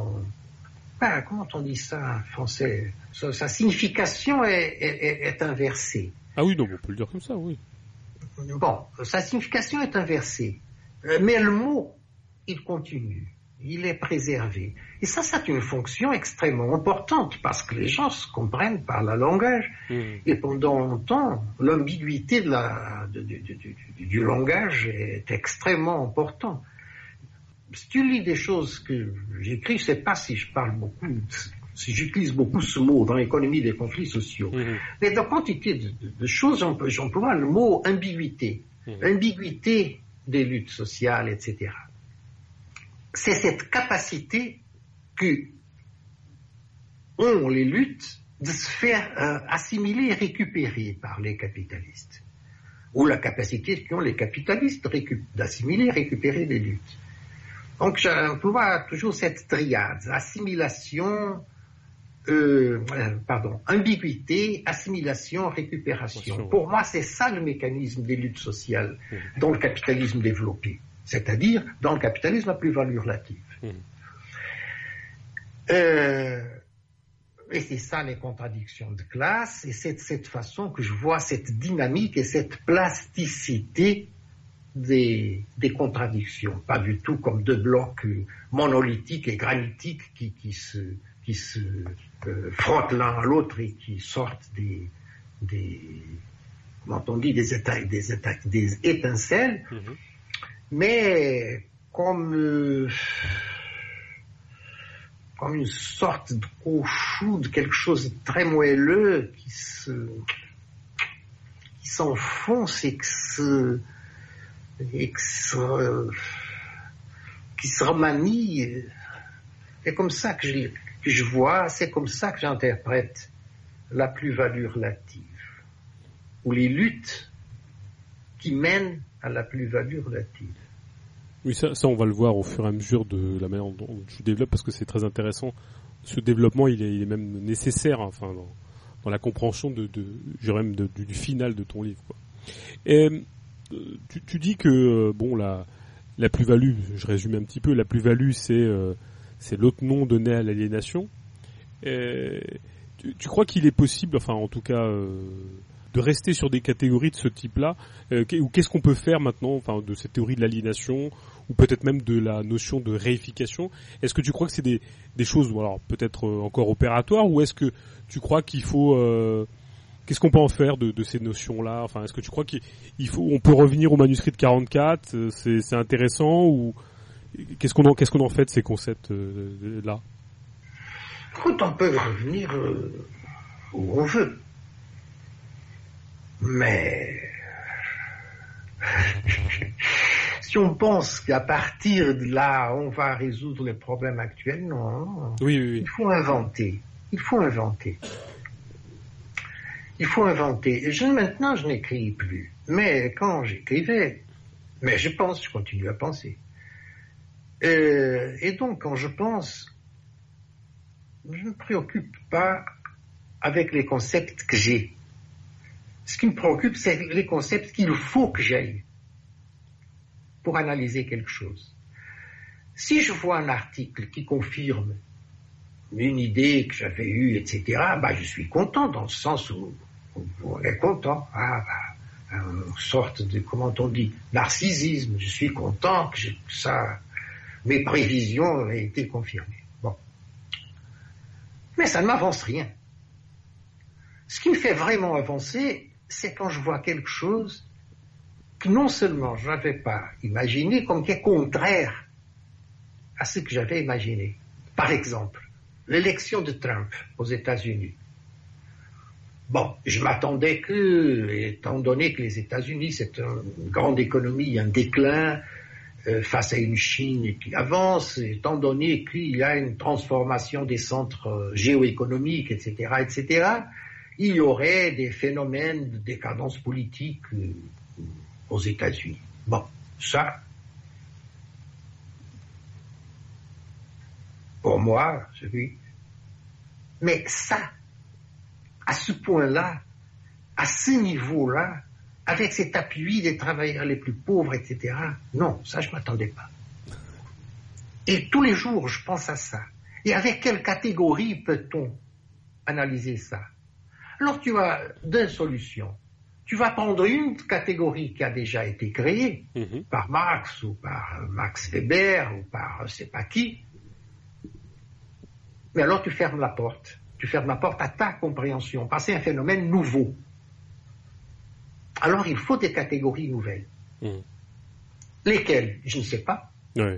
ça en français? Sa signification est inversée. Ah oui, non, on peut le dire comme ça, oui. Bon, sa signification est inversée. Mais le mot, il continue. Il est préservé. Et ça, c'est une fonction extrêmement importante parce que les gens se comprennent par le langage. Et pendant longtemps, l'ambiguïté du langage est extrêmement importante. Si tu lis des choses que j'écris, je ne sais pas si je parle beaucoup, si j'utilise beaucoup ce mot dans l'économie des conflits sociaux. Mais dans quantité de choses, j'emploie le mot ambiguïté. Ambiguïté des luttes sociales, etc. C'est cette capacité que ont les luttes de se faire assimiler et récupérer par les capitalistes. Ou la capacité qu'ont les capitalistes d'assimiler et récupérer les luttes. Donc j'emploie toujours cette triade, assimilation, ambiguïté, assimilation, récupération. Pour moi, c'est ça le mécanisme des luttes sociales dans le capitalisme développé, c'est-à-dire dans le capitalisme à plus-value relative. Et c'est ça les contradictions de classe, et c'est de cette façon que je vois cette dynamique et cette plasticité des contradictions, pas du tout comme deux blocs monolithiques et granitiques qui se frottent l'un à l'autre et qui sortent comment on dit, des étincelles, mais comme une sorte de caoutchouc, de quelque chose de très moelleux qui s'enfonce et qui se remanie. C'est comme ça que je vois, c'est comme ça que j'interprète la plus-value relative, ou les luttes qui mènent à la plus-value relative. Oui, ça on va le voir au fur et à mesure de la manière dont tu développes, parce que c'est très intéressant. Ce développement, il est même nécessaire, enfin, dans la compréhension du final de ton livre, quoi. Et tu dis que la plus-value, je résume un petit peu, la plus-value c'est l'autre nom donné à l'aliénation. Tu crois qu'il est possible, enfin en tout cas, de rester sur des catégories de ce type-là, ou qu'est-ce qu'on peut faire maintenant, enfin de cette théorie de l'aliénation, ou peut-être même de la notion de réification? Est-ce que tu crois que c'est des choses, alors peut-être encore opératoires, ou est-ce que tu crois qu'il faut qu'est-ce qu'on peut en faire de ces notions-là? Enfin, est-ce que tu crois on peut revenir au manuscrit de 44? C'est intéressant, ou qu'est-ce qu'on en fait de ces concepts-là? Écoute, on peut revenir où on veut. Mais si on pense qu'à partir de là, on va résoudre les problèmes actuels, non. Oui. Il faut inventer. Maintenant, je n'écris plus. Mais quand j'écrivais, mais je continue à penser. Et donc, quand je pense, je ne me préoccupe pas avec les concepts que j'ai. Ce qui me préoccupe, c'est les concepts qu'il faut que j'aille pour analyser quelque chose. Si je vois un article qui confirme une idée que j'avais eue, etc., je suis content dans le sens où on est content. Une sorte de, comment on dit, narcissisme. Je suis content que mes prévisions aient été confirmées. Bon. Mais ça ne m'avance rien. Ce qui me fait vraiment avancer, c'est quand je vois quelque chose que non seulement je n'avais pas imaginé, comme qui est contraire à ce que j'avais imaginé. Par exemple, l'élection de Trump aux États-Unis. Bon, je m'attendais que, étant donné que les États-Unis, c'est une grande économie, un déclin face à une Chine qui avance, étant donné qu'il y a une transformation des centres géoéconomiques, etc., il y aurait des phénomènes de décadence politique aux États-Unis. Bon, ça, pour moi, oui. Mais ça, à ce point-là, à ce niveau-là, avec cet appui des travailleurs les plus pauvres, etc., non, ça, je ne m'attendais pas. Et tous les jours, je pense à ça. Et avec quelle catégorie peut-on analyser ça? Alors, tu as deux solutions. Tu vas prendre une catégorie qui a déjà été créée par Marx ou par Max Weber ou par je ne sais pas qui. Mais alors, tu fermes la porte. Tu fermes la porte à ta compréhension, parce que c'est un phénomène nouveau. Alors, il faut des catégories nouvelles. Lesquelles? Je ne sais pas. Oui.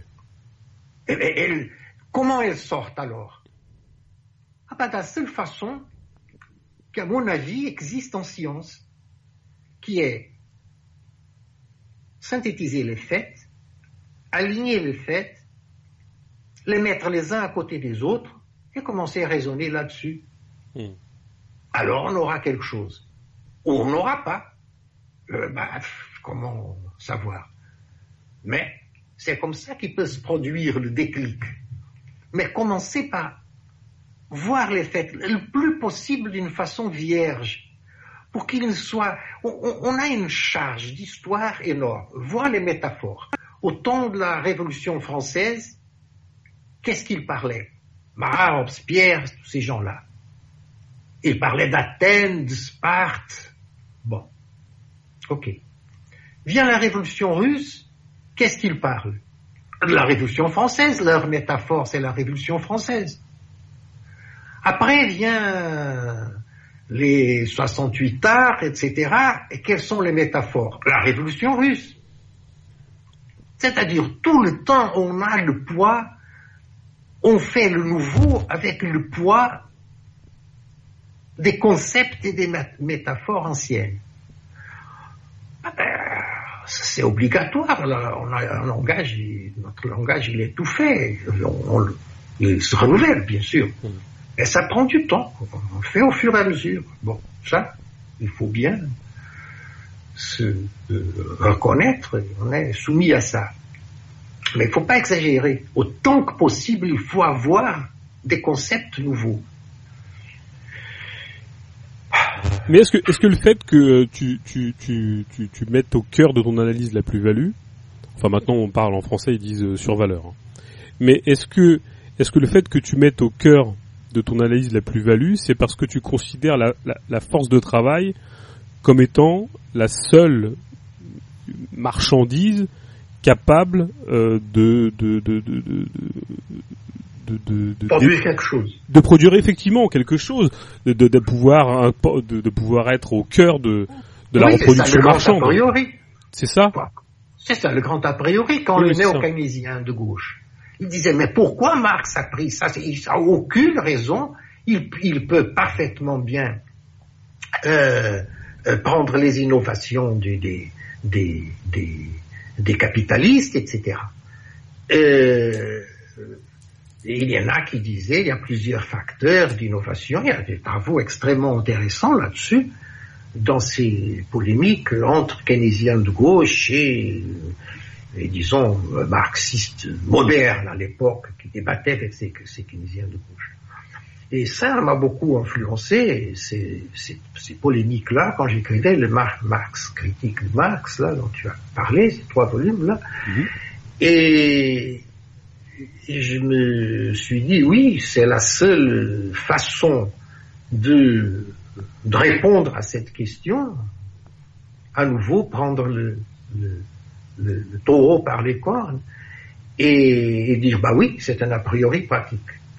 Comment elles sortent alors? De la seule façon qui, à mon avis, existe en science, qui est synthétiser les faits, aligner les faits, les mettre les uns à côté des autres, et commencer à raisonner là-dessus. Alors on aura quelque chose. Ou on n'aura pas. Comment savoir? Mais c'est comme ça qu'il peut se produire le déclic. Mais commencer par voir les faits le plus possible d'une façon vierge, pour qu'il ne soit... On a une charge d'histoire énorme. Voir les métaphores. Au temps de la Révolution française, qu'est-ce qu'ils parlaient? Marat, Robespierre, tous ces gens-là. Ils parlaient d'Athènes, de Sparte. Bon. Ok. Vient la Révolution russe, qu'est-ce qu'ils parlent? De la Révolution française, leur métaphore, c'est la Révolution française. Après vient les 68 arts, etc. Et quelles sont les métaphores? La Révolution russe. C'est-à-dire, tout le temps, on a le poids, on fait le nouveau avec le poids des concepts et des métaphores anciennes. C'est obligatoire, là. On a un langage, notre langage, il est tout fait. Il se renouvelle, bien sûr. Et ça prend du temps. On le fait au fur et à mesure. Bon, ça, il faut bien se reconnaître. On est soumis à ça. Mais il ne faut pas exagérer. Autant que possible, il faut avoir des concepts nouveaux. Mais est-ce que le fait que tu mettes au cœur de ton analyse la plus-value, enfin maintenant on parle en français, ils disent survaleur, hein. Mais est-ce que le fait que tu mettes au cœur de ton analyse la plus-value, c'est parce que tu considères la force de travail comme étant la seule marchandise capable de produire quelque chose, de produire effectivement quelque chose, de pouvoir être au cœur de la reproduction marchande. C'est ça. C'est ça le grand a priori quand le néo-keynésien de gauche. Il disait mais pourquoi Marx a pris ça? Il n'a aucune raison. Il peut parfaitement bien prendre les innovations des capitalistes, etc. Il y en a qui disaient, il y a plusieurs facteurs d'innovation, il y a des travaux extrêmement intéressants là-dessus, dans ces polémiques entre keynésiens de gauche et disons, marxistes modernes à l'époque, qui débattaient avec ces keynésiens de gauche. Et ça m'a beaucoup influencé, ces polémiques-là, quand j'écrivais le Marx, critique de Marx, là, dont tu as parlé, ces 3 volumes-là. Et je me suis dit, oui, c'est la seule façon de répondre à cette question. À nouveau, prendre le taureau par les cornes et dire, bah oui, c'est un a priori pratique.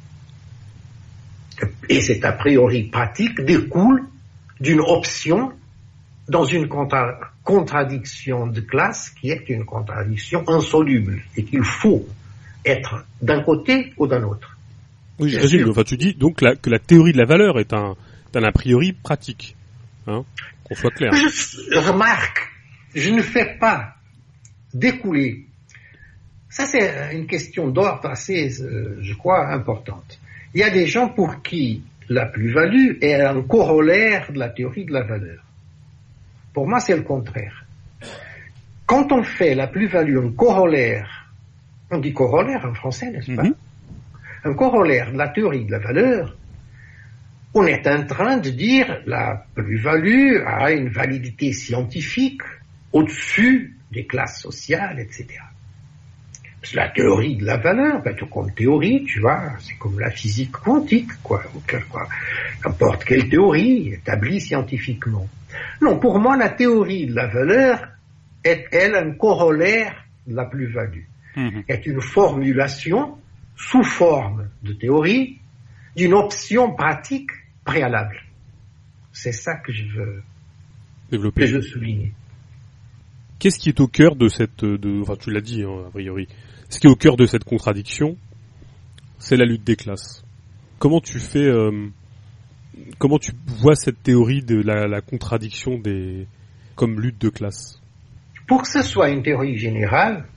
Et cet a priori pratique découle d'une option dans une contradiction de classe qui est une contradiction insoluble et qu'il faut être d'un côté ou d'un autre. Oui, je résume. Enfin, tu dis donc que la théorie de la valeur est un a priori pratique. Hein, qu'on soit clair. Je remarque, je ne fais pas découler. Ça, c'est une question d'ordre assez, je crois, importante. Il y a des gens pour qui la plus-value est un corollaire de la théorie de la valeur. Pour moi, c'est le contraire. Quand on fait la plus-value un corollaire, on dit corollaire en français, n'est-ce pas? Un corollaire de la théorie de la valeur, on est en train de dire la plus-value a une validité scientifique au-dessus des classes sociales, etc. La théorie de la valeur, ben, comme théorie, tu vois, c'est comme la physique quantique, quoi. N'importe quelle théorie établie scientifiquement. Non, pour moi, la théorie de la valeur est, elle, un corollaire de la plus-value. Est une formulation, sous forme de théorie, d'une option pratique préalable. C'est ça que je veux développer, que je veux souligner. Qu'est-ce qui est au cœur de enfin, tu l'as dit, hein, a priori. Ce qui est au cœur de cette contradiction, c'est la lutte des classes. Comment tu fais, comment tu vois cette théorie de la contradiction comme lutte de classe? Pour que ce soit une théorie générale,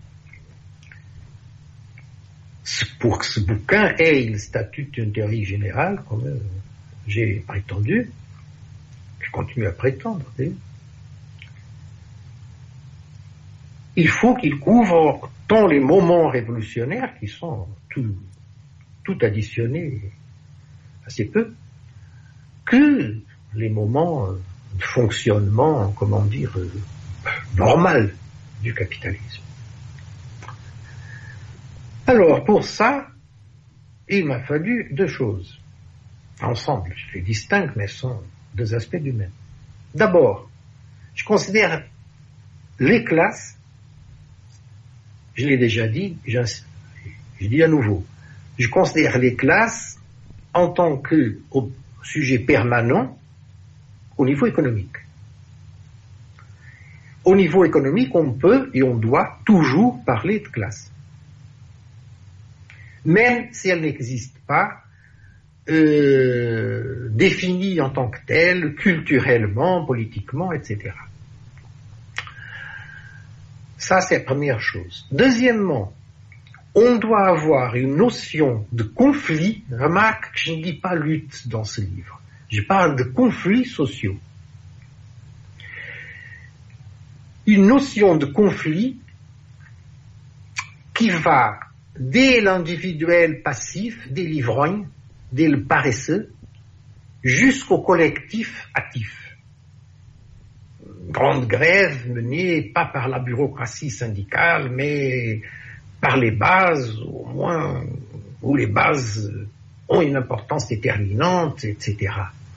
pour que ce bouquin ait le statut d'une théorie générale, comme j'ai prétendu, je continue à prétendre, il faut qu'il couvre tant les moments révolutionnaires qui sont tout additionnés assez peu, que les moments de fonctionnement, comment dire, normal du capitalisme. Alors, pour ça, il m'a fallu deux choses. Ensemble, je les distingue, mais sont deux aspects du même. D'abord, je considère les classes, je l'ai déjà dit, je dis à nouveau, je considère les classes en tant que sujet permanent au niveau économique. Au niveau économique, on peut et on doit toujours parler de classe. Même si elle n'existe pas définie en tant que telle, culturellement, politiquement, etc. Ça, c'est la première chose. Deuxièmement, on doit avoir une notion de conflit. Remarque que je ne dis pas lutte dans ce livre. Je parle de conflits sociaux. Une notion de conflit qui va dès l'individuel passif, dès l'ivrogne, dès le paresseux, jusqu'au collectif actif. Grande grève menée pas par la bureaucratie syndicale, mais par les bases, au moins, où les bases ont une importance déterminante, etc.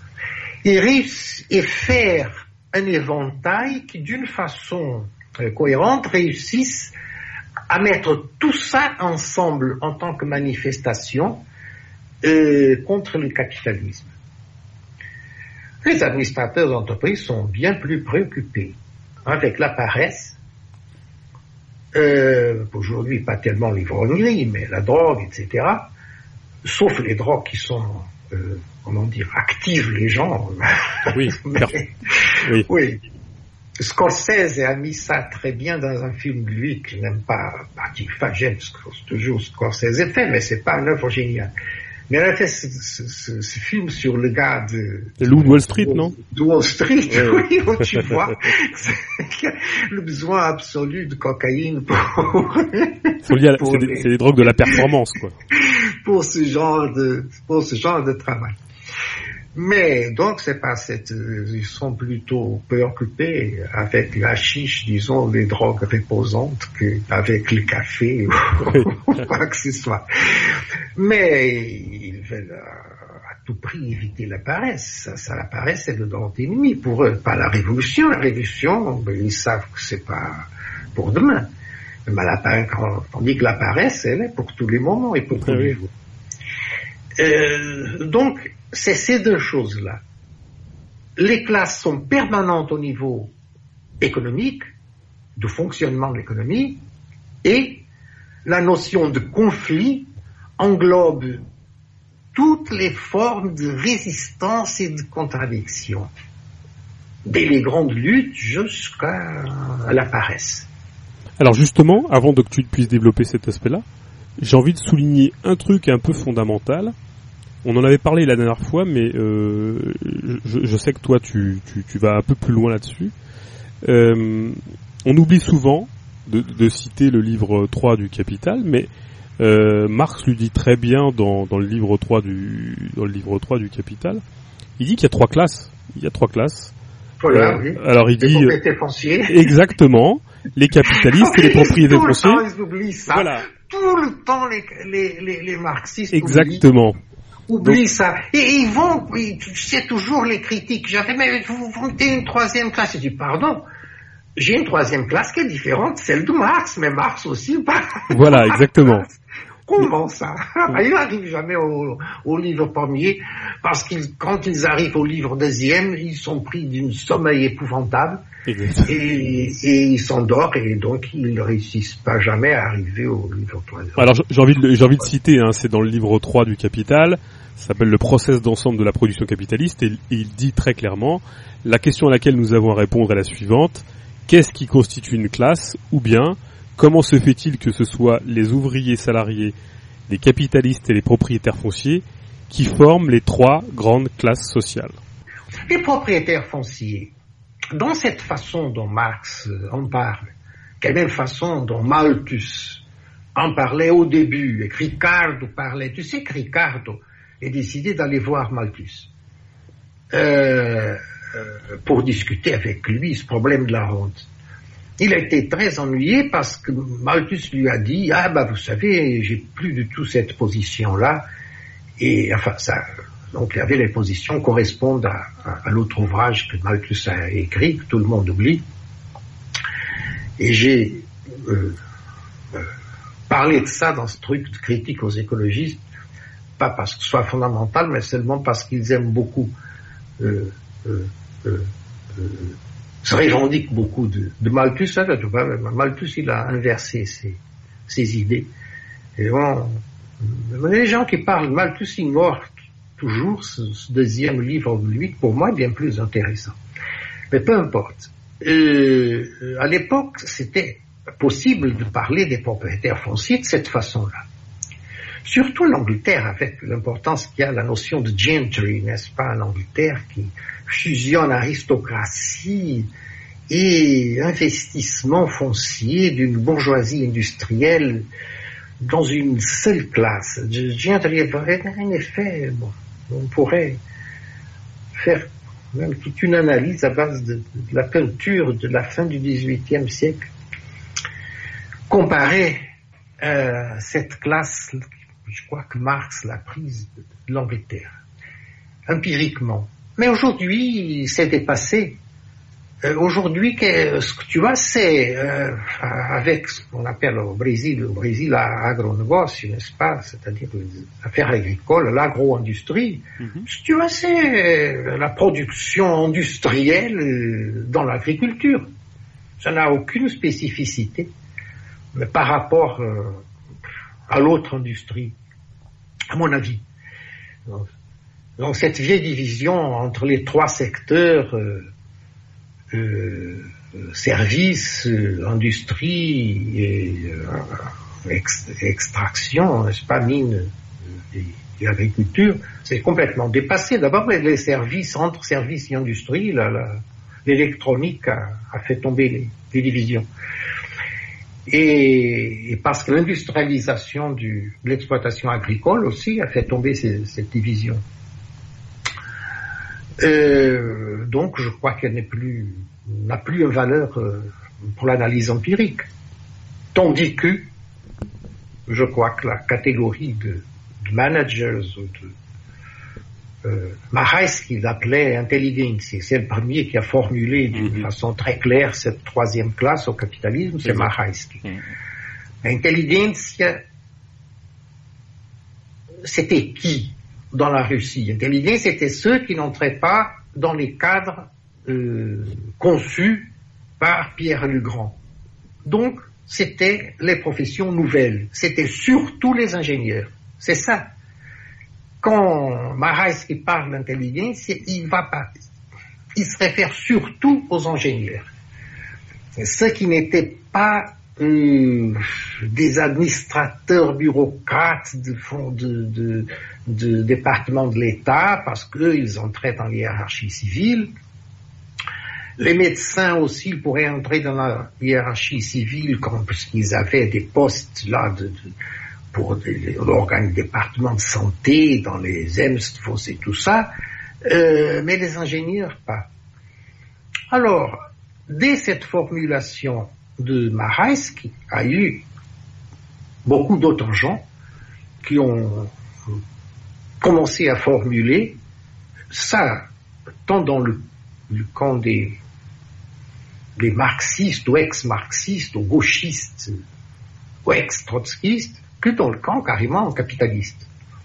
Et faire un éventail qui, d'une façon cohérente, réussisse à mettre tout ça ensemble en tant que manifestation contre le capitalisme. Les administrateurs d'entreprise sont bien plus préoccupés avec la paresse, aujourd'hui pas tellement l'ivrognerie, mais la drogue, etc., sauf les drogues qui sont, activent les gens. Oui, oui. Oui. Scorsese a mis ça très bien dans un film de lui que je n'aime pas, j'aime toujours Scorsese fait, mais c'est pas une œuvre géniale. Mais elle a fait ce film sur le gars de Loup de Wall Street, non? De Wall Street, oui, où tu vois le besoin absolu de cocaïne c'est des drogues de la performance, quoi. pour ce genre de travail. Mais donc ils sont plutôt préoccupés avec la chiche, disons, les drogues reposantes qu'avec le café ou quoi que ce soit. Mais ils veulent à tout prix éviter la paresse. Ça, la paresse, c'est le grand ennemi pour eux. Pas la révolution. La révolution, ils savent que c'est pas pour demain. Mais tandis que la paresse, elle est pour tous les moments et pour tous les jours. Donc, c'est ces deux choses-là. Les classes sont permanentes au niveau économique, de fonctionnement de l'économie, et la notion de conflit englobe toutes les formes de résistance et de contradiction, dès les grandes luttes jusqu'à la paresse. Alors justement, avant que tu puisses développer cet aspect-là, j'ai envie de souligner un truc un peu fondamental. On en avait parlé la dernière fois, mais je sais que toi tu vas un peu plus loin là-dessus. On oublie souvent de citer le livre 3 du Capital, mais Marx lui dit très bien dans le livre 3 du Capital, il dit qu'il y a trois classes. Voilà, oui. Alors il dit les propriétaires fonciers. Exactement, les capitalistes et les propriétaires fonciers. Ils oublient ça. Voilà. Tout le temps les marxistes exactement. Oublie ça. Et tu sais toujours les critiques. Mais vous mettez une troisième classe. Je dis, pardon, j'ai une troisième classe qui est différente, celle de Marx, mais Marx aussi. Voilà, exactement. Comment ça? Ils n'arrivent jamais au livre premier, parce que quand ils arrivent au livre deuxième, ils sont pris d'un sommeil épouvantable, et ils s'endorment, et donc ils ne réussissent pas jamais à arriver au livre troisième. Alors j'ai envie de citer, c'est dans le livre 3 du Capital, ça s'appelle le process d'ensemble de la production capitaliste, et il dit très clairement, la question à laquelle nous avons à répondre est la suivante: qu'est-ce qui constitue une classe, ou bien comment se fait-il que ce soit les ouvriers salariés, les capitalistes et les propriétaires fonciers qui forment les trois grandes classes sociales? Les propriétaires fonciers, dans cette façon dont Marx en parle, quelle même façon dont Malthus en parlait au début, et que Ricardo parlait, tu sais que Ricardo est décidé d'aller voir Malthus pour discuter avec lui ce problème de la rente. Il a été très ennuyé parce que Malthus lui a dit, vous savez, j'ai plus du tout cette position-là. Et enfin, donc il y avait les positions qui correspondent à l'autre ouvrage que Malthus a écrit, que tout le monde oublie. Et j'ai parlé de ça dans ce truc de critique aux écologistes, pas parce que ce soit fondamental, mais seulement parce qu'ils aiment beaucoup se revendique beaucoup de Malthus. Malthus, il a inversé ses idées. Et les gens qui parlent de Malthus ignorent toujours ce deuxième livre de lui, qui pour moi est bien plus intéressant. Mais peu importe. À l'époque, c'était possible de parler des propriétaires fonciers de cette façon-là. Surtout en Angleterre, avec l'importance qu'il y a la notion de gentry, n'est-ce pas, en Angleterre, qui fusionne aristocratie et investissement foncier d'une bourgeoisie industrielle dans une seule classe. Gentry, en effet, on pourrait faire même toute une analyse à base de la peinture de la fin du XVIIIe siècle, comparer cette classe, je crois que Marx l'a prise de l'Angleterre, empiriquement. Mais aujourd'hui, c'est dépassé. Aujourd'hui, ce que tu vois, c'est avec ce qu'on appelle au Brésil agronegócio, n'est-ce pas, c'est-à-dire les affaires agricoles, l'agro-industrie. Ce que tu vois, c'est la production industrielle dans l'agriculture. Ça n'a aucune spécificité, mais par rapport à l'autre industrie, à mon avis. Donc cette vieille division entre les trois secteurs, services, industrie et extraction, n'est-ce pas, mine et agriculture, c'est complètement dépassé. D'abord, les services, entre services et industrie, l'électronique a fait tomber les divisions. Et parce que l'industrialisation de l'exploitation agricole aussi a fait tomber cette division. Donc je crois qu'elle n'a plus une valeur pour l'analyse empirique. Tandis que je crois que la catégorie de managers ou de Marais, qu'il appelait intelligence, c'est le premier qui a formulé d'une façon très claire cette troisième classe au capitalisme, c'est Marais. Intelligence, c'était qui dans la Russie? Intelligence, c'était ceux qui n'entraient pas dans les cadres conçus par Pierre le Grand. Donc, c'était les professions nouvelles. C'était surtout les ingénieurs. C'est ça. Quand Marais qui parle d'intelligence, il se réfère surtout aux ingénieurs. Ceux qui n'étaient pas des administrateurs bureaucrates de départements de l'État, parce qu'eux, ils entraient dans l'hiérarchie civile. Les médecins aussi pourraient entrer dans la hiérarchie civile parce qu'ils avaient des postes là pour l'organe département de santé, dans les EMST et tout ça, mais les ingénieurs pas. Alors, dès cette formulation de Marais, qui a eu beaucoup d'autres gens qui ont commencé à formuler ça, tant dans le camp des marxistes ou ex-marxistes ou gauchistes ou ex-trotskistes, que dans le camp carrément capitaliste.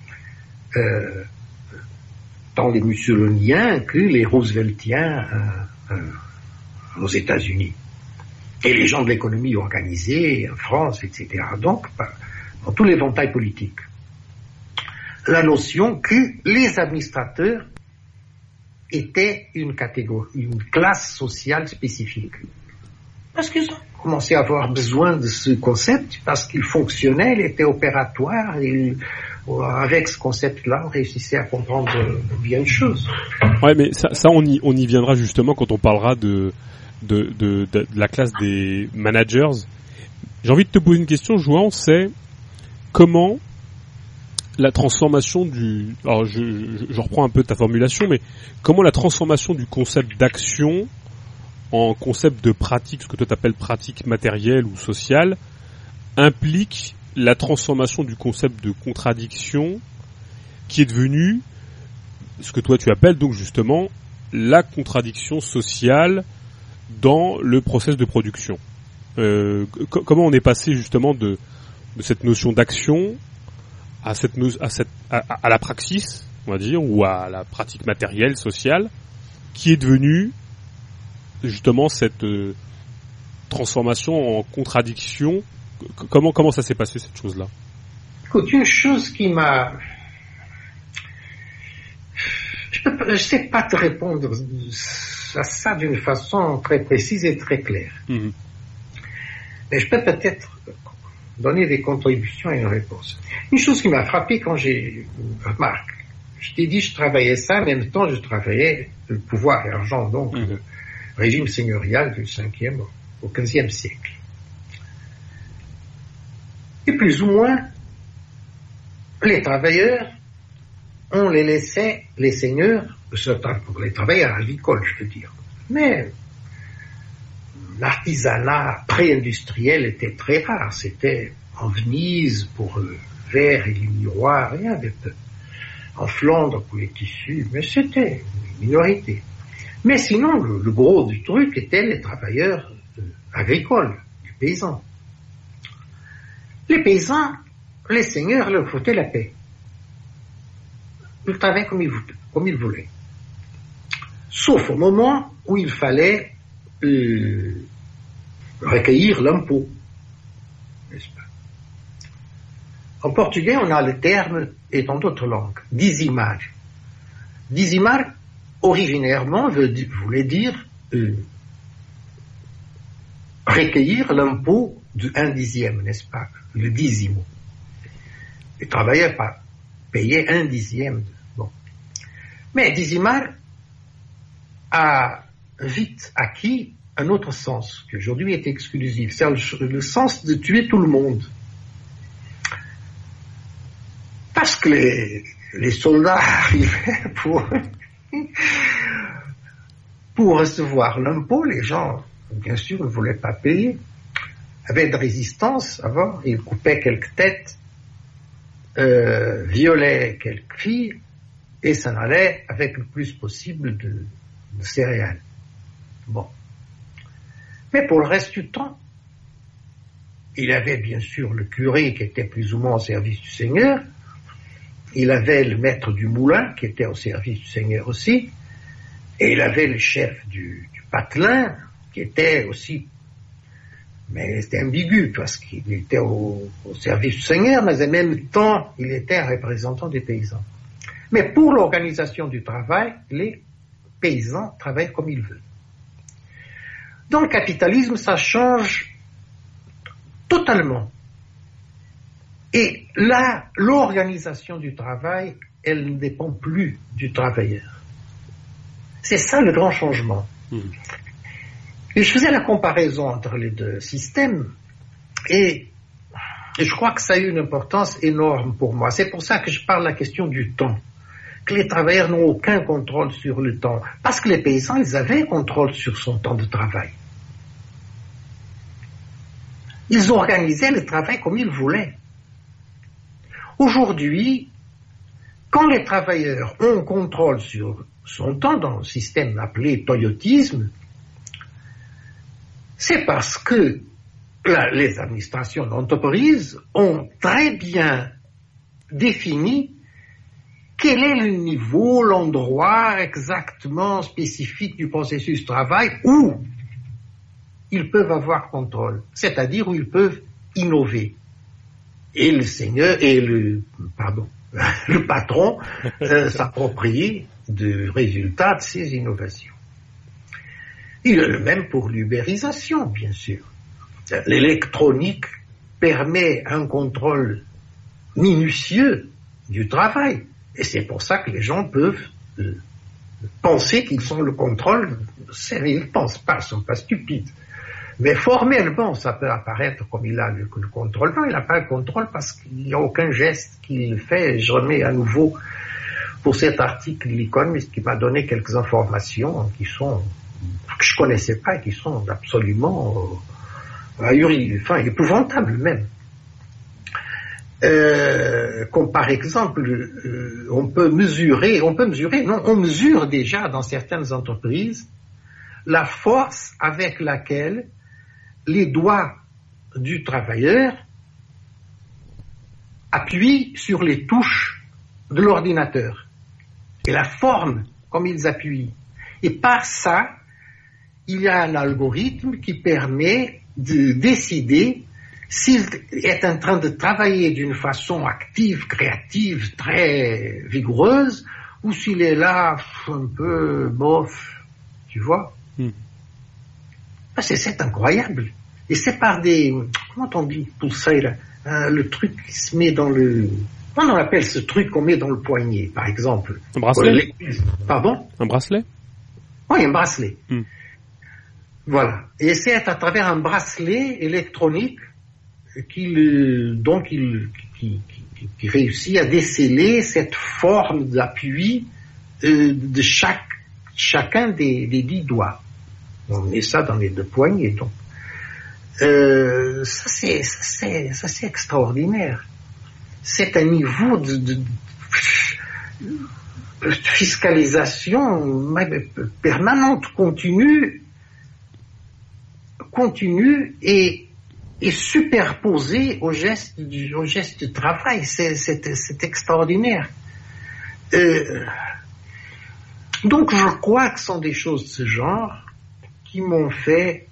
Tant les mussoliniens que les rooseveltiens aux États-Unis. Et les gens de l'économie organisée en France, etc. Donc, dans tout l'éventail politique. La notion que les administrateurs étaient une catégorie, une classe sociale spécifique. Parce qu'ils ont commencé à avoir besoin de ce concept, parce qu'il fonctionnait, il était opératoire, et avec ce concept-là, on réussissait à comprendre bien une chose. Ouais, mais ça on y viendra justement quand on parlera de la classe des managers. J'ai envie de te poser une question, Jouan, c'est comment la transformation alors je reprends un peu ta formulation, mais comment la transformation du concept d'action en concept de pratique, ce que toi t'appelles pratique matérielle ou sociale, implique la transformation du concept de contradiction qui est devenu ce que toi tu appelles donc justement la contradiction sociale dans le process de production. Comment on est passé justement de cette notion d'action à la praxis, on va dire, ou à la pratique matérielle, sociale, qui est devenue justement cette transformation en contradiction. Comment ça s'est passé, cette chose-là? Écoute, une chose qui m'a... Je sais pas te répondre à ça d'une façon très précise et très claire. Mm-hmm. Mais je peux peut-être donner des contributions et une réponse. Une chose qui m'a frappé quand remarque, je t'ai dit, je travaillais ça, en même temps, je travaillais le pouvoir et l'argent, donc, le régime seigneurial du 5e au 15e siècle. Et plus ou moins, les travailleurs, on les laissait, les seigneurs, pour les travailleurs agricoles, je veux dire. Mais l'artisanat pré-industriel était très rare. C'était en Venise pour le verre et les miroirs, rien de peu. En Flandre pour les tissus, mais c'était une minorité. Mais sinon, le gros du truc était les travailleurs agricoles, les paysans. Les paysans, les seigneurs leur foutaient la paix. Ils travaillaient comme ils voulaient. Sauf au moment où il fallait recueillir l'impôt. N'est-ce pas? En portugais, on a le terme, et dans d'autres langues, dizimar. Dizimar, originairement, voulait dire recueillir l'impôt du 1/10, n'est-ce pas? Le dizimo. Les travailleurs payaient 1/10. Bon. Mais dizimar a vite acquis un autre sens, qui aujourd'hui est exclusif. C'est le sens de tuer tout le monde. Parce que les soldats arrivaient pour recevoir l'impôt, les gens, bien sûr, ne voulaient pas payer. Avaient de résistance avant, ils coupaient quelques têtes, violaient quelques filles, et s'en allaient avec le plus possible de céréales. Bon. Mais pour le reste du temps, il avait bien sûr le curé qui était plus ou moins au service du Seigneur, il avait le maître du moulin qui était au service du Seigneur aussi, et il avait le chef du patelin qui était aussi, mais c'était ambigu parce qu'il était au service du Seigneur, mais en même temps il était un représentant des paysans. Mais pour l'organisation du travail, les paysans travaillent comme ils veulent. Dans le capitalisme, ça change totalement. Et là, l'organisation du travail, elle ne dépend plus du travailleur. C'est ça le grand changement. Et je faisais la comparaison entre les deux systèmes et je crois que ça a eu une importance énorme pour moi. C'est pour ça que je parle de la question du temps. Que les travailleurs n'ont aucun contrôle sur le temps. Parce que les paysans, ils avaient contrôle sur son temps de travail. Ils organisaient le travail comme ils voulaient. Aujourd'hui, quand les travailleurs ont contrôle sur son temps dans le système appelé toyotisme, c'est parce que les administrations d'entreprise ont très bien défini quel est le niveau, l'endroit exactement spécifique du processus de travail où ils peuvent avoir contrôle, c'est-à-dire où ils peuvent innover. Et le seigneur et le patron s'approprient du résultat de ces innovations. Il est le même pour l'ubérisation, bien sûr. L'électronique permet un contrôle minutieux du travail. Et c'est pour ça que les gens peuvent penser qu'ils ont le contrôle. Ils ne pensent pas, ils ne sont pas stupides. Mais formellement, ça peut apparaître comme il a le contrôle. Non, il n'a pas le contrôle parce qu'il n'y a aucun geste qu'il fait. Je remets à nouveau pour cet article l'Economist qui m'a donné quelques informations que je ne connaissais pas et qui sont absolument épouvantables même. Comme par exemple, on mesure déjà dans certaines entreprises la force avec laquelle les doigts du travailleur appuient sur les touches de l'ordinateur et la forme comme ils appuient. Et par ça, il y a un algorithme qui permet de décider s'il est en train de travailler d'une façon active, créative, très vigoureuse, ou s'il est là un peu bof, tu vois. C'est incroyable. Et c'est par des... Comment on dit pour ça là, le truc qui se met dans le... Comment on appelle ce truc qu'on met dans le poignet, par exemple? Un bracelet? Pardon? Un bracelet? Oui, un bracelet. Voilà. Et c'est à travers un bracelet électronique qu'il réussit à déceler cette forme d'appui de chacun des 10 doigts. On met ça dans les 2 poignets, donc. Ça c'est extraordinaire. C'est un niveau de fiscalisation permanente, continue et superposée au geste de travail. C'est extraordinaire. Donc je crois que ce sont des choses de ce genre qui m'ont fait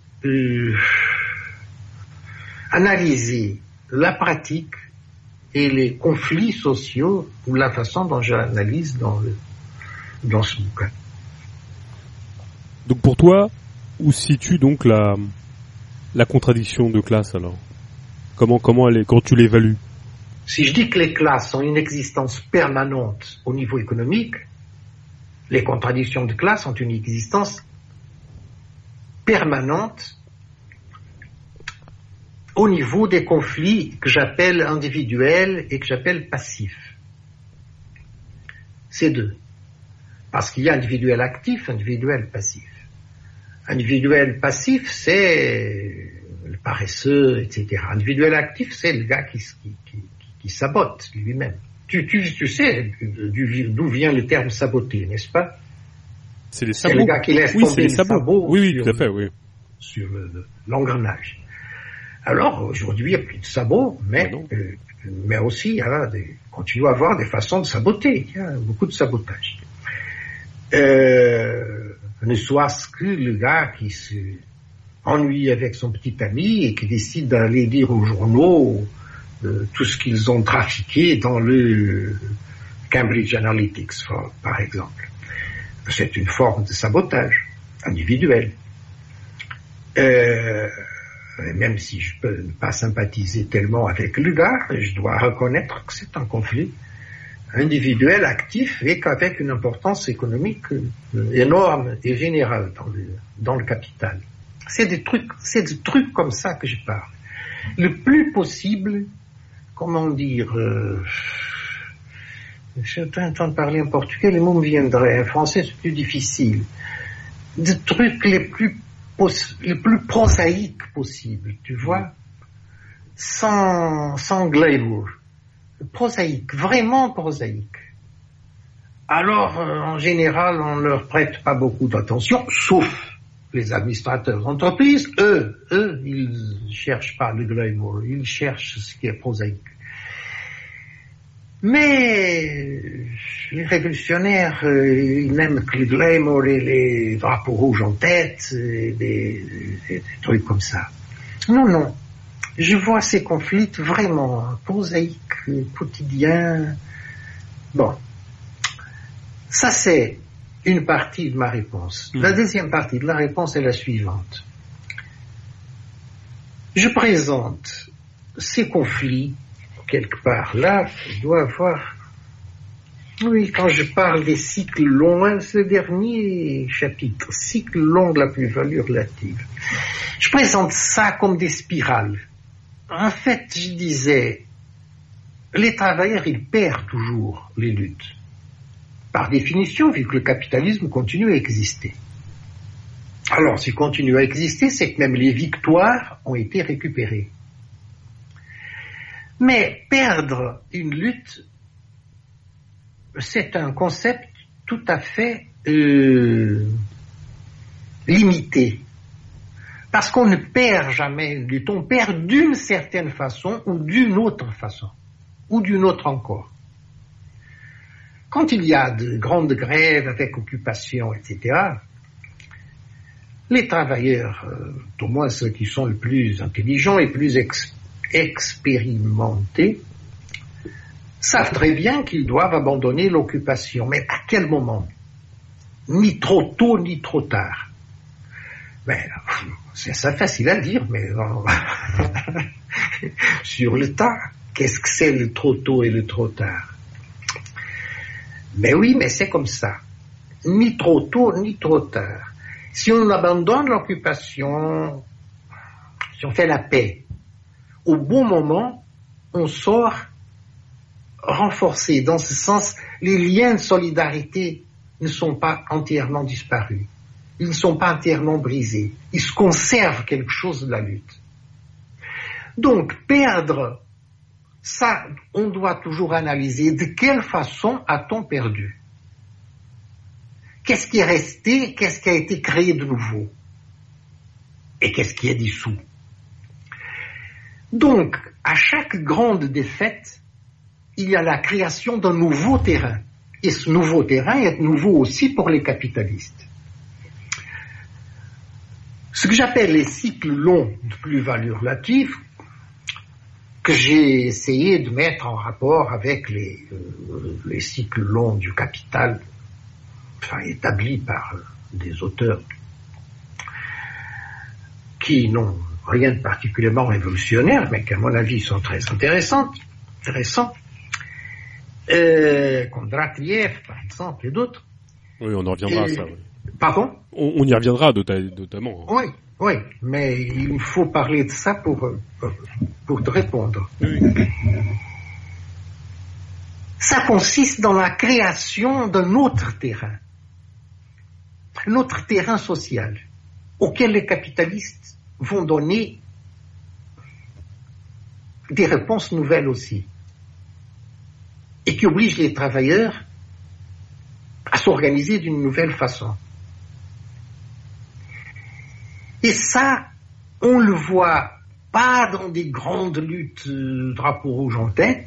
analyser la pratique et les conflits sociaux ou la façon dont je l'analyse dans ce bouquin. Donc pour toi, où se situe donc la contradiction de classe alors? Comment quand tu l'évalues? Si je dis que les classes ont une existence permanente au niveau économique, les contradictions de classe ont une existence permanente au niveau des conflits que j'appelle individuels et que j'appelle passifs. C'est 2. Parce qu'il y a individuel actif, individuel passif. Individuel passif, c'est le paresseux, etc. Individuel actif, c'est le gars qui sabote lui-même. Tu sais d'où vient le terme saboter, n'est-ce pas? C'est les sabots. C'est le gars qui laisse tomber les sabots oui, tout à fait, oui. Sur l'engrenage. Alors, aujourd'hui, il n'y a plus de sabots, mais aussi, il y a continue à avoir des façons de saboter. Il y a beaucoup de sabotage. Ne soit-ce que le gars qui se ennuie avec son petit ami et qui décide d'aller lire aux journaux tout ce qu'ils ont trafiqué dans le Cambridge Analytics, par exemple. C'est une forme de sabotage individuel. Même si je peux ne pas sympathiser tellement avec le gars, je dois reconnaître que c'est un conflit individuel, actif et qu'avec une importance économique énorme et générale dans le capital. C'est des trucs comme ça que je parle. Le plus possible, comment dire, je suis en train de parler en portugais, les mots me viendraient. En français, c'est plus difficile. Des trucs les plus prosaïques possibles, tu vois, sans glamour. Prosaïque, vraiment prosaïque. Alors, en général, on ne leur prête pas beaucoup d'attention, sauf les administrateurs d'entreprise. Eux, ils cherchent pas le glamour, ils cherchent ce qui est prosaïque. Mais les révolutionnaires, ils n'aiment que le glamour et les drapeaux rouges en tête, et des trucs comme ça. Non. Je vois ces conflits vraiment prosaïques, quotidiens. Bon. Ça, c'est une partie de ma réponse. La deuxième partie de la réponse est la suivante. Je présente ces conflits quelque part là, je dois avoir... Oui, quand je parle des cycles longs, c'est le dernier chapitre, cycle long de la plus-value relative. Je présente ça comme des spirales. En fait, je disais, les travailleurs, ils perdent toujours les luttes. Par définition, vu que le capitalisme continue à exister. Alors, s'il continue à exister, c'est que même les victoires ont été récupérées. Mais perdre une lutte, c'est un concept tout à fait limité. Parce qu'on ne perd jamais une lutte, on perd d'une certaine façon ou d'une autre façon, ou d'une autre encore. Quand il y a de grandes grèves avec occupation, etc., les travailleurs, au moins ceux qui sont le plus intelligents et plus expérimentés, savent très bien qu'ils doivent abandonner l'occupation. Mais à quel moment? Ni trop tôt, ni trop tard. Ben, c'est ça facile à dire, mais sur le tas, qu'est-ce que c'est le trop tôt et le trop tard? Ben oui, mais c'est comme ça. Ni trop tôt, ni trop tard. Si on abandonne l'occupation, si on fait la paix, au bon moment, on sort renforcé. Dans ce sens, les liens de solidarité ne sont pas entièrement disparus. Ils ne sont pas entièrement brisés. Ils se conservent quelque chose de la lutte. Donc, perdre, ça, on doit toujours analyser de quelle façon a-t-on perdu? Qu'est-ce qui est resté? Qu'est-ce qui a été créé de nouveau? Et qu'est-ce qui est dissous? Donc, à chaque grande défaite, il y a la création d'un nouveau terrain. Et ce nouveau terrain est nouveau aussi pour les capitalistes. Ce que j'appelle les cycles longs de plus-value relative, que j'ai essayé de mettre en rapport avec les cycles longs du capital, enfin établis par des auteurs qui n'ont rien de particulièrement révolutionnaire, mais qui à mon avis sont très intéressants, Kondratiev par exemple et d'autres. Oui, on en reviendra à ça. Oui. Pardon? On y reviendra notamment. Oui, mais il faut parler de ça pour te répondre. Oui. Ça consiste dans la création d'un autre terrain social. auxquelles les capitalistes vont donner des réponses nouvelles aussi, et qui obligent les travailleurs à s'organiser d'une nouvelle façon. Et ça, on le voit pas dans des grandes luttes drapeau rouge en tête,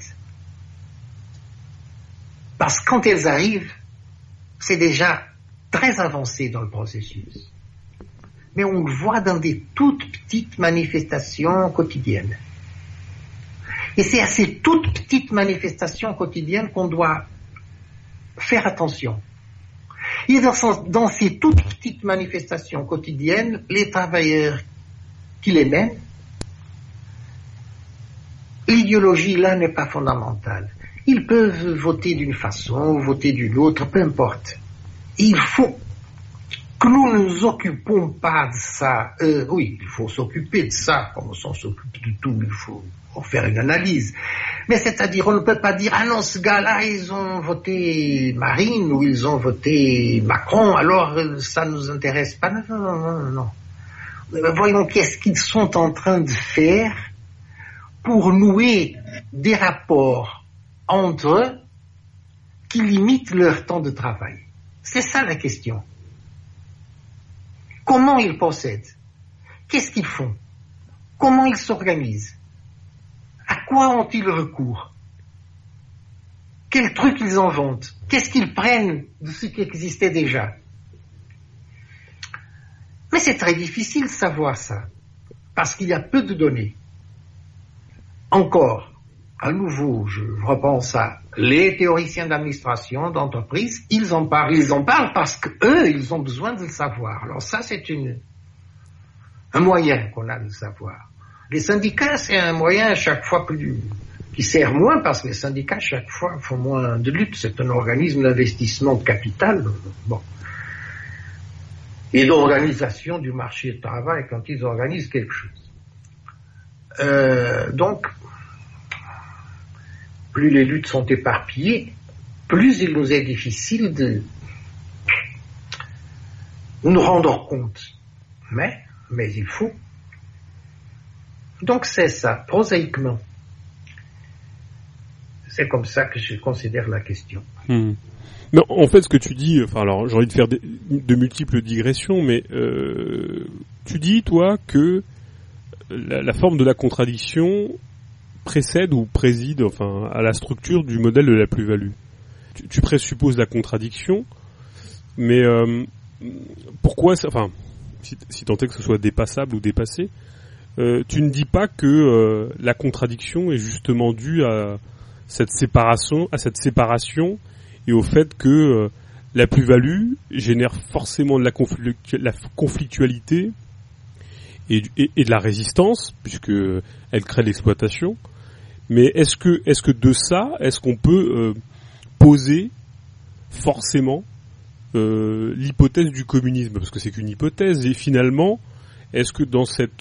parce que quand elles arrivent, c'est déjà très avancé dans le processus. Mais on le voit dans des toutes petites manifestations quotidiennes. Et c'est à ces toutes petites manifestations quotidiennes qu'on doit faire attention. Et dans ces toutes petites manifestations quotidiennes, les travailleurs qui les mènent, l'idéologie là n'est pas fondamentale. Ils peuvent voter d'une façon, voter d'une autre, peu importe. Il faut que nous ne nous occupons pas de ça. Oui, il faut s'occuper de ça, comme on s'occupe de tout, il faut en faire une analyse. Mais c'est-à-dire, on ne peut pas dire, ah non, ce gars-là, ils ont voté Marine ou ils ont voté Macron, alors ça ne nous intéresse pas. Non. Voyons qu'est-ce qu'ils sont en train de faire pour nouer des rapports entre eux qui limitent leur temps de travail. C'est ça la question. Comment ils procèdent? Qu'est-ce qu'ils font? Comment ils s'organisent? À quoi ont-ils recours? Quels trucs ils inventent? Qu'est-ce qu'ils prennent de ce qui existait déjà? Mais c'est très difficile de savoir ça, parce qu'il y a peu de données. Encore, à nouveau, je repense à les théoriciens d'administration, d'entreprise, ils en parlent parce qu'eux, ils ont besoin de le savoir. Alors ça, c'est un moyen qu'on a de le savoir. Les syndicats, c'est un moyen chaque fois qui sert moins, parce que les syndicats, chaque fois, font moins de lutte. C'est un organisme d'investissement de capital, bon, et d'organisation du marché du travail quand ils organisent quelque chose. Donc, plus les luttes sont éparpillées, plus il nous est difficile de nous rendre compte. Mais il faut. Donc c'est ça, prosaïquement. C'est comme ça que je considère la question. Non, en fait, ce que tu dis, enfin, alors, j'ai envie de faire de multiples digressions, mais tu dis, toi, que la forme de la contradiction précède ou préside, enfin, à la structure du modèle de la plus-value. Tu présupposes la contradiction, mais pourquoi, enfin, si tant est que ce soit dépassable ou dépassé, tu ne dis pas que la contradiction est justement due à cette séparation et au fait que la plus-value génère forcément de la conflictualité et de la résistance, puisque elle crée l'exploitation. Mais est-ce que de ça, est-ce qu'on peut poser forcément l'hypothèse du communisme, parce que c'est qu'une hypothèse, et finalement, est-ce que dans cette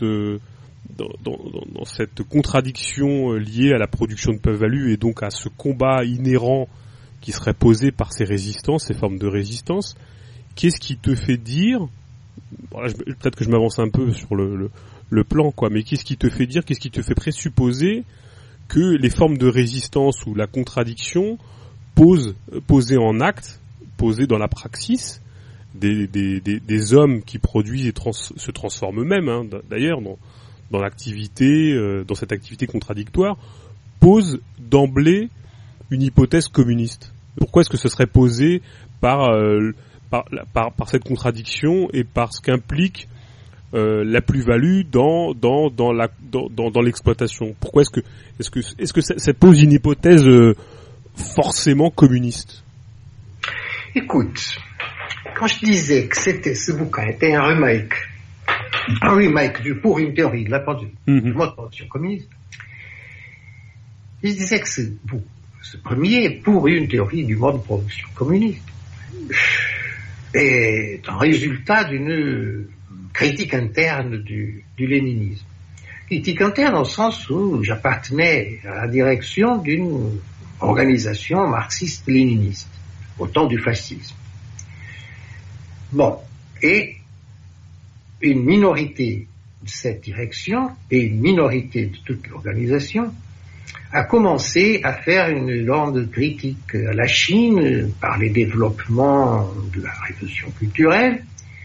contradiction liée à la production de plus-value et donc à ce combat inhérent qui serait posé par ces résistances, ces formes de résistance, qu'est-ce qui te fait dire, voilà, peut-être que je m'avance un peu sur le plan, quoi, mais qu'est-ce qui te fait dire, qu'est-ce qui te fait présupposer que les formes de résistance ou la contradiction posées en acte, posées dans la praxis, des hommes qui produisent et se transforment eux-mêmes, hein, d'ailleurs, dans l'activité, dans cette activité contradictoire, posent d'emblée une hypothèse communiste. Pourquoi est-ce que ce serait posé par cette contradiction et par ce qu'implique la plus-value dans l'exploitation? Pourquoi est-ce que ça pose une hypothèse forcément communiste? Écoute, quand je disais que ce bouquin était un remake pour une théorie de la production communiste, je disais que ce premier pour une théorie du mode de production communiste est un résultat d'une critique interne du léninisme. Critique interne au sens où j'appartenais à la direction d'une organisation marxiste-léniniste au temps du fascisme. Bon, et une minorité de cette direction et une minorité de toute l'organisation a commencé à faire une grande critique à la Chine par les développements de la révolution culturelle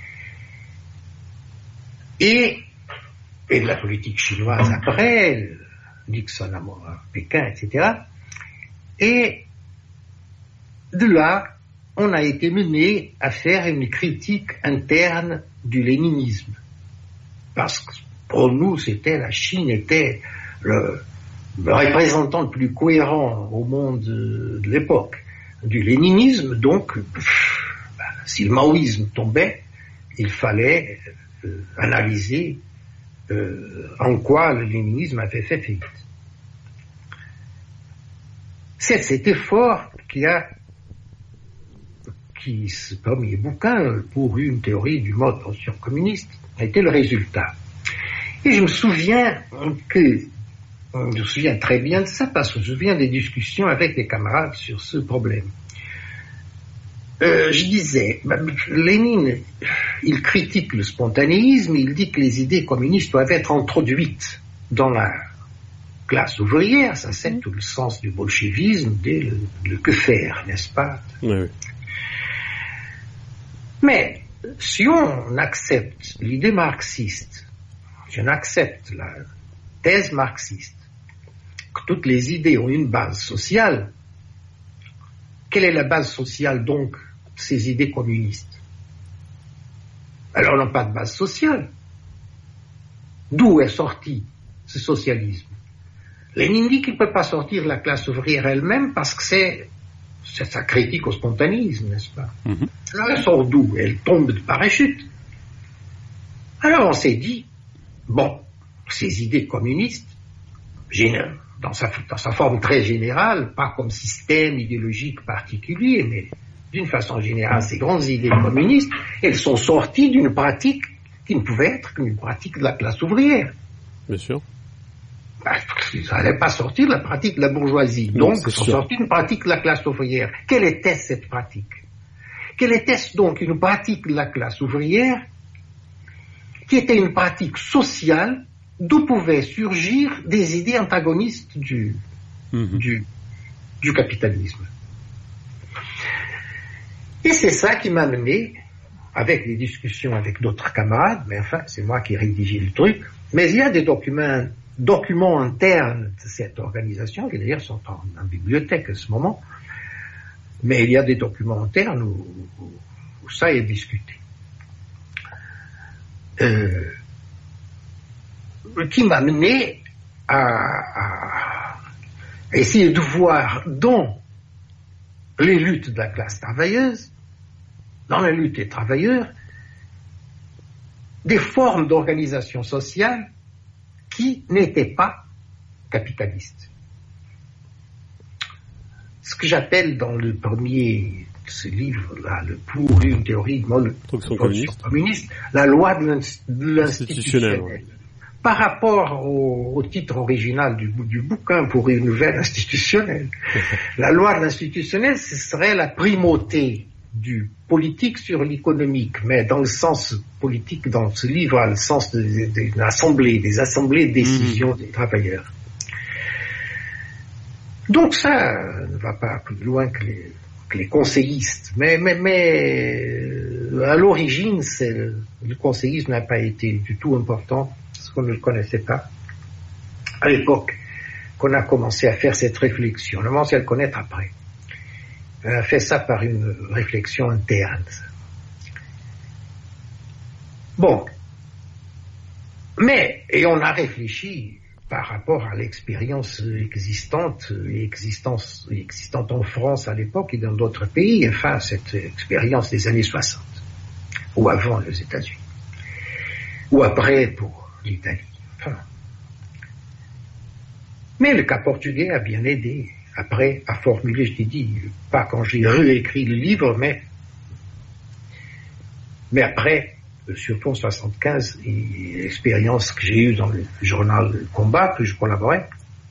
et de la politique chinoise après, Nixon à Pékin, etc. Et de là, on a été mené à faire une critique interne du léninisme. Parce que pour nous, la Chine était le représentant le plus cohérent au monde de l'époque du léninisme. Donc, si le maoïsme tombait, il fallait analyser en quoi le léninisme avait fait faillite. C'est cet effort qui, ce premier bouquin, pour une théorie du mode de pensée communiste, a été le résultat. Et je me souviens très bien de ça, parce que je me souviens des discussions avec des camarades sur ce problème. Je disais, Lénine, il critique le spontanéisme, il dit que les idées communistes doivent être introduites dans la classe ouvrière, ça c'est tout le sens du bolchevisme, dès le que faire, n'est-ce pas? Oui. Mais si on accepte l'idée marxiste, si on accepte la thèse marxiste, que toutes les idées ont une base sociale, quelle est la base sociale donc de ces idées communistes? Alors, elles n'ont pas de base sociale. D'où est sorti ce socialisme? Lénine dit qu'il ne peut pas sortir la classe ouvrière elle-même parce que c'est sa critique au spontanisme, n'est-ce pas? Alors, elle sort d'où? Elle tombe de parachute. Alors, on s'est dit, bon, ces idées communistes, dans sa forme très générale, pas comme système idéologique particulier, mais d'une façon générale, ces grandes idées communistes, elles sont sorties d'une pratique qui ne pouvait être qu'une pratique de la classe ouvrière. Bien sûr. Ça n'allait pas sortir de la pratique de la bourgeoisie. Non, donc, elles sont sorties d'une pratique de la classe ouvrière. Quelle était cette pratique? Quelle était-ce donc une pratique de la classe ouvrière qui était une pratique sociale d'où pouvaient surgir des idées antagonistes du capitalisme? Et c'est ça qui m'a mené, avec des discussions avec d'autres camarades, mais enfin, c'est moi qui ai rédigé le truc, mais il y a des documents internes de cette organisation, qui d'ailleurs sont en bibliothèque à ce moment, mais il y a des documents internes où ça est discuté. Qui m'a mené à essayer de voir dans les luttes de la classe travailleuse, dans la lutte des travailleurs, des formes d'organisation sociale qui n'étaient pas capitalistes. Ce que j'appelle dans le premier de ce livre-là, le pour une théorie de mode communiste, la loi de l'institutionnel. Ouais. Par rapport au titre original du bouquin, pour une nouvelle institutionnelle. La loi de l'institutionnel, ce serait la primauté du politique sur l'économique, mais dans le sens politique, dans ce livre, dans le sens des assemblées de décision des travailleurs. Donc ça ne va pas plus loin que les conseillistes, mais à l'origine, le conseillisme n'a pas été du tout important, parce qu'on ne le connaissait pas à l'époque qu'on a commencé à faire cette réflexion. On a commencé à le connaître après. On a fait ça par une réflexion interne. Bon. Et on a réfléchi par rapport à l'expérience existante en France à l'époque et dans d'autres pays, enfin, cette expérience des années 60, ou avant les États-Unis, ou après pour l'Italie. Enfin. Mais le cas portugais a bien aidé. Après, à formuler, je t'ai dit, pas quand j'ai réécrit le livre, mais après, surtout en 75, l'expérience que j'ai eue dans le journal Combat, que je collaborais,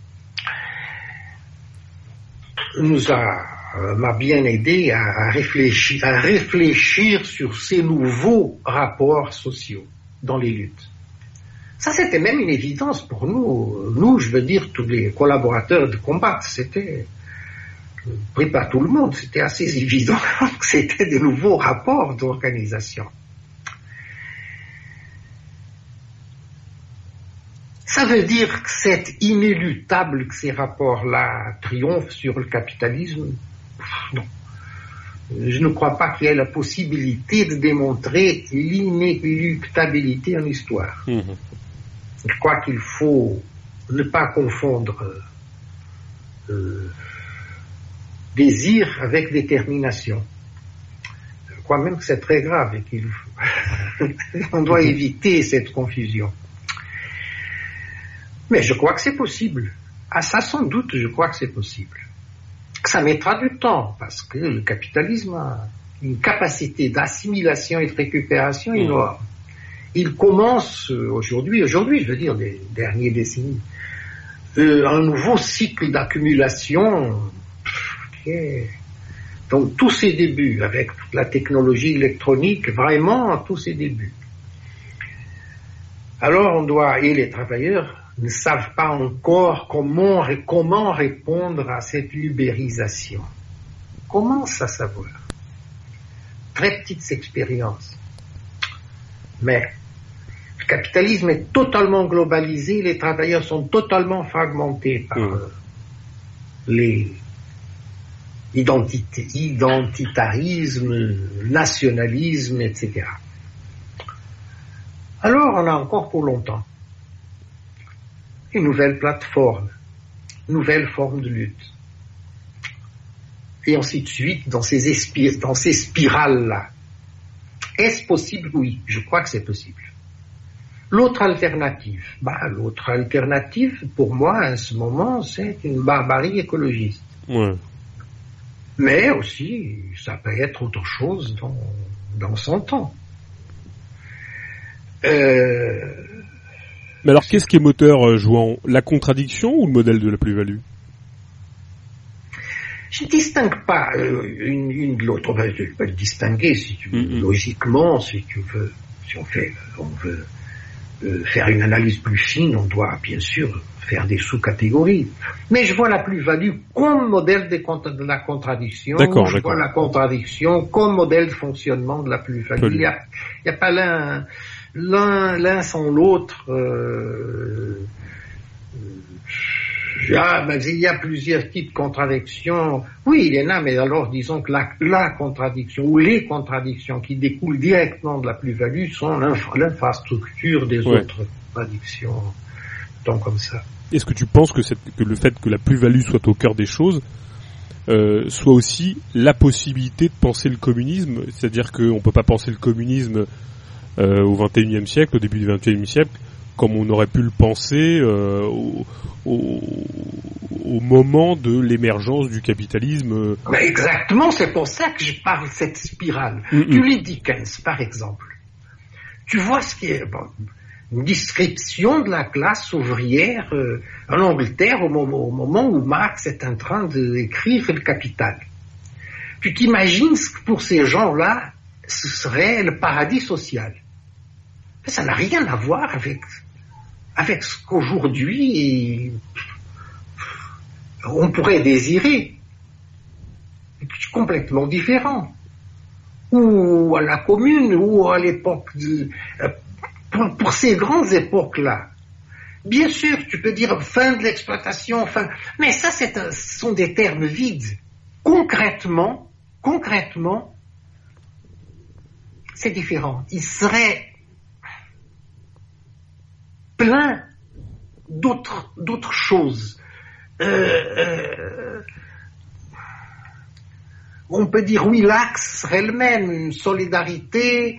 m'a bien aidé à réfléchir sur ces nouveaux rapports sociaux. dans les luttes. Ça, c'était même une évidence pour nous. Nous, je veux dire, tous les collaborateurs de combat, c'était pris par tout le monde. C'était assez évident que c'était de nouveaux rapports d'organisation. Ça veut dire que c'est inéluctable que ces rapports-là triomphent sur le capitalisme? Non. Je ne crois pas qu'il y ait la possibilité de démontrer l'inéluctabilité en histoire. Je crois qu'il faut ne pas confondre désir avec détermination. Je crois même que c'est très grave et on doit éviter cette confusion. Mais je crois que c'est possible. À ça, sans doute, je crois que c'est possible. Ça mettra du temps, parce que le capitalisme a une capacité d'assimilation et de récupération énorme. Il commence aujourd'hui, je veux dire, des dernières décennies, un nouveau cycle d'accumulation qui est dans tous ses débuts, avec la technologie électronique, vraiment tous ses débuts. Alors et les travailleurs ne savent pas encore comment répondre à cette ubérisation. Comment ça savoir? Très petites expériences. Mais le capitalisme est totalement globalisé, les travailleurs sont totalement fragmentés par les identitarisme, nationalisme, etc. Alors on a encore pour longtemps une nouvelle plateforme, nouvelle forme de lutte. Et ainsi de suite dans ces spirales-là. Est-ce possible? Oui, je crois que c'est possible. L'autre alternative, pour moi, à ce moment, c'est une barbarie écologiste. Ouais. Mais aussi, ça peut être autre chose dans son temps. Mais alors, qu'est-ce qui est moteur, Jouan? La contradiction ou le modèle de la plus-value? Je ne distingue pas une de l'autre. Je peux le distinguer, si tu veux, logiquement, si on veut faire une analyse plus fine, on doit bien sûr faire des sous-catégories. Mais je vois la plus-value comme modèle de la contradiction. Je vois la contradiction comme modèle de fonctionnement de la plus-value. Il n'y a pas l'un sans l'autre. Il y a plusieurs types de contradictions. Oui, il y en a, mais alors disons que la contradiction ou les contradictions qui découlent directement de la plus-value sont l'infrastructure des autres contradictions. Donc comme ça. Est-ce que tu penses que le fait que la plus-value soit au cœur des choses soit aussi la possibilité de penser le communisme? C'est-à-dire qu'on ne peut pas penser le communisme au XXIe siècle, au début du XXIe siècle, comme on aurait pu le penser au moment de l'émergence du capitalisme. Exactement, c'est pour ça que je parle de cette spirale. Tu lis Dickens, par exemple. Tu vois ce qui est une description de la classe ouvrière en Angleterre au moment où Marx est en train d'écrire Le Capital. Tu t'imagines que pour ces gens-là, ce serait le paradis social. Mais ça n'a rien à voir avec ce qu'aujourd'hui on pourrait désirer. C'est complètement différent. Ou à la Commune, ou à l'époque pour ces grandes époques-là. Bien sûr, tu peux dire fin de l'exploitation, mais ça, ce sont des termes vides. Concrètement, c'est différent. Il serait plein d'autres choses. On peut dire oui, l'axe serait le même, une solidarité,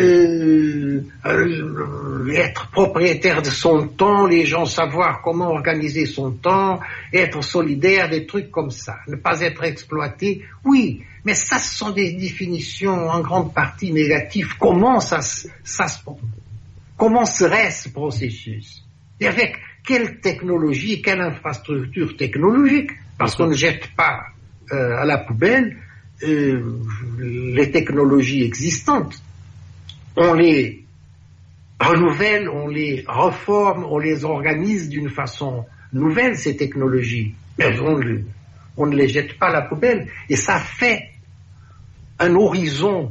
être propriétaire de son temps, les gens savoir comment organiser son temps, être solidaire, des trucs comme ça, ne pas être exploité. Oui, mais ça, ce sont des définitions en grande partie négatives. Comment comment serait ce processus? Et avec quelle technologie, quelle infrastructure technologique? Parce qu'on ne jette pas à la poubelle les technologies existantes. On les renouvelle, on les reforme, on les organise d'une façon nouvelle, ces technologies. On ne les jette pas à la poubelle. Et ça fait un horizon,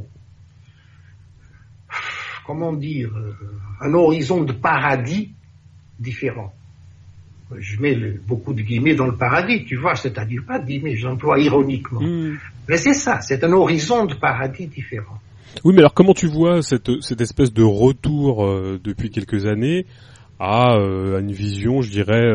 comment dire, un horizon de paradis différent. Je mets beaucoup de guillemets dans le paradis, tu vois, c'est-à-dire pas de guillemets, j'emploie ironiquement. Mais c'est ça, c'est un horizon de paradis différent. Oui, mais alors comment tu vois cette espèce de retour depuis quelques années à une vision, je dirais,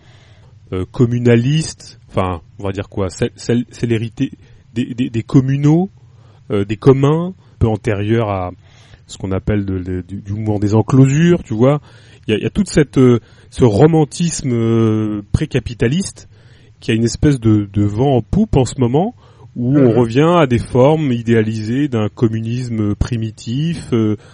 communaliste, enfin, on va dire quoi, célérité des communaux, des communs, un peu antérieur à ce qu'on appelle du mouvement des enclosures, tu vois. Il y a toute ce romantisme précapitaliste qui a une espèce de vent en poupe en ce moment, où on revient à des formes idéalisées d'un communisme primitif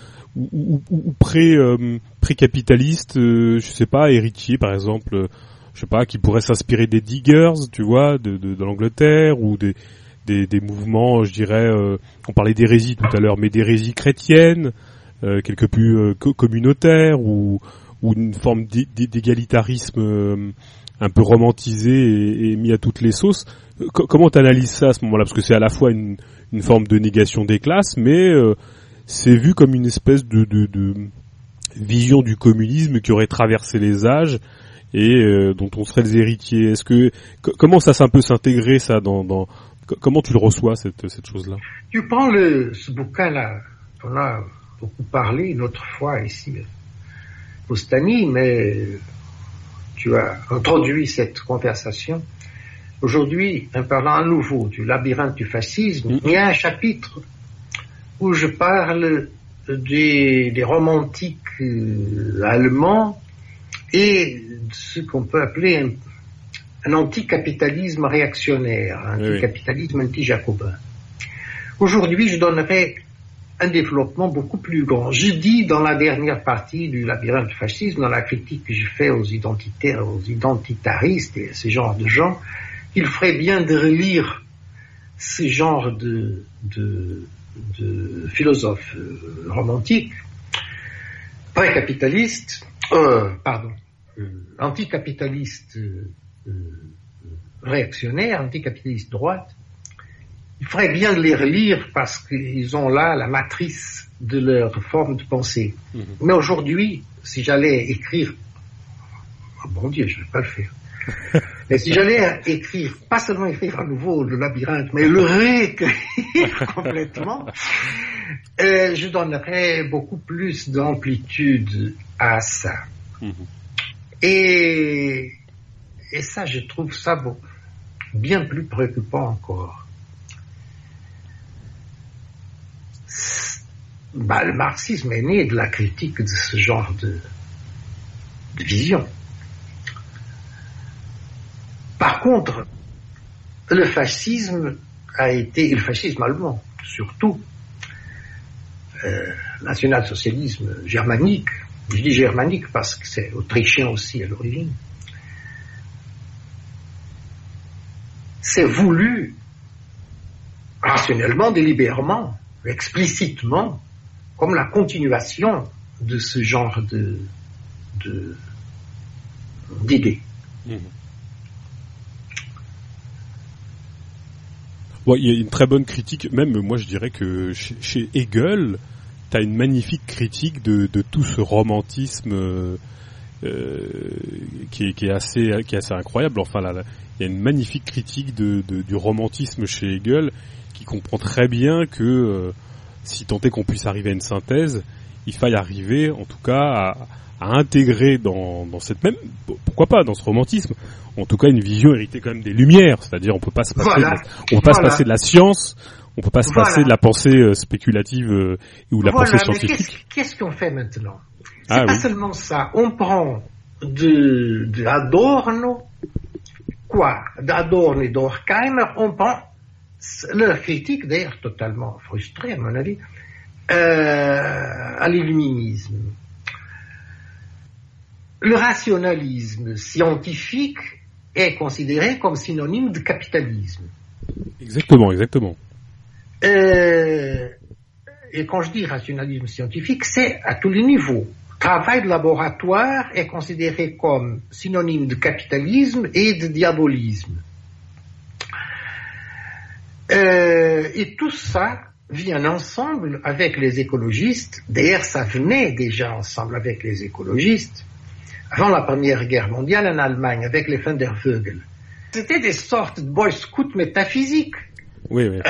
ou précapitaliste, je sais pas, héritier par exemple, je sais pas, qui pourrait s'inspirer des Diggers, tu vois, de l'Angleterre, ou des mouvements, je dirais, on parlait d'hérésie tout à l'heure, mais d'hérésie chrétienne, quelque plus communautaire, ou une forme d'égalitarisme un peu romantisé et mis à toutes les sauces. Comment t'analyses ça à ce moment-là? Parce que c'est à la fois une forme de négation des classes, mais c'est vu comme une espèce de vision du communisme qui aurait traversé les âges et dont on serait les héritiers. Est-ce que comment ça peut s'intégrer ça dans comment tu le reçois cette chose-là? Tu prends ce bouquin-là, on a beaucoup parlé une autre fois ici, Boustany, mais tu as introduit cette conversation. Aujourd'hui, en parlant à nouveau du labyrinthe du fascisme, il y a un chapitre où je parle des romantiques allemands et de ce qu'on peut appeler un anticapitalisme réactionnaire, un anticapitalisme anti-jacobin. Aujourd'hui, je donnerai un développement beaucoup plus grand. Je dis dans la dernière partie du labyrinthe du fascisme, dans la critique que je fais aux identitaires, aux identitaristes et à ce genre de gens, qu'il ferait bien de relire ce genre de philosophes romantiques, précapitalistes, anticapitalistes réactionnaires, anticapitalistes droite. Il ferait bien de les relire parce qu'ils ont là la matrice de leur forme de pensée. Mais aujourd'hui, si j'allais écrire, oh bon Dieu, je ne vais pas le faire. Mais si j'allais écrire, pas seulement écrire à nouveau le labyrinthe, mais le réécrire complètement, je donnerais beaucoup plus d'amplitude à ça. Et ça, je trouve ça bien plus préoccupant encore. Le marxisme est né de la critique de ce genre de vision. Par contre, le fascisme le fascisme allemand, surtout, national-socialisme germanique, je dis germanique parce que c'est autrichien aussi à l'origine, c'est voulu rationnellement, délibérément, explicitement, comme la continuation de ce genre d'idées. Bon, il y a une très bonne critique, même moi je dirais que chez Hegel, t'as une magnifique critique de tout ce romantisme qui est assez incroyable. Enfin là, il y a une magnifique critique du romantisme chez Hegel qui comprend très bien que si tant est qu'on puisse arriver à une synthèse, il faille arriver en tout cas à intégrer dans cette même, pourquoi pas, dans ce romantisme, en tout cas une vision héritée quand même des Lumières, c'est-à-dire on peut pas se passer se passer de la science, on peut pas se passer de la pensée spéculative ou de la pensée scientifique. Qu'est-ce qu'on fait maintenant? C'est pas seulement ça, on prend de Adorno, d'Adorno et d'Horkheimer, on prend leur critique, d'ailleurs totalement frustrée à mon avis, à l'illuminisme. Le rationalisme scientifique est considéré comme synonyme de capitalisme. Exactement. Et quand je dis rationalisme scientifique, c'est à tous les niveaux. travail de laboratoire est considéré comme synonyme de capitalisme et de diabolisme. Et tout ça vient ensemble avec les écologistes. D'ailleurs, ça venait déjà ensemble avec les écologistes avant la Première Guerre mondiale en Allemagne, avec les Van der Vögel. C'était des sortes de boy scouts métaphysiques. Oui, oui.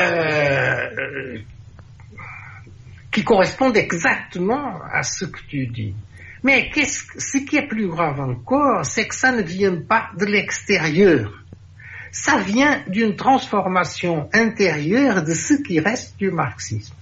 Qui correspondent exactement à ce que tu dis. Mais ce qui est plus grave encore, c'est que ça ne vient pas de l'extérieur. Ça vient d'une transformation intérieure de ce qui reste du marxisme.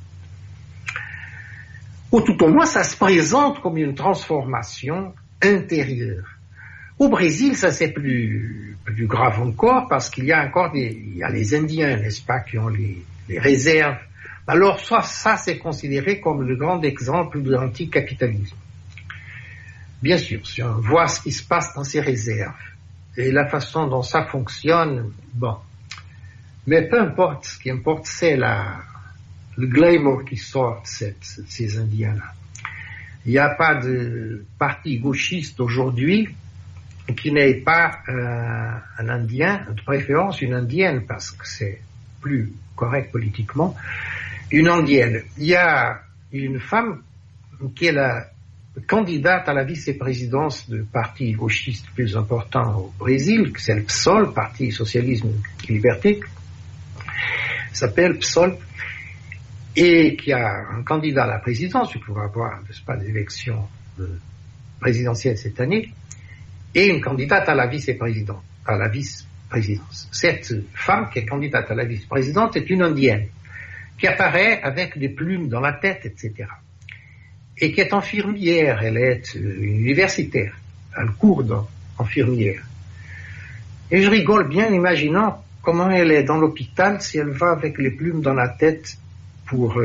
Ou tout au moins, ça se présente comme une transformation intérieure. Au Brésil, ça c'est plus grave encore, parce qu'il y a encore il y a les Indiens, n'est-ce pas, qui ont les réserves. Alors, ça c'est considéré comme le grand exemple de l'anticapitalisme. Bien sûr, si on voit ce qui se passe dans ces réserves, et la façon dont ça fonctionne, bon. Mais peu importe, ce qui importe, c'est le glamour qui sort de ces Indiens-là. Il n'y a pas de parti gauchiste aujourd'hui qui n'ait pas un Indien, de préférence une Indienne, parce que c'est plus correct politiquement, une Indienne. Il y a une femme qui est la candidate à la vice-présidence du parti gauchiste plus important au Brésil, c'est le PSOL, Parti Socialisme et Liberté, s'appelle PSOL, et qui a un candidat à la présidence, il pourra avoir, n'est-ce pas, des élections présidentielles cette année, et une candidate à la vice-présidence. Cette femme qui est candidate à la vice-présidente est une Indienne, qui apparaît avec des plumes dans la tête, etc. Et qui est infirmière, elle est universitaire, elle court d'infirmière. Et je rigole bien imaginant comment elle est dans l'hôpital si elle va avec les plumes dans la tête pour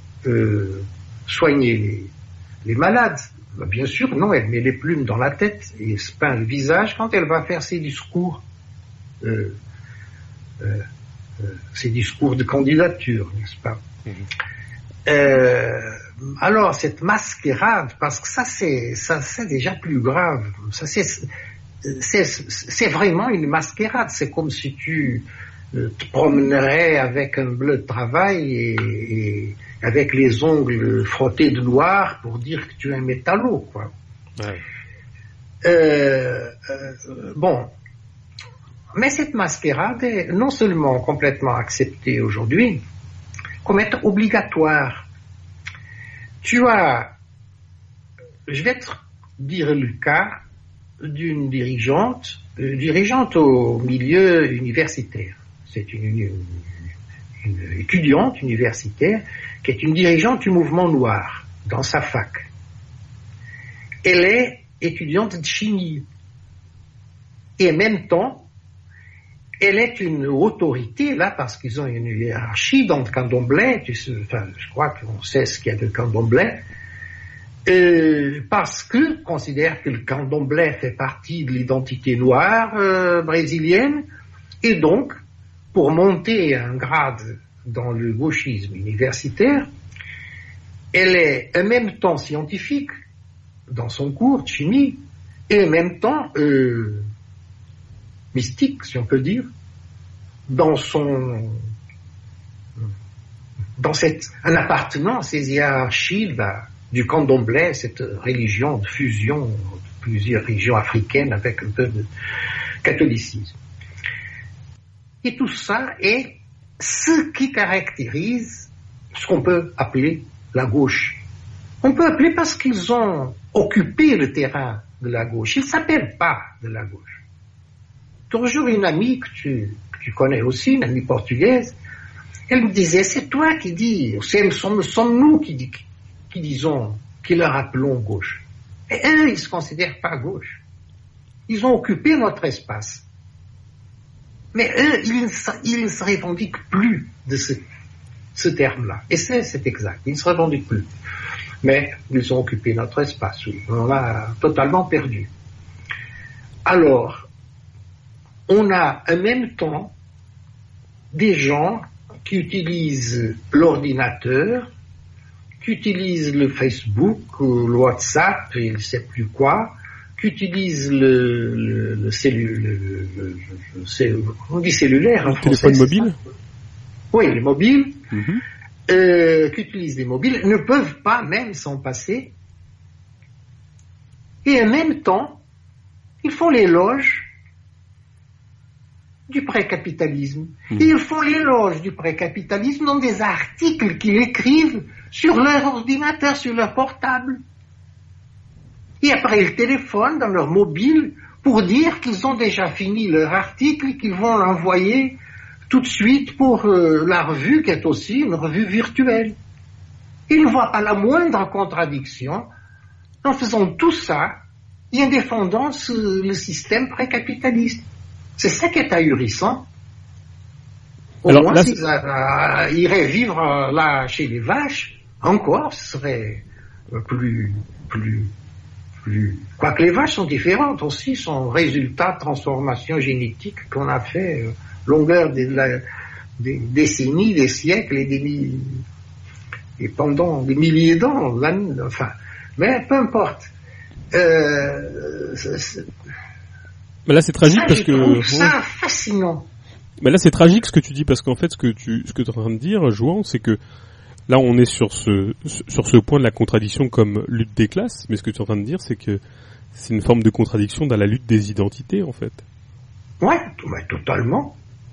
soigner les malades. Bien sûr, non, elle met les plumes dans la tête et se peint le visage quand elle va faire ses discours de candidature, n'est-ce pas? Alors, cette mascarade, parce que ça c'est déjà plus grave. Ça c'est vraiment une mascarade. C'est comme si tu te promènerais avec un bleu de travail et avec les ongles frottés de noir pour dire que tu es un métallo, quoi. Ouais. Bon. Mais cette mascarade est non seulement complètement acceptée aujourd'hui, comme étant obligatoire. Je vais te dire le cas d'une dirigeante au milieu universitaire. C'est une étudiante universitaire qui est une dirigeante du mouvement noir dans sa fac. Elle est étudiante de chimie. Et en même temps, elle est une autorité, là, parce qu'ils ont une hiérarchie dans le candomblé. Je crois qu'on sait ce qu'il y a de candomblé. Parce qu'ils considèrent que le candomblé fait partie de l'identité noire brésilienne. Et donc, pour monter un grade dans le gauchisme universitaire, elle est en même temps scientifique dans son cours de chimie et en même temps mystique, si on peut dire, dans un appartenant à ces hiérarchies du candomblé, cette religion de fusion de plusieurs régions africaines avec un peu de catholicisme. Et tout ça est ce qui caractérise ce qu'on peut appeler la gauche. On peut appeler parce qu'ils ont occupé le terrain de la gauche. Ils ne s'appellent pas de la gauche. Toujours une amie que tu connais aussi, une amie portugaise, elle me disait, c'est toi qui dis, sommes nous qui disons, qui leur appelons gauche. Et eux, ils ne se considèrent pas gauche. Ils ont occupé notre espace. Mais eux, ils ne se revendiquent plus de ce terme-là. Et c'est exact, ils ne se revendiquent plus. Mais ils ont occupé notre espace, oui. On l'a totalement perdu. Alors, on a en même temps des gens qui utilisent l'ordinateur qui utilise le Facebook, le WhatsApp, et je ne sais plus quoi, qui utilise le cellulaire, le téléphone mobile. Oui, les mobiles, qui utilisent les mobiles, ne peuvent pas même s'en passer. Et en même temps, ils font l'éloge du précapitalisme. Et ils font l'éloge du précapitalisme dans des articles qu'ils écrivent sur leur ordinateur, sur leur portable. Et après, ils téléphonent dans leur mobile pour dire qu'ils ont déjà fini leur article et qu'ils vont l'envoyer tout de suite pour la revue, qui est aussi une revue virtuelle. Ils ne voient pas la moindre contradiction en faisant tout ça et en défendant le système précapitaliste. C'est ça qui est ahurissant. Au moins, là, s'ils iraient vivre là chez les vaches, encore, ce serait plus. Quoique les vaches sont différentes aussi, sont résultat de transformation génétique qu'on a fait longueur des décennies, des siècles et pendant des milliers d'ans, enfin. Mais peu importe. Mais là, c'est tragique parce que. Je trouve ça fascinant. Mais là, c'est tragique ce que tu dis parce qu'en fait, ce que tu es en train de dire, Jouan, c'est que là, on est sur ce point de la contradiction comme lutte des classes. Mais ce que tu es en train de dire, c'est que c'est une forme de contradiction dans la lutte des identités, en fait. Ouais, totalement.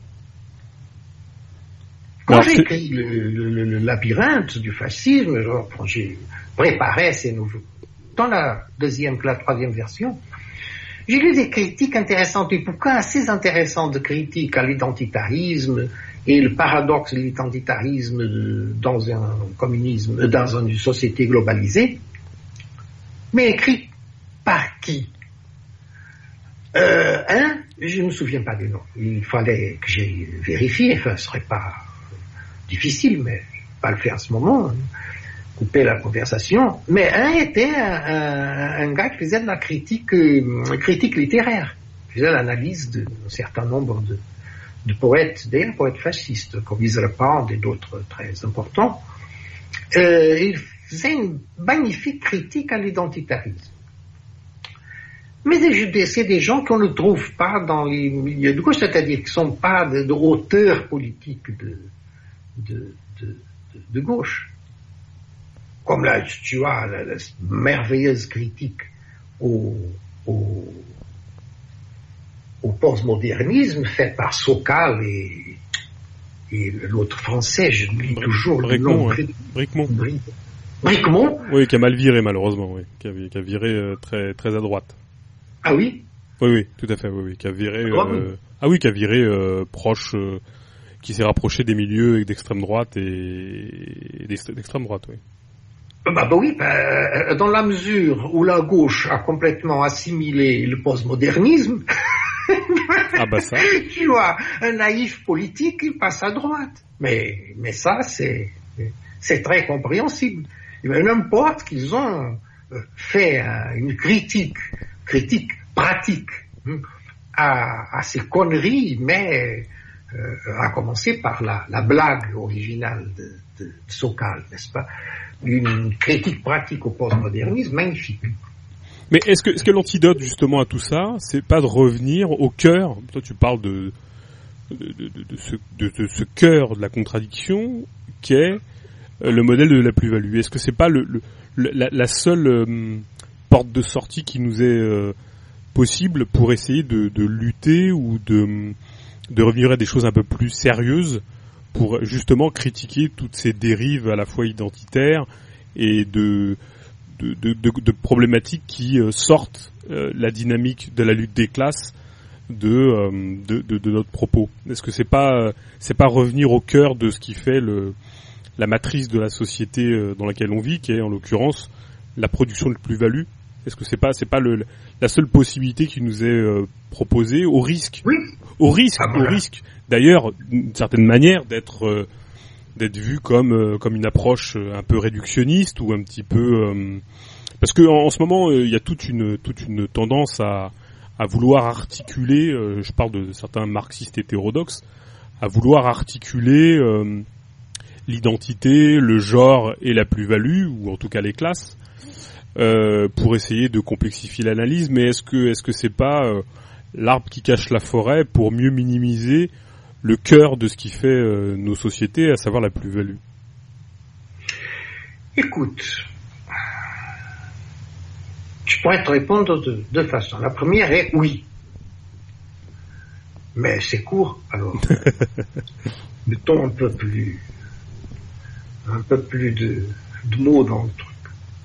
Quand j'ai écrit le labyrinthe du fascisme, j'ai préparé ces nouveaux. Dans la troisième version, j'ai lu des critiques intéressantes, et pourquoi assez intéressantes de critiques à l'identitarisme et le paradoxe de l'identitarisme dans un communisme, dans une société globalisée, mais écrites par qui? Je ne me souviens pas des noms. Il fallait que j'aille vérifier, enfin, ce serait pas difficile, mais je ne vais pas le faire à ce moment, couper la conversation. Mais un était un gars qui faisait de la critique littéraire, qui faisait l'analyse d'un certain nombre de poètes, d'ailleurs poètes fascistes, comme Israpand et d'autres très importants. Il faisait une magnifique critique à l'identitarisme. Mais c'est des gens qu'on ne trouve pas dans les milieux de gauche, c'est-à-dire qui ne sont pas de auteurs politiques de gauche. Comme là, tu as la merveilleuse critique au postmodernisme fait par Sokal et l'autre français, je oublie toujours le nom. Bricmont. Oui, qui a mal viré malheureusement, oui, qui a viré très très à droite. Ah oui. Oui, tout à fait, oui, qui a viré. Qui a viré proche, qui s'est rapproché des milieux d'extrême droite et d'extrême droite, oui. Dans la mesure où la gauche a complètement assimilé le postmodernisme, ça. Tu vois, un naïf politique, il passe à droite. Mais ça, c'est très compréhensible. N'importe qu'ils ont fait une critique pratique à ces conneries, mais à commencer par la blague originale de Sokal, n'est-ce pas? Une critique pratique au postmodernisme magnifique. Mais est-ce que l'antidote justement à tout ça, c'est pas de revenir au cœur? Toi, tu parles de ce cœur de la contradiction qui est le modèle de la plus-value. Est-ce que c'est pas la seule porte de sortie qui nous est possible pour essayer de lutter ou de revenir à des choses un peu plus sérieuses pour justement critiquer toutes ces dérives à la fois identitaires et de problématiques qui sortent la dynamique de la lutte des classes de notre propos? Est-ce que c'est pas revenir au cœur de ce qui fait la matrice de la société dans laquelle on vit, qui est en l'occurrence la production de plus-value? Est-ce que c'est pas la seule possibilité qui nous est proposée au risque? Oui. Au risque d'ailleurs d'une certaine manière d'être vu comme une approche un peu réductionniste ou un petit peu parce que en ce moment il y a toute une tendance à vouloir articuler, je parle de certains marxistes hétérodoxes, à vouloir articuler l'identité, le genre et la plus-value, ou en tout cas les classes, pour essayer de complexifier l'analyse. Mais est-ce que c'est pas l'arbre qui cache la forêt pour mieux minimiser le cœur de ce qui fait nos sociétés, à savoir la plus-value? Écoute, je pourrais te répondre de deux façons. La première est oui. Mais c'est court, alors. Mettons un peu plus de mots dans le truc.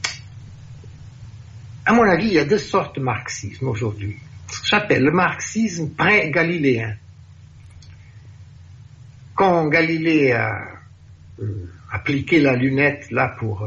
À mon avis, il y a deux sortes de marxisme aujourd'hui. Ce que j'appelle le marxisme pré-galiléen. Quand Galilée a appliqué la lunette là pour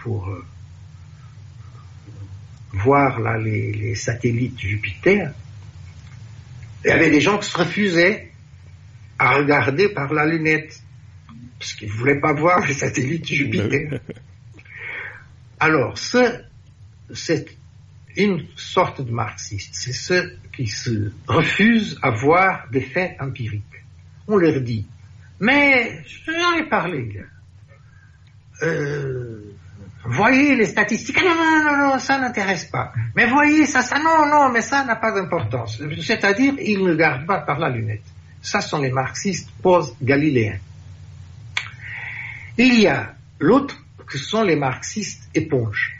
voir là les satellites Jupiter, il y avait des gens qui se refusaient à regarder par la lunette parce qu'ils ne voulaient pas voir les satellites Jupiter. Alors, c'est une sorte de marxiste. C'est ceux qui se refusent à voir des faits empiriques. On leur dit, mais j'en ai parlé, voyez les statistiques, non, ça n'intéresse pas. Mais voyez, ça, non, mais ça n'a pas d'importance. C'est-à-dire, ils ne regardent pas par la lunette. Ça sont les marxistes post-galiléens. Il y a l'autre, que sont les marxistes éponges.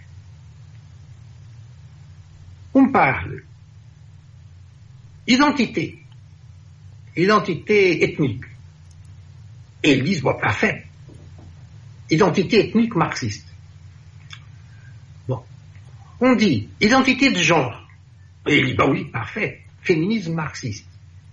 On parle identité ethnique. Et ils disent, bon, parfait. Identité ethnique marxiste. Bon. On dit, identité de genre. Et ils disent, bah oui, parfait. Féminisme marxiste.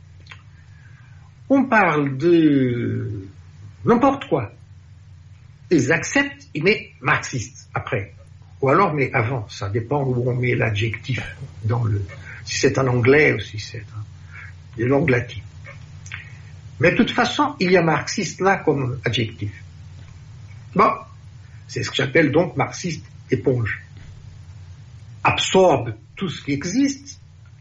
On parle de n'importe quoi. Ils acceptent, ils mettent marxiste après. Ou alors, mais avant, ça dépend où on met l'adjectif si c'est en anglais ou si c'est des langues latines. Mais de toute façon, il y a marxiste là comme adjectif. Bon, c'est ce que j'appelle donc marxiste éponge. Absorbe tout ce qui existe.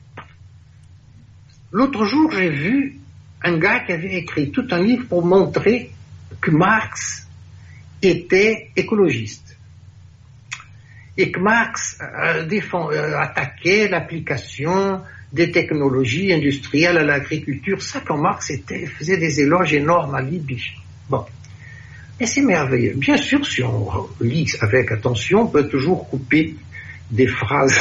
L'autre jour, j'ai vu un gars qui avait écrit tout un livre pour montrer que Marx était écologiste. Et que Marx attaquait l'application des technologies industrielles à l'agriculture. Ça, quand Marx faisait des éloges énormes à Libye. Bon. Et c'est merveilleux. Bien sûr, si on lit avec attention, on peut toujours couper des phrases.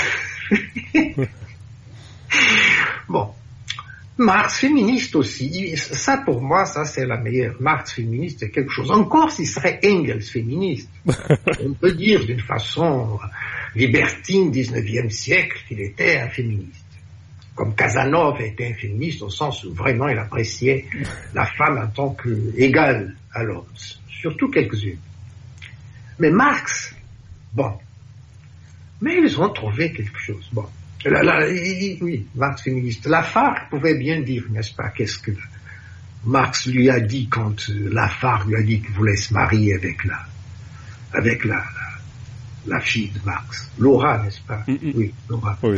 Bon. Marx féministe aussi. Ça, pour moi, ça, c'est la meilleure. Marx féministe, c'est quelque chose. Encore s'il serait Engels féministe. On peut dire d'une façon libertine, 19e siècle, qu'il était un féministe. Comme Casanova était un féministe au sens où vraiment il appréciait la femme en tant qu'égale à l'homme. Surtout quelques-unes. Mais Marx, bon. Mais ils ont trouvé quelque chose. Bon. Oui, Marx féministe. Lafargue pouvait bien dire, n'est-ce pas, qu'est-ce que Marx lui a dit quand Lafargue lui a dit qu'il voulait se marier avec la fille de Marx. Laura, n'est-ce pas? Oui, Laura. Oui.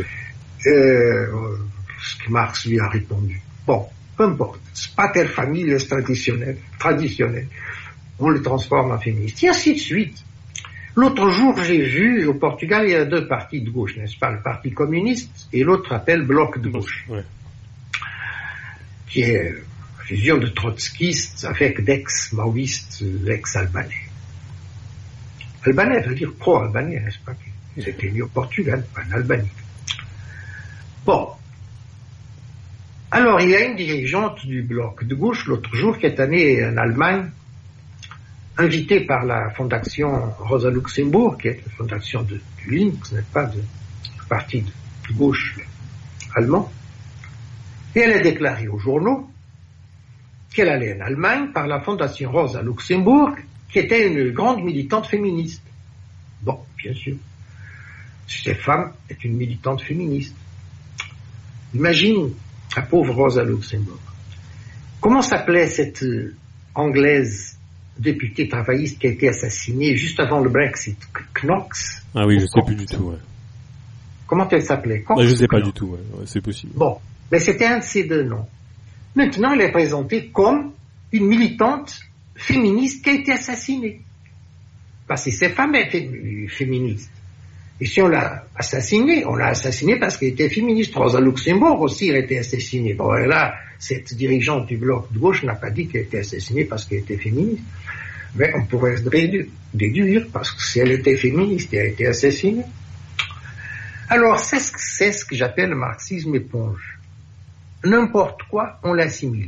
Ce que Marx lui a répondu. Bon, peu importe. C'est pas telle famille, c'est traditionnel. On le transforme en féministe. Et ainsi de suite. L'autre jour, j'ai vu, au Portugal, il y a deux partis de gauche, n'est-ce pas? Le Parti communiste et l'autre appelle Bloc de gauche. Ouais. Qui est fusion de trotskistes avec d'ex-maoïstes, ex-albanais. Albanais veut dire pro-albanais, n'est-ce pas? Ils étaient nés au Portugal, pas en Albanie. Bon. Alors, il y a une dirigeante du Bloc de gauche, l'autre jour, qui est allée en Allemagne, invitée par la fondation Rosa Luxemburg, qui est la fondation du Links, n'est pas du parti de gauche allemand. Et elle a déclaré aux journaux qu'elle allait en Allemagne par la fondation Rosa Luxemburg, qui était une grande militante féministe. Bon, bien sûr. Cette femme est une militante féministe. Imagine la pauvre Rosa Luxemburg. Comment s'appelait cette Anglaise députée travailliste qui a été assassinée juste avant le Brexit? Knox? Ah oui, je ne sais plus du tout. Ouais. Comment elle s'appelait? Je ne sais pas du tout, ouais, c'est possible. Bon, mais c'était un de ces deux noms. Maintenant, elle est présentée comme une militante féministe qui a été assassinée. Parce que cette femme était féministe. Et si on l'a assassinée parce qu'elle était féministe. Rosa Luxembourg aussi, elle a été assassinée. Bon, et là, cette dirigeante du bloc de gauche n'a pas dit qu'elle était assassinée parce qu'elle était féministe. Mais on pourrait déduire, parce que si elle était féministe, elle a été assassinée. Alors, c'est ce que j'appelle le marxisme éponge. N'importe quoi, on l'assimile.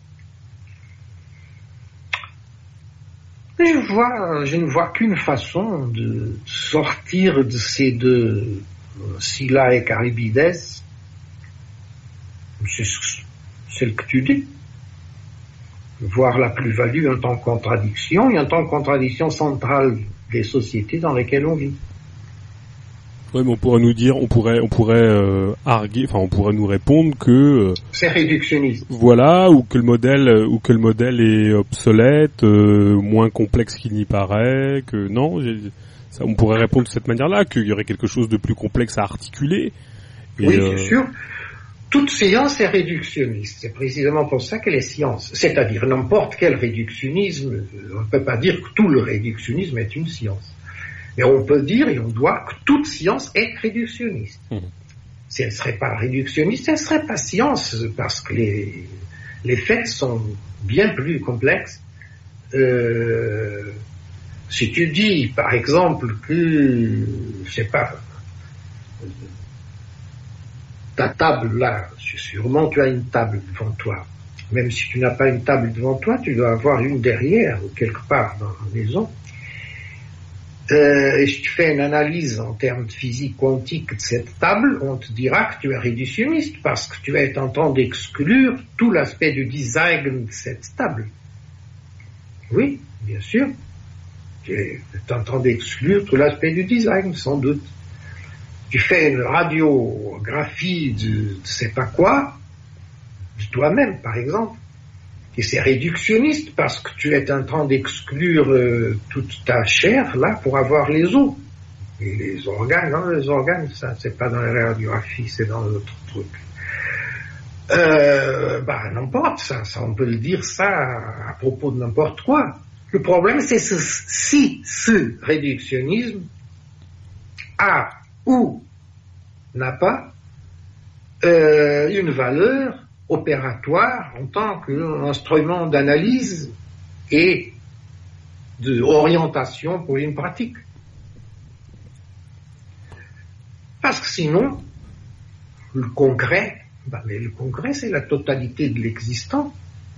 Je ne vois qu'une façon de sortir de ces deux, Scylla et Charybdis. C'est celle que tu dis. Voir la plus-value en tant que contradiction et en tant que contradiction centrale des sociétés dans lesquelles on vit. Oui, mais on pourrait nous dire, on pourrait arguer, enfin on pourrait nous répondre que c'est réductionniste. Voilà, ou que le modèle est obsolète, moins complexe qu'il n'y paraît, que non, on pourrait répondre de cette manière-là, qu'il y aurait quelque chose de plus complexe à articuler. Et oui, c'est sûr. Toute science est réductionniste. C'est précisément pour ça qu'elle est science. C'est-à-dire n'importe quel réductionnisme. On ne peut pas dire que tout le réductionnisme est une science. Mais on peut dire et on doit que toute science est réductionniste. Si elle ne serait pas réductionniste, elle ne serait pas science, parce que les faits sont bien plus complexes. Si tu dis, par exemple, que, je sais pas, ta table là, sûrement tu as une table devant toi. Même si tu n'as pas une table devant toi, tu dois avoir une derrière ou quelque part dans la maison. Et si tu fais une analyse en termes de physique quantique de cette table, on te dira que tu es réductionniste parce que tu es en train d'exclure tout l'aspect du design de cette table. Oui, bien sûr. Tu es en train d'exclure tout l'aspect du design, sans doute. Tu fais une radiographie de sais pas quoi, de toi-même, par exemple. Et c'est réductionniste parce que tu es en train d'exclure toute ta chair, là, pour avoir les os. Et les organes, non, les organes, ça, c'est pas dans la radiographie, c'est dans l'autre truc. N'importe, ça, on peut le dire ça à propos de n'importe quoi. Le problème, c'est si ce réductionnisme a ou n'a pas une valeur opératoire en tant qu'instrument d'analyse et d'orientation pour une pratique. Parce que sinon, le concret, mais le concret c'est la totalité de l'existant.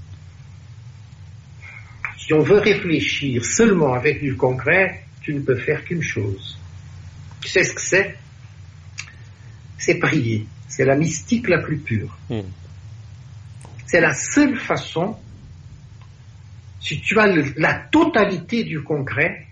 Si on veut réfléchir seulement avec du concret, tu ne peux faire qu'une chose. Tu sais ce que c'est ? C'est prier. C'est la mystique la plus pure. C'est la seule façon, si tu as la totalité du concret,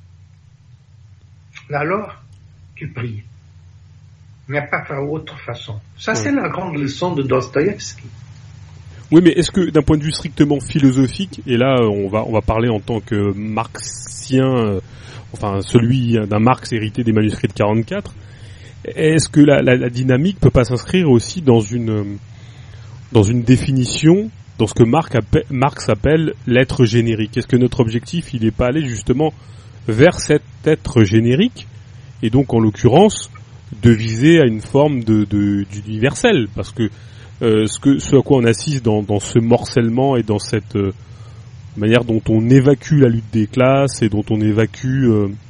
alors tu pries. Il n'y a pas autre façon. Ça, c'est la grande leçon de Dostoïevski. Oui, mais est-ce que d'un point de vue strictement philosophique, et là on va parler en tant que marxien, celui d'un Marx hérité des manuscrits de 44, est-ce que la dynamique peut pas s'inscrire aussi dans une définition, dans ce que Marx appelle l'être générique? Est-ce que notre objectif, il n'est pas allé justement vers cet être générique, et donc en l'occurrence de viser à une forme d'universel? Parce que ce à quoi on assiste dans ce morcellement et dans cette manière dont on évacue la lutte des classes et dont on évacue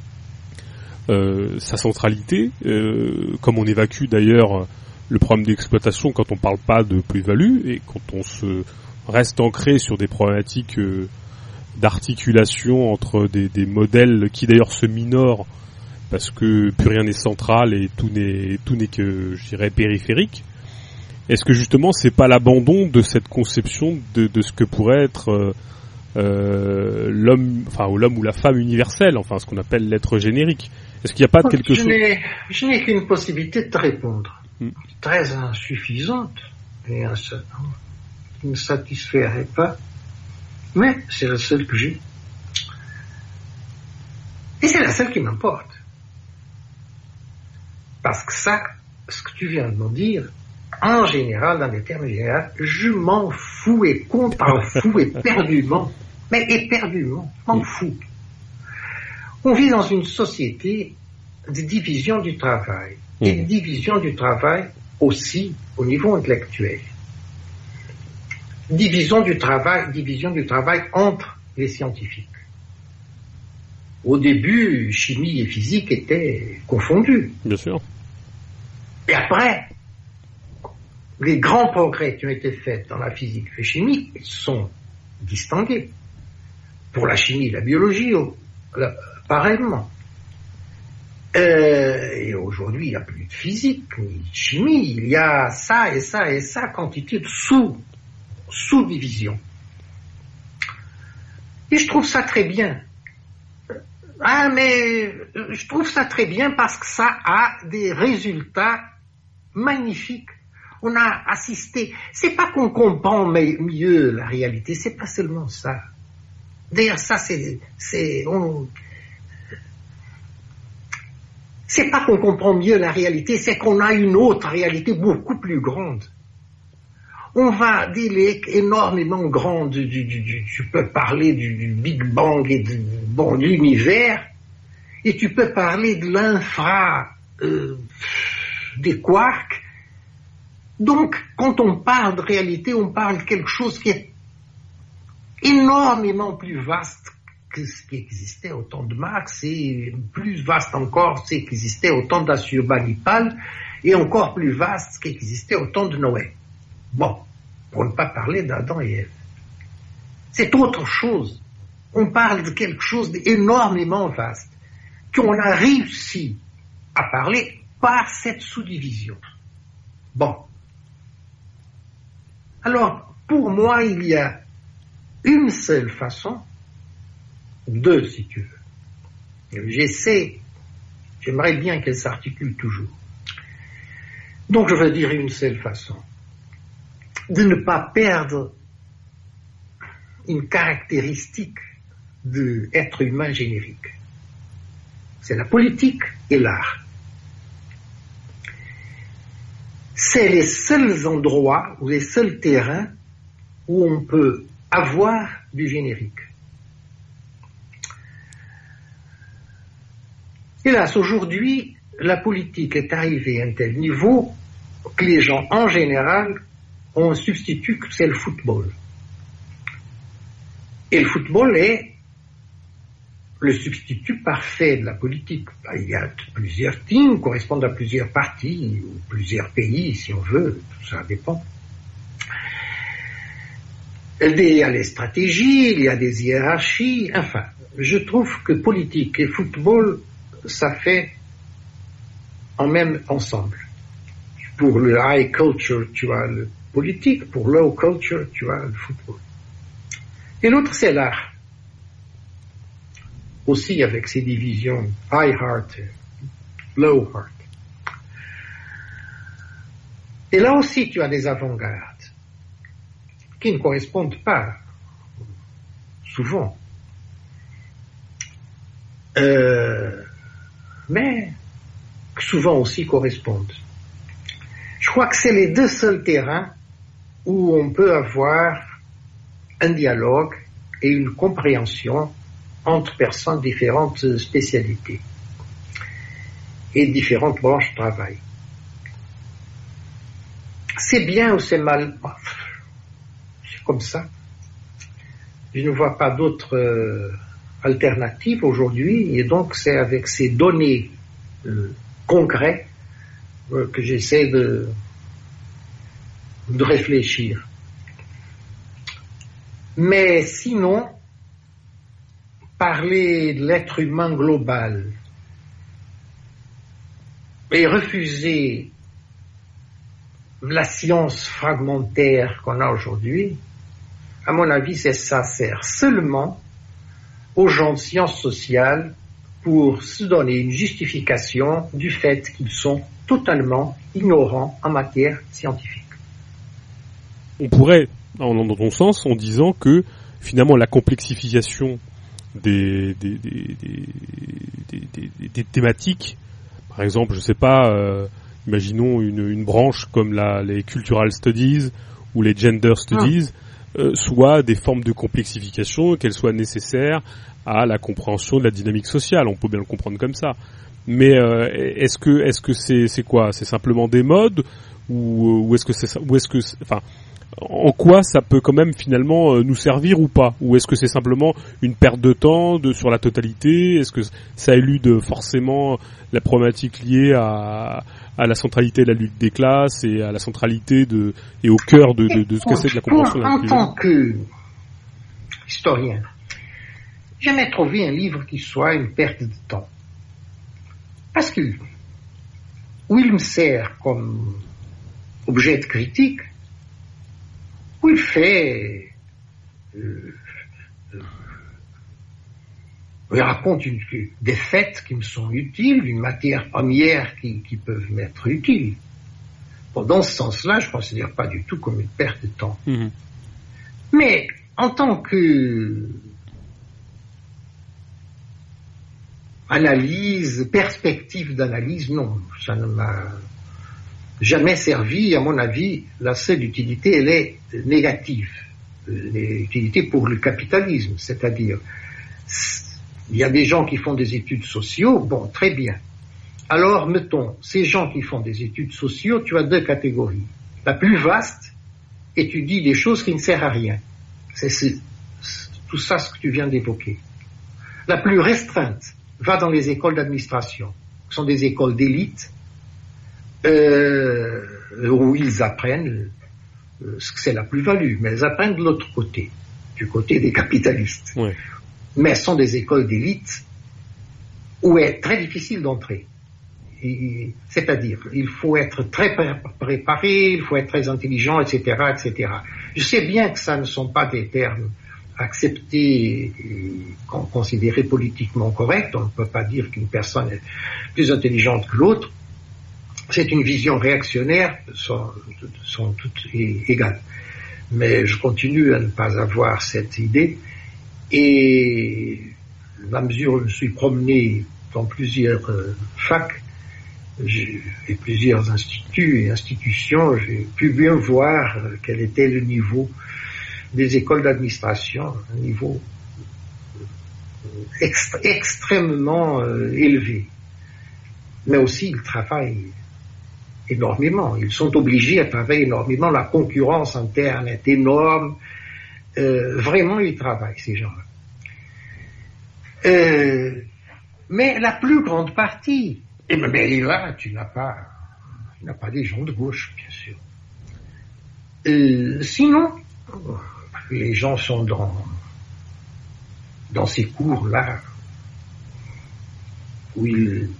sa centralité, comme on évacue d'ailleurs le problème d'exploitation quand on parle pas de plus-value et quand on se reste ancré sur des problématiques d'articulation entre des modèles qui d'ailleurs se minorent parce que plus rien n'est central et tout n'est que, je dirais, périphérique. Est-ce que justement c'est pas l'abandon de cette conception de ce que pourrait être l'homme ou la femme universelle, ce qu'on appelle l'être générique? Est-ce qu'il n'y a pas quelque chose? Je n'ai qu'une possibilité de te répondre, très insuffisante et qui ne satisferait pas, mais c'est la seule que j'ai. Et c'est la seule qui m'importe. Parce que ça, ce que tu viens de me dire, en général, dans les termes généraux, je m'en fous et contre fou éperdument Mais éperdument, m'en fous. On vit dans une société de division du travail, et de division du travail aussi au niveau intellectuel. Division du travail entre les scientifiques. Au début, chimie et physique étaient confondues. Bien sûr. Et après, les grands progrès qui ont été faits dans la physique et la chimie sont distingués. Pour la chimie et la biologie, pareillement. Et aujourd'hui, il n'y a plus de physique, ni de chimie. Il y a ça et ça et ça, quantité de sous-divisions. Et je trouve ça très bien. Mais je trouve ça très bien parce que ça a des résultats magnifiques. On a assisté. C'est pas qu'on comprend mieux la réalité, c'est pas seulement ça. D'ailleurs, ça, c'est pas qu'on comprend mieux la réalité, c'est qu'on a une autre réalité beaucoup plus grande. On va dire énormément grande, tu peux parler du Big Bang et de l'univers, et tu peux parler de des quarks. Donc, quand on parle de réalité, on parle de quelque chose qui est énormément plus vaste que ce qui existait au temps de Marx, et plus vaste encore ce qui existait au temps d'Assurbanipal, et encore plus vaste ce qui existait au temps de Noé. Bon, pour ne pas parler d'Adam et Ève. C'est autre chose. On parle de quelque chose d'énormément vaste, qu'on a réussi à parler par cette sous-division. Bon. Alors, pour moi, il y a une seule façon, deux si tu veux. J'aimerais bien qu'elle s'articule toujours. Donc je veux dire une seule façon, de ne pas perdre une caractéristique de être humain générique. C'est la politique et l'art. C'est les seuls endroits ou les seuls terrains où on peut avoir du générique. Hélas, aujourd'hui, la politique est arrivée à un tel niveau que les gens, en général, ont un substitut que c'est le football. Et le football est le substitut parfait de la politique. Il y a plusieurs teams, correspondent à plusieurs partis, ou plusieurs pays, si on veut, tout ça dépend. Il y a les stratégies, il y a des hiérarchies, enfin, je trouve que politique et football, ça fait en même ensemble. Pour le high culture, tu as le politique, pour low culture, tu as le football. Et l'autre, c'est l'art. Aussi avec ses divisions high heart, low heart. Et là aussi, tu as des avant-gardes qui ne correspondent pas souvent. Mais souvent aussi correspondent. Je crois que c'est les deux seuls terrains où on peut avoir un dialogue et une compréhension entre personnes de différentes spécialités et différentes branches de travail. C'est bien ou c'est mal? C'est comme ça. Je ne vois pas d'autres alternatives aujourd'hui, et donc c'est avec ces données concrètes que j'essaie de réfléchir. Mais sinon, parler de l'être humain global et refuser la science fragmentaire qu'on a aujourd'hui, à mon avis, ça sert seulement aux gens de sciences sociales pour se donner une justification du fait qu'ils sont totalement ignorants en matière scientifique. On pourrait, dans ton sens, en disant que finalement la complexification des thématiques, par exemple, je sais pas, imaginons une branche comme les cultural studies ou les gender studies, soient des formes de complexification, qu'elles soient nécessaires à la compréhension de la dynamique sociale. On peut bien le comprendre comme ça. Mais est-ce que c'est quoi? C'est simplement des modes ou est-ce que enfin, en quoi ça peut quand même finalement nous servir ou pas? Ou est-ce que c'est simplement une perte de temps sur la totalité? Est-ce que ça élude forcément la problématique liée à la centralité de la lutte des classes et à la centralité et au cœur de ce que c'est de la compréhension de la En tant que historien, j'ai jamais trouvé un livre qui soit une perte de temps. Parce que où il me sert comme objet de critique, où il fait, il raconte des faits qui me sont utiles, une matière première qui peuvent m'être utiles. Bon, dans ce sens-là, je ne considère pas du tout comme une perte de temps. Mmh. Mais en tant que perspective d'analyse, non, ça ne m'a jamais servi. À mon avis, la seule utilité, elle est négative. L'utilité pour le capitalisme, c'est-à-dire, il y a des gens qui font des études sociaux, bon, très bien. Alors, mettons, ces gens qui font des études sociaux, tu as deux catégories. La plus vaste étudie des choses qui ne servent à rien. C'est tout ça ce que tu viens d'évoquer. La plus restreinte va dans les écoles d'administration, qui sont des écoles d'élite, où ils apprennent ce que c'est la plus-value, mais ils apprennent de l'autre côté, du côté des capitalistes. Ouais. Mais ce sont des écoles d'élite où il est très difficile d'entrer. C'est-à-dire, il faut être très préparé, il faut être très intelligent, etc., etc. Je sais bien que ça ne sont pas des termes acceptés et considérés politiquement corrects. On ne peut pas dire qu'une personne est plus intelligente que l'autre. C'est une vision réactionnaire, sont toutes égales. Mais je continue à ne pas avoir cette idée. Et à la mesure où je me suis promené dans plusieurs facs et plusieurs instituts et institutions, j'ai pu bien voir quel était le niveau des écoles d'administration, un niveau extrêmement élevé. Mais aussi, ils travaillent énormément. Ils sont obligés à travailler énormément. La concurrence interne est énorme. Vraiment, ils travaillent, ces gens-là. Mais la plus grande partie, mais là, tu n'as pas des gens de gauche, bien sûr. Sinon, les gens sont dans ces cours-là où ils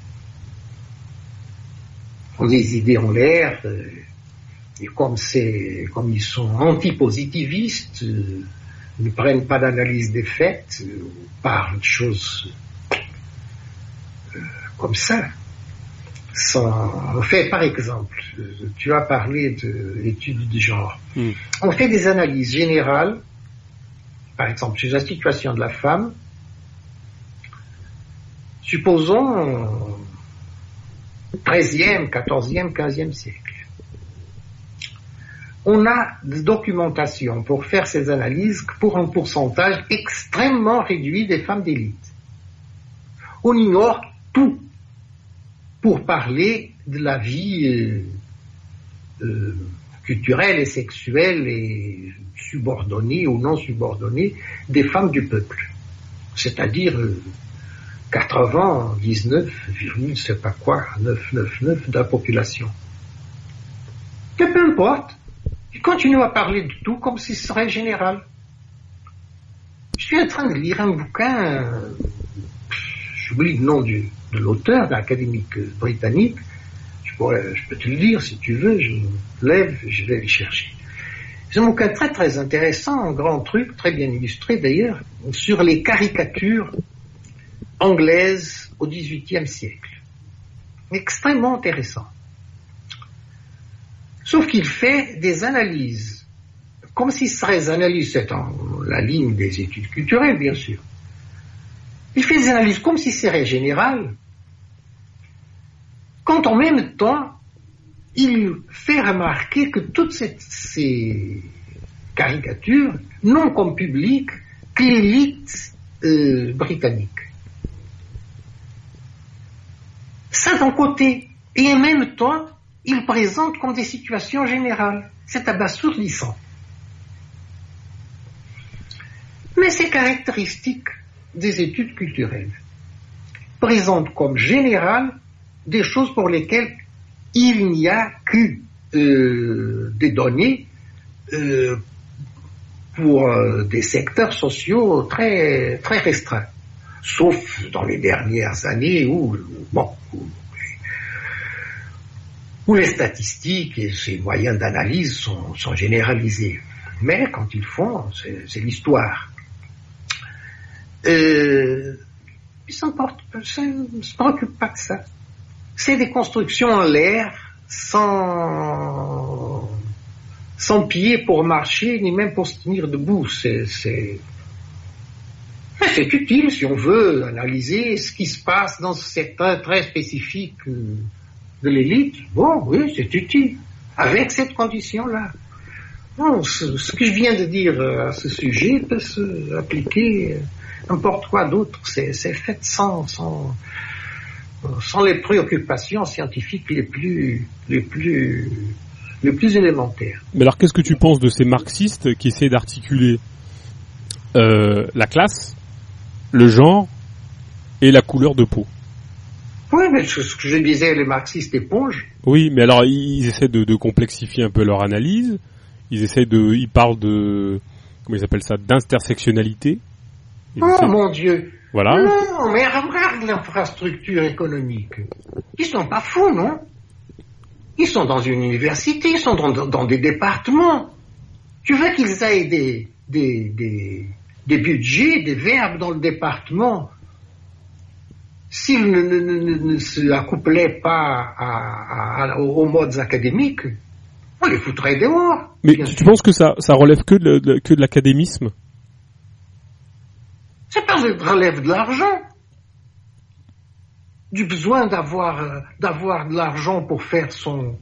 ont des idées en l'air, et comme ils sont antipositivistes, ne prennent pas d'analyse des faits, parlent de choses comme ça. On fait, par exemple, tu as parlé d'études de genre. On fait des analyses générales, par exemple, sur la situation de la femme. Supposons 13e, 14e, 15e siècle. On a des documentations pour faire ces analyses pour un pourcentage extrêmement réduit des femmes d'élite. On ignore tout pour parler de la vie culturelle et sexuelle et subordonnée ou non subordonnée des femmes du peuple. C'est-à-dire 99,999 de la population. Que peu importe, ils continuent à parler de tout comme si ce serait général. Je suis en train de lire un bouquin, j'oublie le nom de l'auteur, l'académique britannique, je peux te le dire si tu veux, je me lève, je vais le chercher. C'est un bouquin très très intéressant, un grand truc, très bien illustré d'ailleurs, sur les caricatures anglaises au XVIIIe siècle. Extrêmement intéressant. Sauf qu'il fait des analyses, comme si ce serait des analyses, c'est en la ligne des études culturelles, bien sûr. Il fait des analyses comme si ce serait général, quand en même temps, il fait remarquer que toutes ces caricature, non comme public, que l'élite britannique. Ça d'un côté, et en même temps, il présente comme des situations générales. C'est abasourdissant. Mais ces caractéristiques des études culturelles présentent comme générales des choses pour lesquelles il n'y a que des données pour des secteurs sociaux très, très restreints. Sauf dans les dernières années où les statistiques et ces moyens d'analyse sont généralisés. Mais quand ils font, c'est l'histoire. Ils ne se préoccupent pas de ça. C'est des constructions en l'air, sans pied pour marcher, ni même pour se tenir debout. C'est utile si on veut analyser ce qui se passe dans ce secteur très spécifique de l'élite. Bon, oui, c'est utile. Avec cette condition-là. Bon, ce que je viens de dire à ce sujet peut s'appliquer n'importe quoi d'autre. C'est fait sans les préoccupations scientifiques les plus élémentaires. Mais alors, qu'est-ce que tu penses de ces marxistes qui essaient d'articuler la classe, le genre et la couleur de peau? Oui, mais ce que je disais, les marxistes éponges. Oui, mais alors ils essaient de complexifier un peu leur analyse. Ils parlent de, comment ils appellent ça, d'intersectionnalité. Mon Dieu. Voilà. Non, mais regarde l'infrastructure économique. Ils sont pas fous, non? Ils sont dans une université, ils sont dans des départements. Tu veux qu'ils aient des budgets, des verbes dans le département? S'ils ne se accouplaient pas aux modes académiques, on les foutrait dehors. Mais tu penses que ça relève que de l'académisme? C'est pas relève de l'argent. Du besoin d'avoir de l'argent pour faire son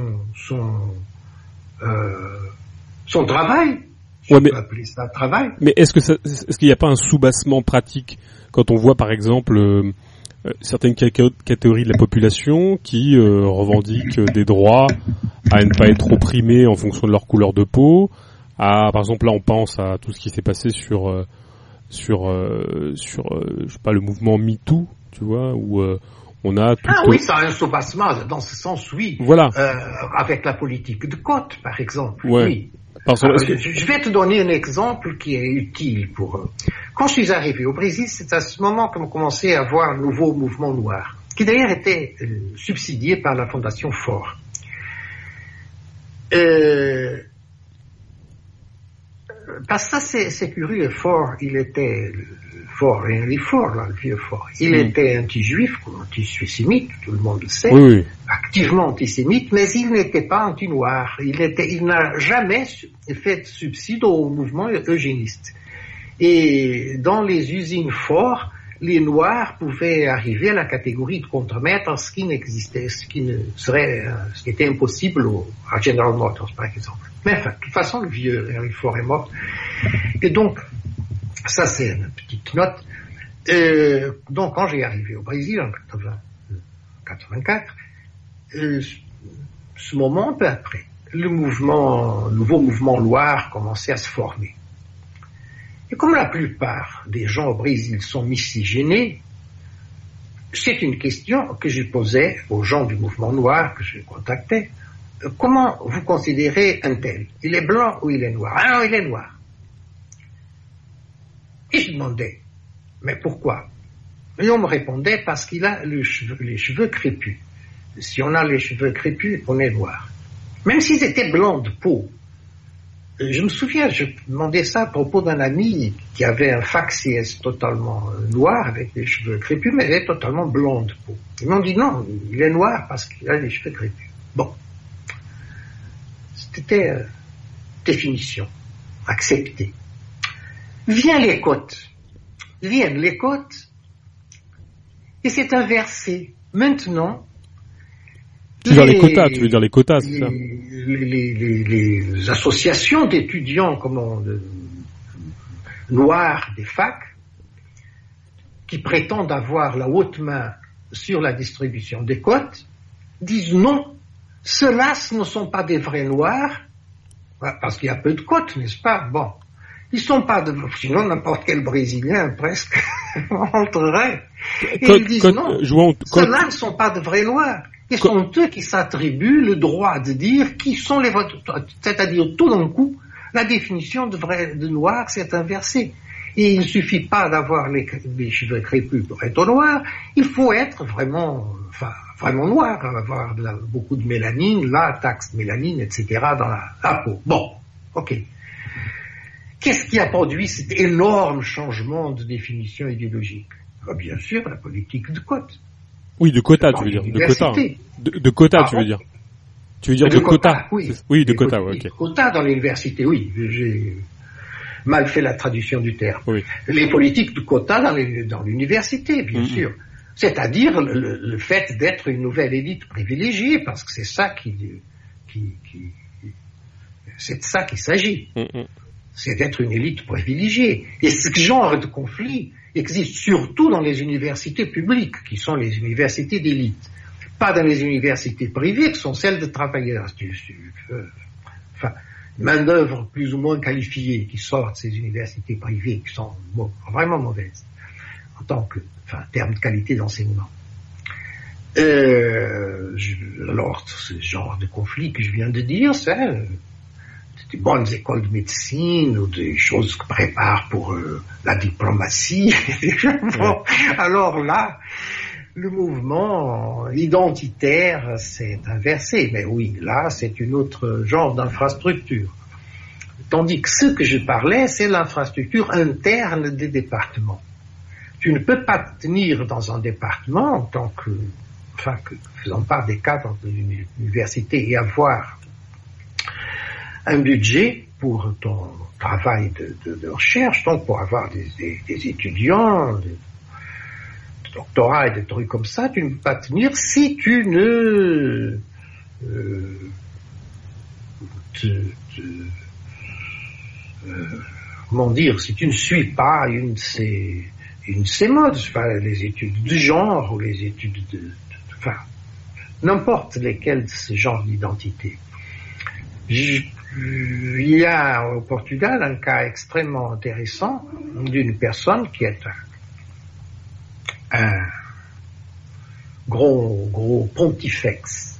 travail. Ouais, mais, on peut appeler ça travail. Mais est-ce qu'il n'y a pas un soubassement pratique quand on voit par exemple certaines catégories de la population qui revendiquent des droits à ne pas être opprimés en fonction de leur couleur de peau, par exemple là on pense à tout ce qui s'est passé sur je sais pas, le mouvement MeToo, tu vois, où on a tout. Ah oui, ça a un soubassement dans ce sens, oui. Voilà. Avec la politique de quote, par exemple. Ouais. Oui. Je vais te donner un exemple qui est utile pour. Quand je suis arrivé au Brésil, c'est à ce moment qu'on commençait à voir un nouveau mouvement noir, qui d'ailleurs était subsidié par la Fondation Ford. Parce que ça, c'est curieux. Ford, il était Ford, Henry Ford, là, le vieux Ford. Il était anti-juif, anti-sémite, tout le monde le sait, oui. Activement antisémite, mais il n'était pas anti-noir. Il n'a jamais fait subside au mouvement eugéniste. Et dans les usines Ford, les Noirs pouvaient arriver à la catégorie de contremaître, ce qui était impossible à General Motors, par exemple. Mais enfin, de toute façon, le vieux Henry Ford est mort. Et donc, ça c'est une petite note. Donc, quand j'ai arrivé au Brésil, en 84, ce moment, un peu après, le nouveau mouvement noir commençait à se former. Et comme la plupart des gens au Brésil sont miscigénés, c'est une question que je posais aux gens du mouvement noir que je contactais. Comment vous considérez un tel? Il est blanc ou il est noir? Ah non, il est noir. Et je demandais, mais pourquoi? Et on me répondait, parce qu'il a les cheveux crépus. Si on a les cheveux crépus, on est noir. Même s'ils étaient blancs de peau. Je me souviens, je demandais ça à propos d'un ami qui avait un faciès totalement noir avec les cheveux crépus, mais il est totalement blanc de peau. Ils m'ont dit non, il est noir parce qu'il a les cheveux crépus. Bon. C'était définition, acceptée. Viennent les côtes, et c'est inversé. Maintenant, Tu veux dire les quotas, c'est ça? Les associations d'étudiants, noirs des facs, qui prétendent avoir la haute main sur la distribution des quotes, disent non, ceux-là, ce ne sont pas des vrais noirs, parce qu'il y a peu de quotes, n'est-ce pas? Bon. Ils sont pas sinon n'importe quel Brésilien, presque, entrerait. Et ils disent non, ceux-là ne sont pas de vrais noirs. Ce sont eux qui s'attribuent le droit de dire qui sont les vrais, c'est-à-dire tout d'un coup, la définition de noir s'est inversée. Et il ne suffit pas d'avoir les cheveux crépus pour être noir, il faut être vraiment noir, avoir beaucoup de mélanine, taxe mélanine, etc. dans la peau. Bon, ok. Qu'est-ce qui a produit cet énorme changement de définition idéologique? Bien sûr, la politique de quotes. Oui, de quotas, tu veux dire. De quotas. De quotas, tu veux dire. Tu veux dire de quotas? Oui, de quotas, ok. Quotas dans l'université, oui. J'ai mal fait la traduction du terme. Oui. Les politiques de quotas dans l'université, bien sûr. C'est-à-dire le fait d'être une nouvelle élite privilégiée, parce que c'est ça c'est de ça qu'il s'agit. C'est d'être une élite privilégiée. Et ce genre de conflit existe surtout dans les universités publiques, qui sont les universités d'élite. Pas dans les universités privées, qui sont celles de travailleurs. Main-d'œuvre plus ou moins qualifiée qui sortent de ces universités privées, qui sont vraiment mauvaises, en termes de qualité d'enseignement. Alors, ce genre de conflit que je viens de dire, c'est des bonnes écoles de médecine ou des choses que préparent pour la diplomatie. Bon, alors là, le mouvement identitaire s'est inversé. Mais oui, là, c'est un autre genre d'infrastructure. Tandis que ce que je parlais, c'est l'infrastructure interne des départements. Tu ne peux pas tenir dans un département en tant que faisant part des cadres de l'université et avoir un budget pour ton travail de recherche, donc pour avoir des étudiants, de doctorat et des trucs comme ça, tu ne peux pas tenir si tu ne si tu ne suis pas une de ces modes, les études de genre ou les études n'importe lesquelles de ce genre d'identité. Il y a au Portugal un cas extrêmement intéressant d'une personne qui est un gros pontifex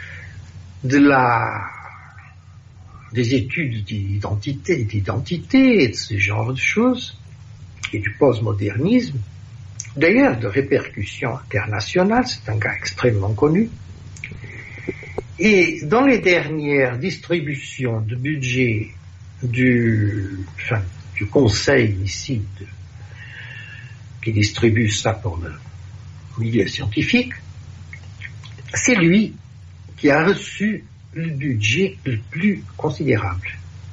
des études d'identité et de ce genre de choses, et du postmodernisme, d'ailleurs de répercussions internationales, c'est un cas extrêmement connu. Et dans les dernières distributions de budget du conseil ici qui distribue ça pour le milieu scientifique, c'est lui qui a reçu le budget le plus considérable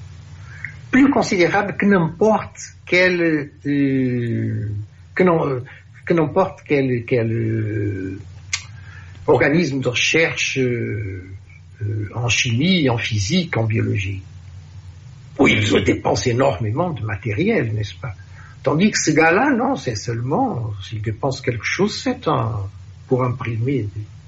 que n'importe quel organisme de recherche en chimie, en physique, en biologie. Oui, ils ont dépensé énormément de matériel, n'est-ce pas? Tandis que ce gars-là, non, c'est seulement, s'il dépense quelque chose, c'est pour imprimer.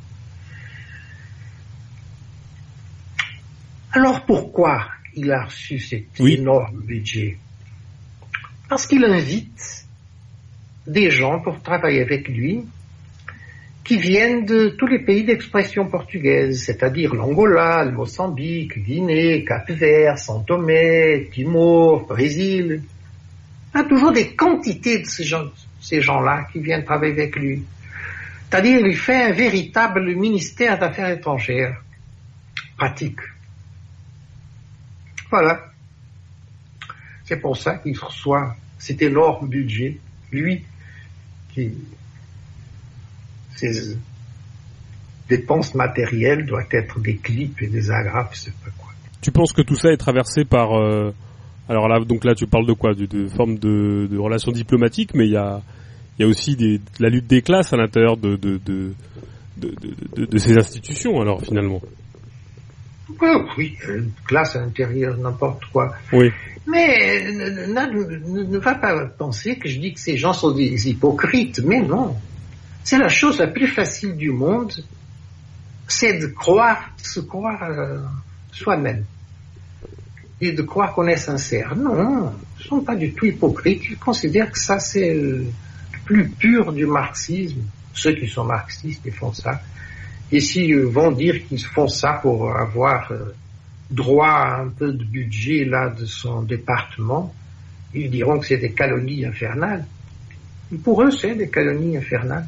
Alors pourquoi il a reçu cet énorme budget? Parce qu'il invite des gens pour travailler avec lui qui viennent de tous les pays d'expression portugaise, c'est-à-dire l'Angola, le Mozambique, Guinée, Cap-Vert, São Tomé, Timor, Brésil. Il y a toujours des quantités de ces gens-là qui viennent travailler avec lui. C'est-à-dire, il fait un véritable ministère d'Affaires étrangères pratique. Voilà. C'est pour ça qu'il reçoit cet énorme budget, lui, qui ses dépenses matérielles doivent être des clips et des agrafes, je sais pas quoi. Tu penses que tout ça est traversé par alors là, donc là, tu parles de quoi, de forme de relations diplomatiques, mais il y a aussi la lutte des classes à l'intérieur de de ces institutions, alors, finalement. Oui, une classe à l'intérieur, n'importe quoi. Oui. Mais ne va pas penser que je dis que ces gens sont des hypocrites, mais non. C'est la chose la plus facile du monde, c'est de se croire soi-même. Et de croire qu'on est sincère. Non, ils ne sont pas du tout hypocrites. Ils considèrent que ça, c'est le plus pur du marxisme. Ceux qui sont marxistes, ils font ça. Et s'ils vont dire qu'ils font ça pour avoir droit à un peu de budget là de son département, ils diront que c'est des calomnies infernales. Et pour eux, c'est des calomnies infernales.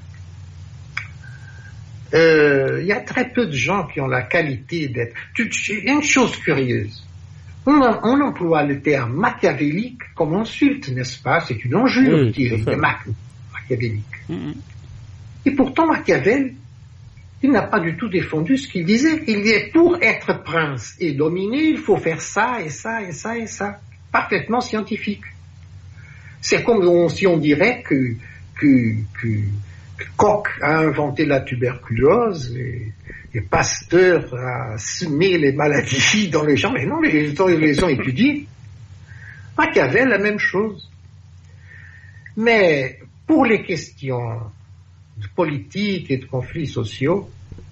Il y a très peu de gens qui ont la qualité d'être... Il y a une chose curieuse. On emploie le terme machiavélique comme insulte, n'est-ce pas? C'est une injure, machiavélique. Et pourtant, Machiavel, il n'a pas du tout défendu ce qu'il disait. Il disait, pour être prince et dominer, il faut faire ça et ça et ça et ça. Parfaitement scientifique. C'est comme si on dirait que Koch a inventé la tuberculose et Pasteur a semé les maladies dans les gens. Mais non, les ont étudiés. Machiavel, la même chose. Mais pour les questions de politique et de conflits sociaux,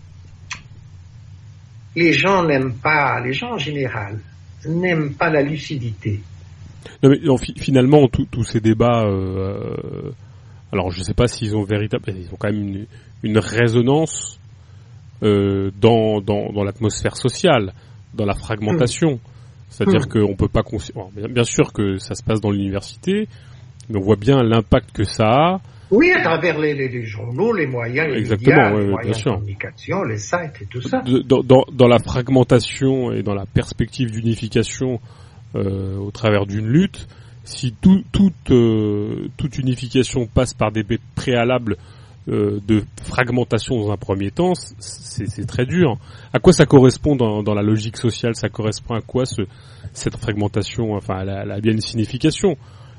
les gens en général, n'aiment pas la lucidité. Non, mais finalement, tous ces débats, alors je ne sais pas s'ils ont ils ont quand même une résonance dans l'atmosphère sociale, dans la fragmentation. C'est-à-dire qu'on peut pas bien sûr que ça se passe dans l'université, mais on voit bien l'impact que ça a. Oui, à travers les journaux, les moyens, les médias, les moyens de communication, les sites et tout ça. Dans la fragmentation et dans la perspective d'unification au travers d'une lutte, si toute unification passe par des préalables de fragmentation dans un premier temps, c'est très dur. À quoi ça correspond dans la logique sociale? Ça correspond à quoi cette fragmentation? Enfin, elle a bien une signification.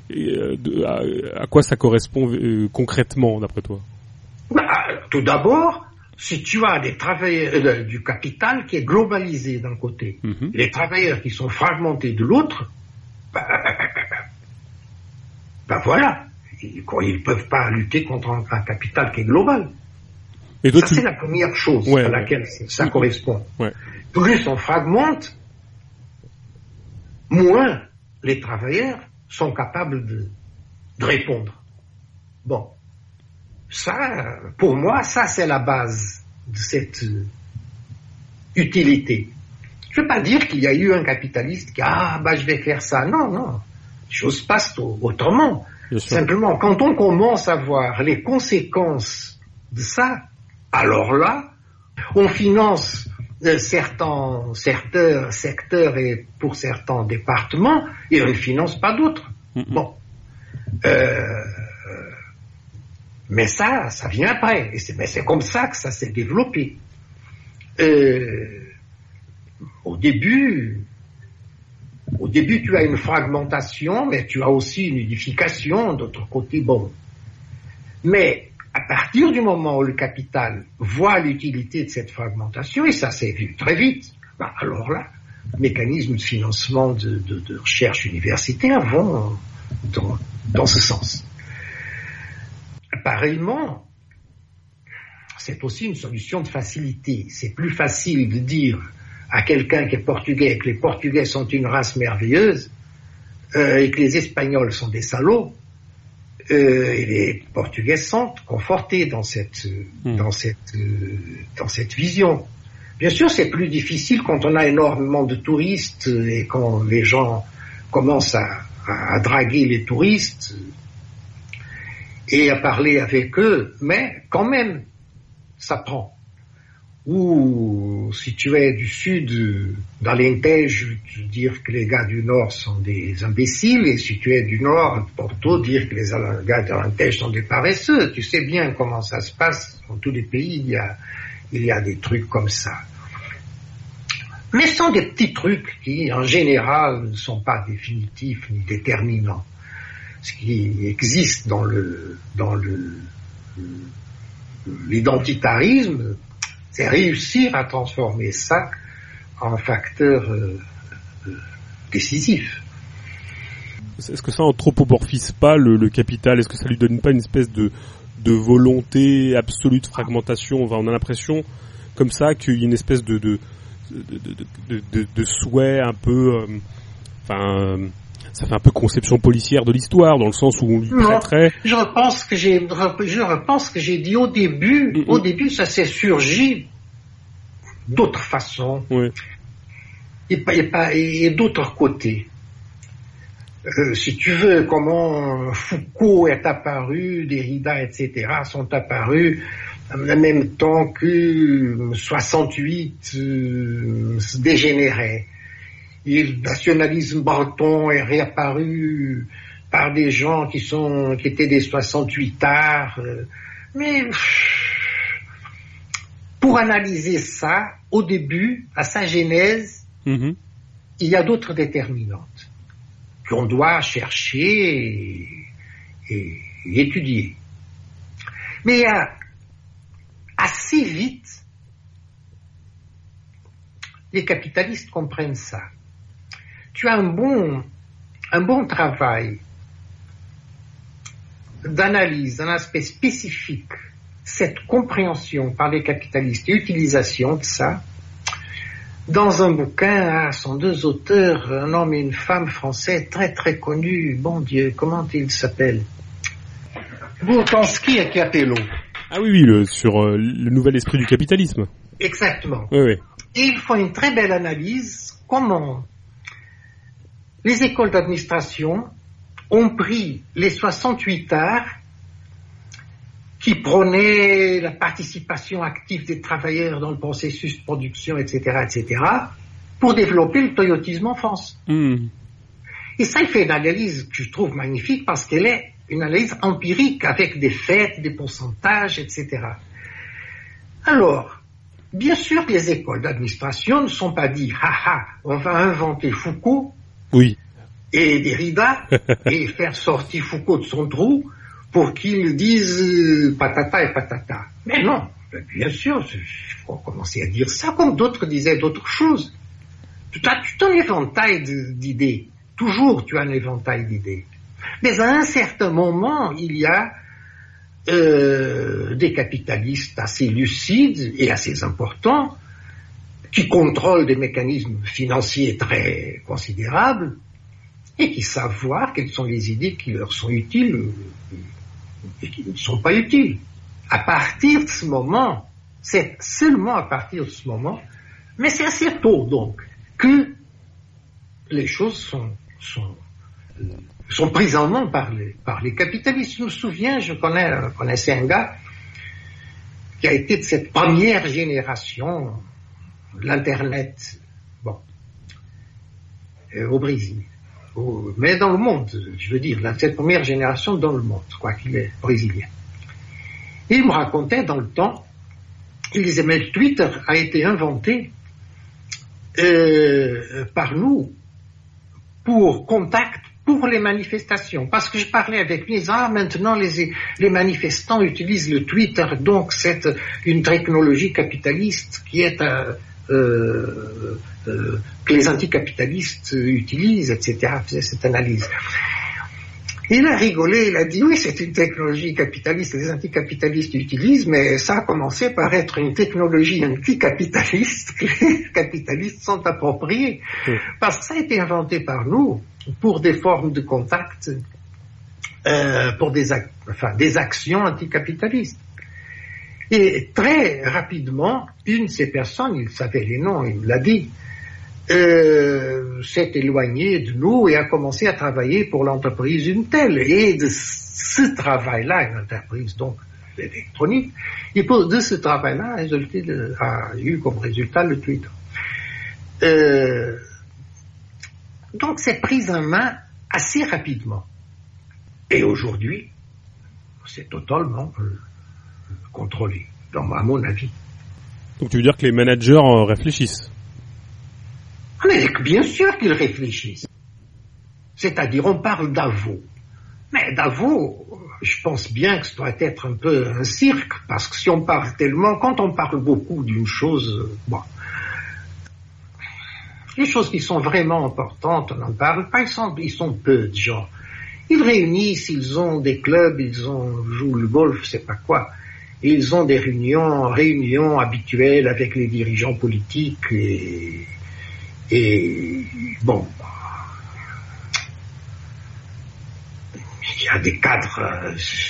À quoi ça correspond concrètement, d'après toi? Tout d'abord, si tu as des travailleurs du capital qui est globalisé d'un côté, les travailleurs qui sont fragmentés de l'autre, voilà, ils ne peuvent pas lutter contre un capital qui est global. Et toi, c'est la première chose à laquelle ça correspond. Ouais. Plus on fragmente, moins les travailleurs sont capables de répondre. Bon. Ça, pour moi, ça c'est la base de cette utilité. Je ne veux pas dire qu'il y a eu un capitaliste qui je vais faire ça. Non. Les choses passent autrement. Simplement, quand on commence à voir les conséquences de ça, alors là, on finance certains secteurs et pour certains départements, et on ne finance pas d'autres. Bon. Mais ça vient après. Mais c'est comme ça que ça s'est développé. Au début, tu as une fragmentation, mais tu as aussi une unification d'autre côté. Bon. Mais à partir du moment où le capital voit l'utilité de cette fragmentation, et ça s'est vu très vite, alors là, les mécanismes de financement de recherche universitaire vont dans ce sens. Pareillement, c'est aussi une solution de facilité. C'est plus facile de dire à quelqu'un qui est portugais que les Portugais sont une race merveilleuse et que les Espagnols sont des salauds, et les Portugais sont confortés dans cette vision. Bien sûr, c'est plus difficile quand on a énormément de touristes et quand les gens commencent à draguer les touristes et à parler avec eux, mais quand même, ça prend. Ou si tu es du sud, dans l'Alentejo, dire que les gars du nord sont des imbéciles, et si tu es du nord, Porto, dire que les gars de l'Alentejo sont des paresseux. Tu sais bien comment ça se passe dans tous les pays, il y a des trucs comme ça. Mais ce sont des petits trucs qui, en général, ne sont pas définitifs ni déterminants. Ce qui existe dans l'identitarisme, c'est réussir à transformer ça en facteur décisif. Est-ce que ça anthropomorphise pas le capital? Est-ce que ça lui donne pas une espèce de volonté absolue de fragmentation? Enfin, on a l'impression comme ça qu'il y a une espèce de souhait un peu, ça fait un peu conception policière de l'histoire, dans le sens où on lui prêterait. Je repense que j'ai dit au début, ça s'est surgi d'autres façons, oui. et d'autres côtés. Si tu veux, comment Foucault est apparu, Derrida, etc., sont apparus en même temps que 68 se dégénérait. Et le nationalisme breton est réapparu par des gens qui étaient des 68ards. Mais pour analyser ça, au début, à sa genèse, il y a d'autres déterminantes qu'on doit chercher et étudier. Mais assez vite, les capitalistes comprennent ça. Tu as un bon travail d'analyse d'un aspect spécifique, cette compréhension par les capitalistes et utilisation de ça, dans un bouquin, sont deux auteurs, un homme et une femme français très très connus. Bon Dieu, comment ils s'appellent? Boltanski et Capello. Ah oui, sur le nouvel esprit du capitalisme. Exactement. Oui. Et ils font une très belle analyse comment les écoles d'administration ont pris les 68ards qui prônaient la participation active des travailleurs dans le processus de production, etc., pour développer le toyotisme en France. Et ça, il fait une analyse que je trouve magnifique parce qu'elle est une analyse empirique avec des faits, des pourcentages, etc. Alors, bien sûr que les écoles d'administration ne sont pas dit, on va inventer Foucault et Derrida et faire sortir Foucault de son trou pour qu'ils disent patata et patata. Mais non, bien sûr, il faut commencer à dire ça comme d'autres disaient d'autres choses. Tu as un éventail d'idées. Toujours tu as un éventail d'idées. Mais à un certain moment, il y a des capitalistes assez lucides et assez importants qui contrôlent des mécanismes financiers très considérables et qui savent voir quelles sont les idées qui leur sont utiles et qui ne sont pas utiles. À partir de ce moment, c'est seulement à partir de ce moment, mais c'est assez tôt donc, que les choses sont prises en main par les capitalistes. Je me souviens, je connaissais un gars qui a été de cette première génération de l'Internet, au Brésil. Mais dans le monde, je veux dire, cette première génération dans le monde, quoi qu'il est brésilien. Et il me racontait dans le temps, il disait, mais Twitter a été inventé par nous pour contact, pour les manifestations. Parce que je parlais avec lui, maintenant les manifestants utilisent le Twitter, donc c'est une technologie capitaliste qui est que les anticapitalistes utilisent, etc. faisait cette analyse. Il a rigolé, il a dit oui, c'est une technologie capitaliste que les anticapitalistes utilisent, mais ça a commencé par être une technologie anticapitaliste que les capitalistes sont appropriés. Parce que ça a été inventé par nous pour des formes de contact, pour des actions anticapitalistes. Et très rapidement, une de ces personnes, il savait les noms, il me l'a dit, s'est éloignée de nous et a commencé à travailler pour l'entreprise Intel. Et de ce travail-là, une entreprise donc électronique, et de ce travail-là a eu comme résultat le Twitter. Donc c'est pris en main assez rapidement. Et aujourd'hui, c'est totalement contrôlé, à mon avis. Donc tu veux dire que les managers réfléchissent? Mais bien sûr qu'ils réfléchissent. C'est-à-dire, on parle d'Avo. Mais d'Avo, je pense bien que ça doit être un peu un cirque, parce que si on parle tellement, quand on parle beaucoup d'une chose, bon, les choses qui sont vraiment importantes, on n'en parle pas, ils sont peu de gens. Ils réunissent, ils ont des clubs, jouent le golf, je sais pas quoi. Ils ont des réunions habituelles avec les dirigeants politiques et bon, il y a des cadres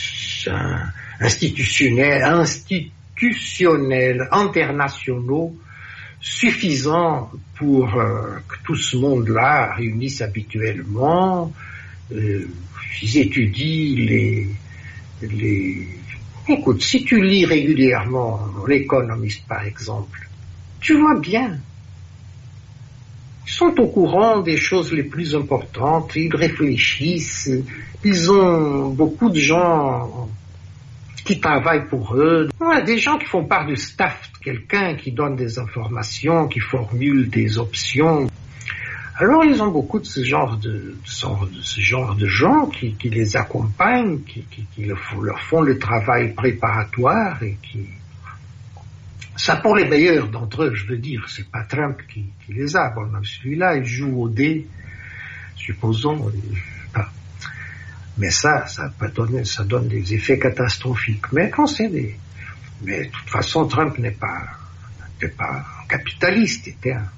institutionnels, internationaux, suffisants pour que tout ce monde-là réunisse habituellement. Ils étudient Écoute, si tu lis régulièrement l'Économiste, par exemple, tu vois bien. Ils sont au courant des choses les plus importantes, ils réfléchissent, ils ont beaucoup de gens qui travaillent pour eux. Voilà, des gens qui font part du staff de quelqu'un, qui donne des informations, qui formule des options. Alors ils ont beaucoup de ce genre de gens qui les accompagnent, qui leur font le travail préparatoire et qui... Ça pour les meilleurs d'entre eux, je veux dire, c'est pas Trump qui les a. Bon, même celui-là, il joue au dé, supposons. Mais ça donne des effets catastrophiques. Mais quand mais de toute façon, Trump n'était pas un capitaliste, était un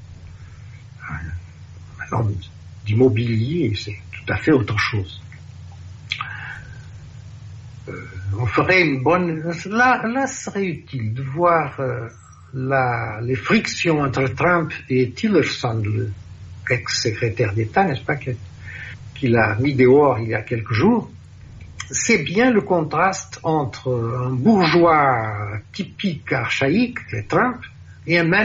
homme d'immobilier, c'est tout à fait autre chose. On ferait une bonne... Là, ce serait utile de voir les frictions entre Trump et Tillerson, le ex-secrétaire d'État, n'est-ce pas, qu'il a mis dehors il y a quelques jours. C'est bien le contraste entre un bourgeois typique archaïque, qui est Trump, et un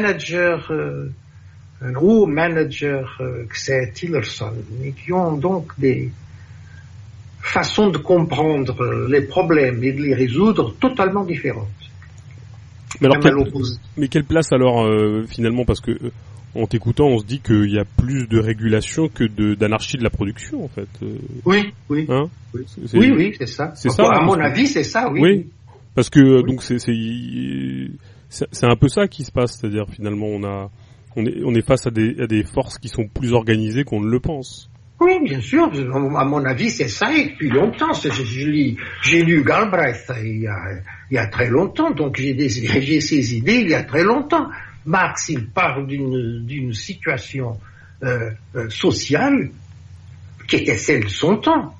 haut manager que c'est Tillerson, et qui ont donc des façons de comprendre les problèmes et de les résoudre totalement différentes. Mais alors, quelle place alors finalement, parce que en t'écoutant, on se dit qu'il y a plus de régulation que d'anarchie de la production, en fait. Oui. Hein, oui, c'est ça. C'est ça. À mon avis, c'est ça, oui. Oui, parce que donc c'est un peu ça qui se passe, c'est-à-dire finalement on est face à des forces qui sont plus organisées qu'on ne le pense. Oui, bien sûr. À mon avis, c'est ça, et depuis longtemps. J'ai lu Galbraith il y a très longtemps, donc j'ai ces idées il y a très longtemps. Marx, il parle d'une situation sociale qui était celle de son temps.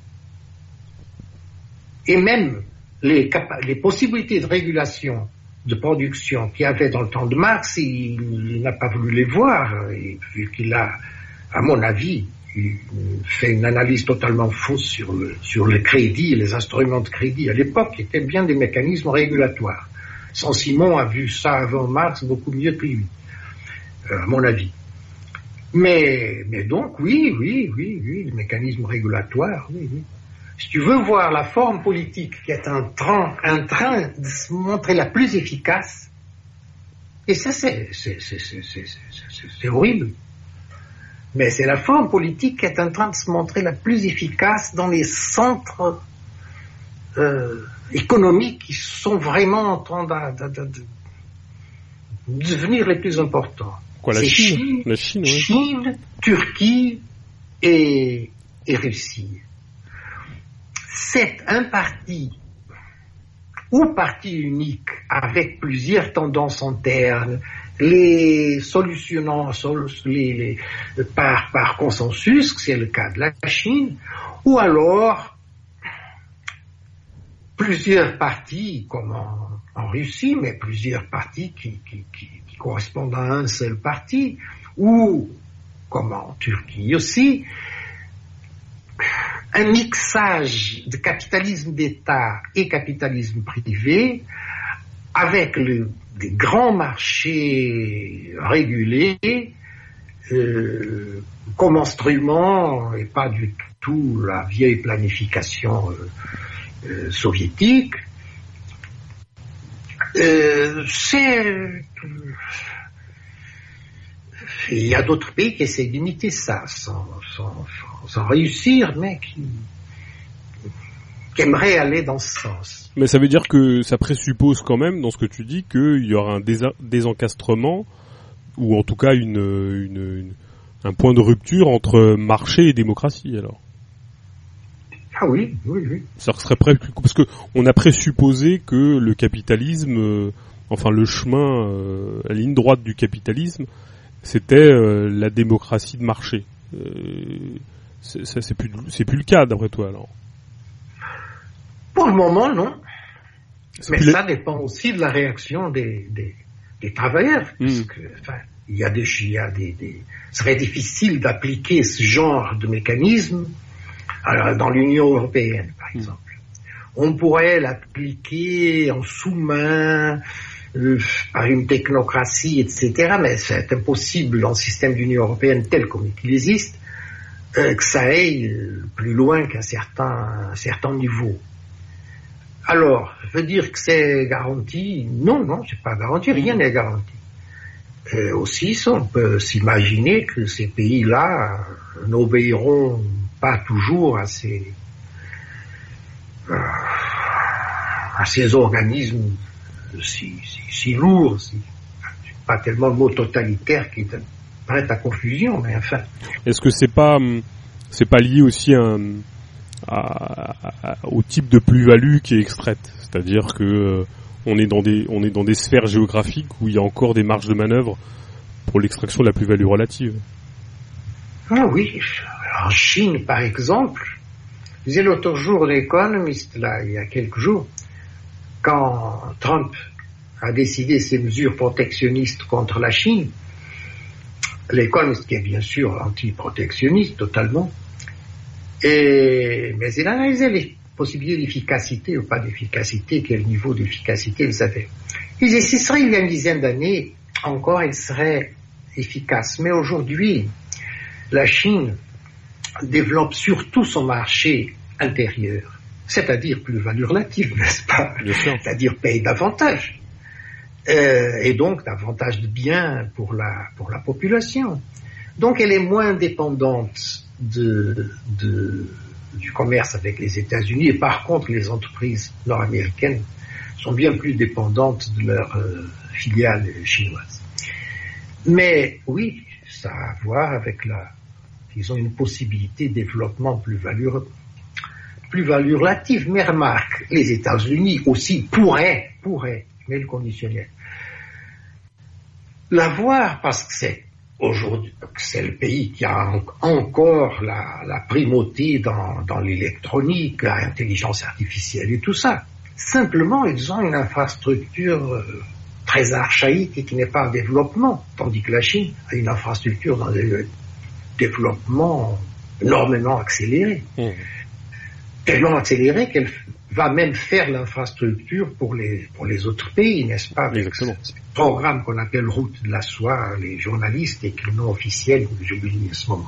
Et même les possibilités de régulation de production qu'il y avait dans le temps de Marx, il n'a pas voulu les voir, et vu qu'il a, à mon avis, fait une analyse totalement fausse sur le crédit et les instruments de crédit à l'époque, qui étaient bien des mécanismes régulatoires. Saint-Simon a vu ça avant Marx beaucoup mieux que lui, à mon avis. Mais donc, oui, le mécanisme régulatoire, oui. Si tu veux voir la forme politique qui est en train de se montrer la plus efficace, et ça c'est horrible, mais c'est la forme politique qui est en train de se montrer la plus efficace dans les centres économiques qui sont vraiment en train de devenir les plus importants. Quoi, la Chine, oui. Chine, Turquie et Russie. C'est un parti ou parti unique avec plusieurs tendances internes, les solutionnant par consensus, c'est le cas de la Chine, ou alors plusieurs partis, comme en Russie, mais plusieurs partis qui correspondent à un seul parti, ou comme en Turquie aussi, un mixage de capitalisme d'État et capitalisme privé avec des grands marchés régulés comme instrument et pas du tout la vieille planification soviétique. Il y a d'autres pays qui essaient d'imiter ça sans réussir, mais aimerait aller dans ce sens. Mais ça veut dire que ça présuppose quand même, dans ce que tu dis, qu'il y aura un désencastrement, ou en tout cas un point de rupture entre marché et démocratie, alors. Ah oui. Ça serait parce que on a présupposé que le capitalisme, le chemin, la ligne droite du capitalisme, c'était la démocratie de marché. C'est plus le cas, d'après toi, alors. Pour le moment, non. Mais ça dépend aussi de la réaction des travailleurs. Parce que, il y a des, serait difficile d'appliquer ce genre de mécanisme dans l'Union européenne, par exemple. On pourrait l'appliquer en sous-main, par une technocratie, etc., mais c'est impossible dans le système d'Union européenne tel qu'il existe, que ça aille plus loin qu'un certain niveau. Alors, veut dire que c'est garanti? Non, c'est pas garanti, rien n'est garanti. Aussi, on peut s'imaginer que ces pays-là n'obéiront pas toujours à ces organismes si lourds, pas tellement le mot totalitaire qui prête à confusion, mais enfin. Est-ce que c'est pas lié aussi au type de plus-value qui est extraite, c'est-à-dire que on est dans des sphères géographiques où il y a encore des marges de manœuvre pour l'extraction de la plus-value relative. Ah oui, en Chine par exemple, disait l'autre jour l'Economist, là, il y a quelques jours, quand Trump a décidé ses mesures protectionnistes contre la Chine, l'Economist qui est bien sûr anti-protectionniste totalement, mais il analysait les possibilités d'efficacité ou pas d'efficacité, quel niveau d'efficacité ils avaient. Il disait, si ce serait il y a une dizaine d'années, encore il serait efficace. Mais aujourd'hui, la Chine développe surtout son marché intérieur, c'est-à-dire plus-value relative, n'est-ce pas? C'est-à-dire paye davantage. Et donc davantage de biens pour la population. Donc elle est moins dépendante du commerce avec les États-Unis, et par contre les entreprises nord-américaines sont bien plus dépendantes de leurs filiales chinoises. Mais oui, ça a à voir avec ils ont une possibilité de développement plus-value relative. Mais remarque, les États-Unis aussi pourraient, mais le conditionnel, l'avoir parce que aujourd'hui, c'est le pays qui a encore la primauté dans l'électronique, l'intelligence artificielle et tout ça. Simplement, ils ont une infrastructure très archaïque et qui n'est pas en développement, tandis que la Chine a une infrastructure dans le développement énormément accéléré. Tellement accéléré qu'elle va même faire l'infrastructure pour les autres pays, n'est-ce pas? Exactement. Ce programme qu'on appelle Route de la soie, les journalistes et le nom officiel, j'oublie à ce moment.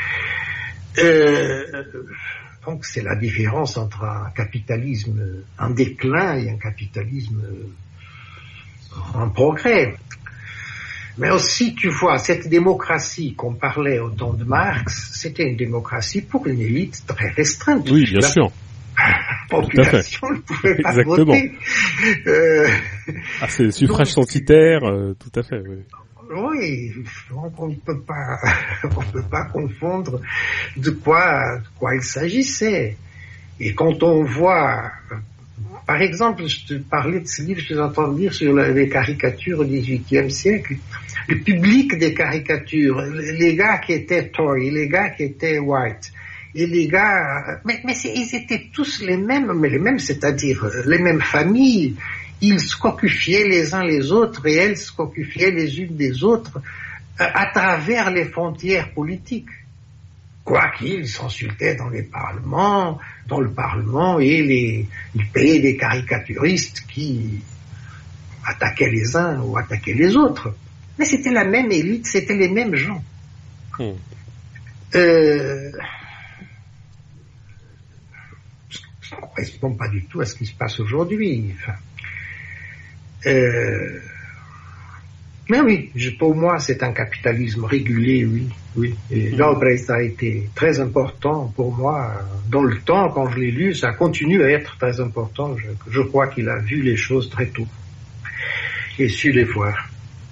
Donc c'est la différence entre un capitalisme en déclin et un capitalisme en progrès. Mais aussi, tu vois, cette démocratie qu'on parlait au temps de Marx, c'était une démocratie pour une élite très restreinte. Oui, bien sûr. La population ne pouvait pas voter. C'est le suffrage censitaire, tout à fait, oui. Oui, on ne peut pas confondre de quoi il s'agissait. Et quand on voit, par exemple, je te parlais de ce livre, je t'entends dire sur les caricatures au XVIIIe siècle, le public des caricatures, les gars qui étaient Tory, les gars qui étaient White, et les gars, mais ils étaient tous les mêmes, c'est-à-dire les mêmes familles. Ils se cocufiaient les uns les autres et elles se cocufiaient les unes des autres à travers les frontières politiques. Quoiqu'ils s'insultaient dans le Parlement, et ils payaient des caricaturistes qui attaquaient les uns ou attaquaient les autres. Mais c'était la même élite, c'était les mêmes gens. Ça ne correspond pas du tout à ce qui se passe aujourd'hui. Enfin, Mais oui, pour moi, c'est un capitalisme régulé, oui. Et Galbraith a été très important pour moi dans le temps, quand je l'ai lu, ça continue à être très important. Je crois qu'il a vu les choses très tôt et su les voir.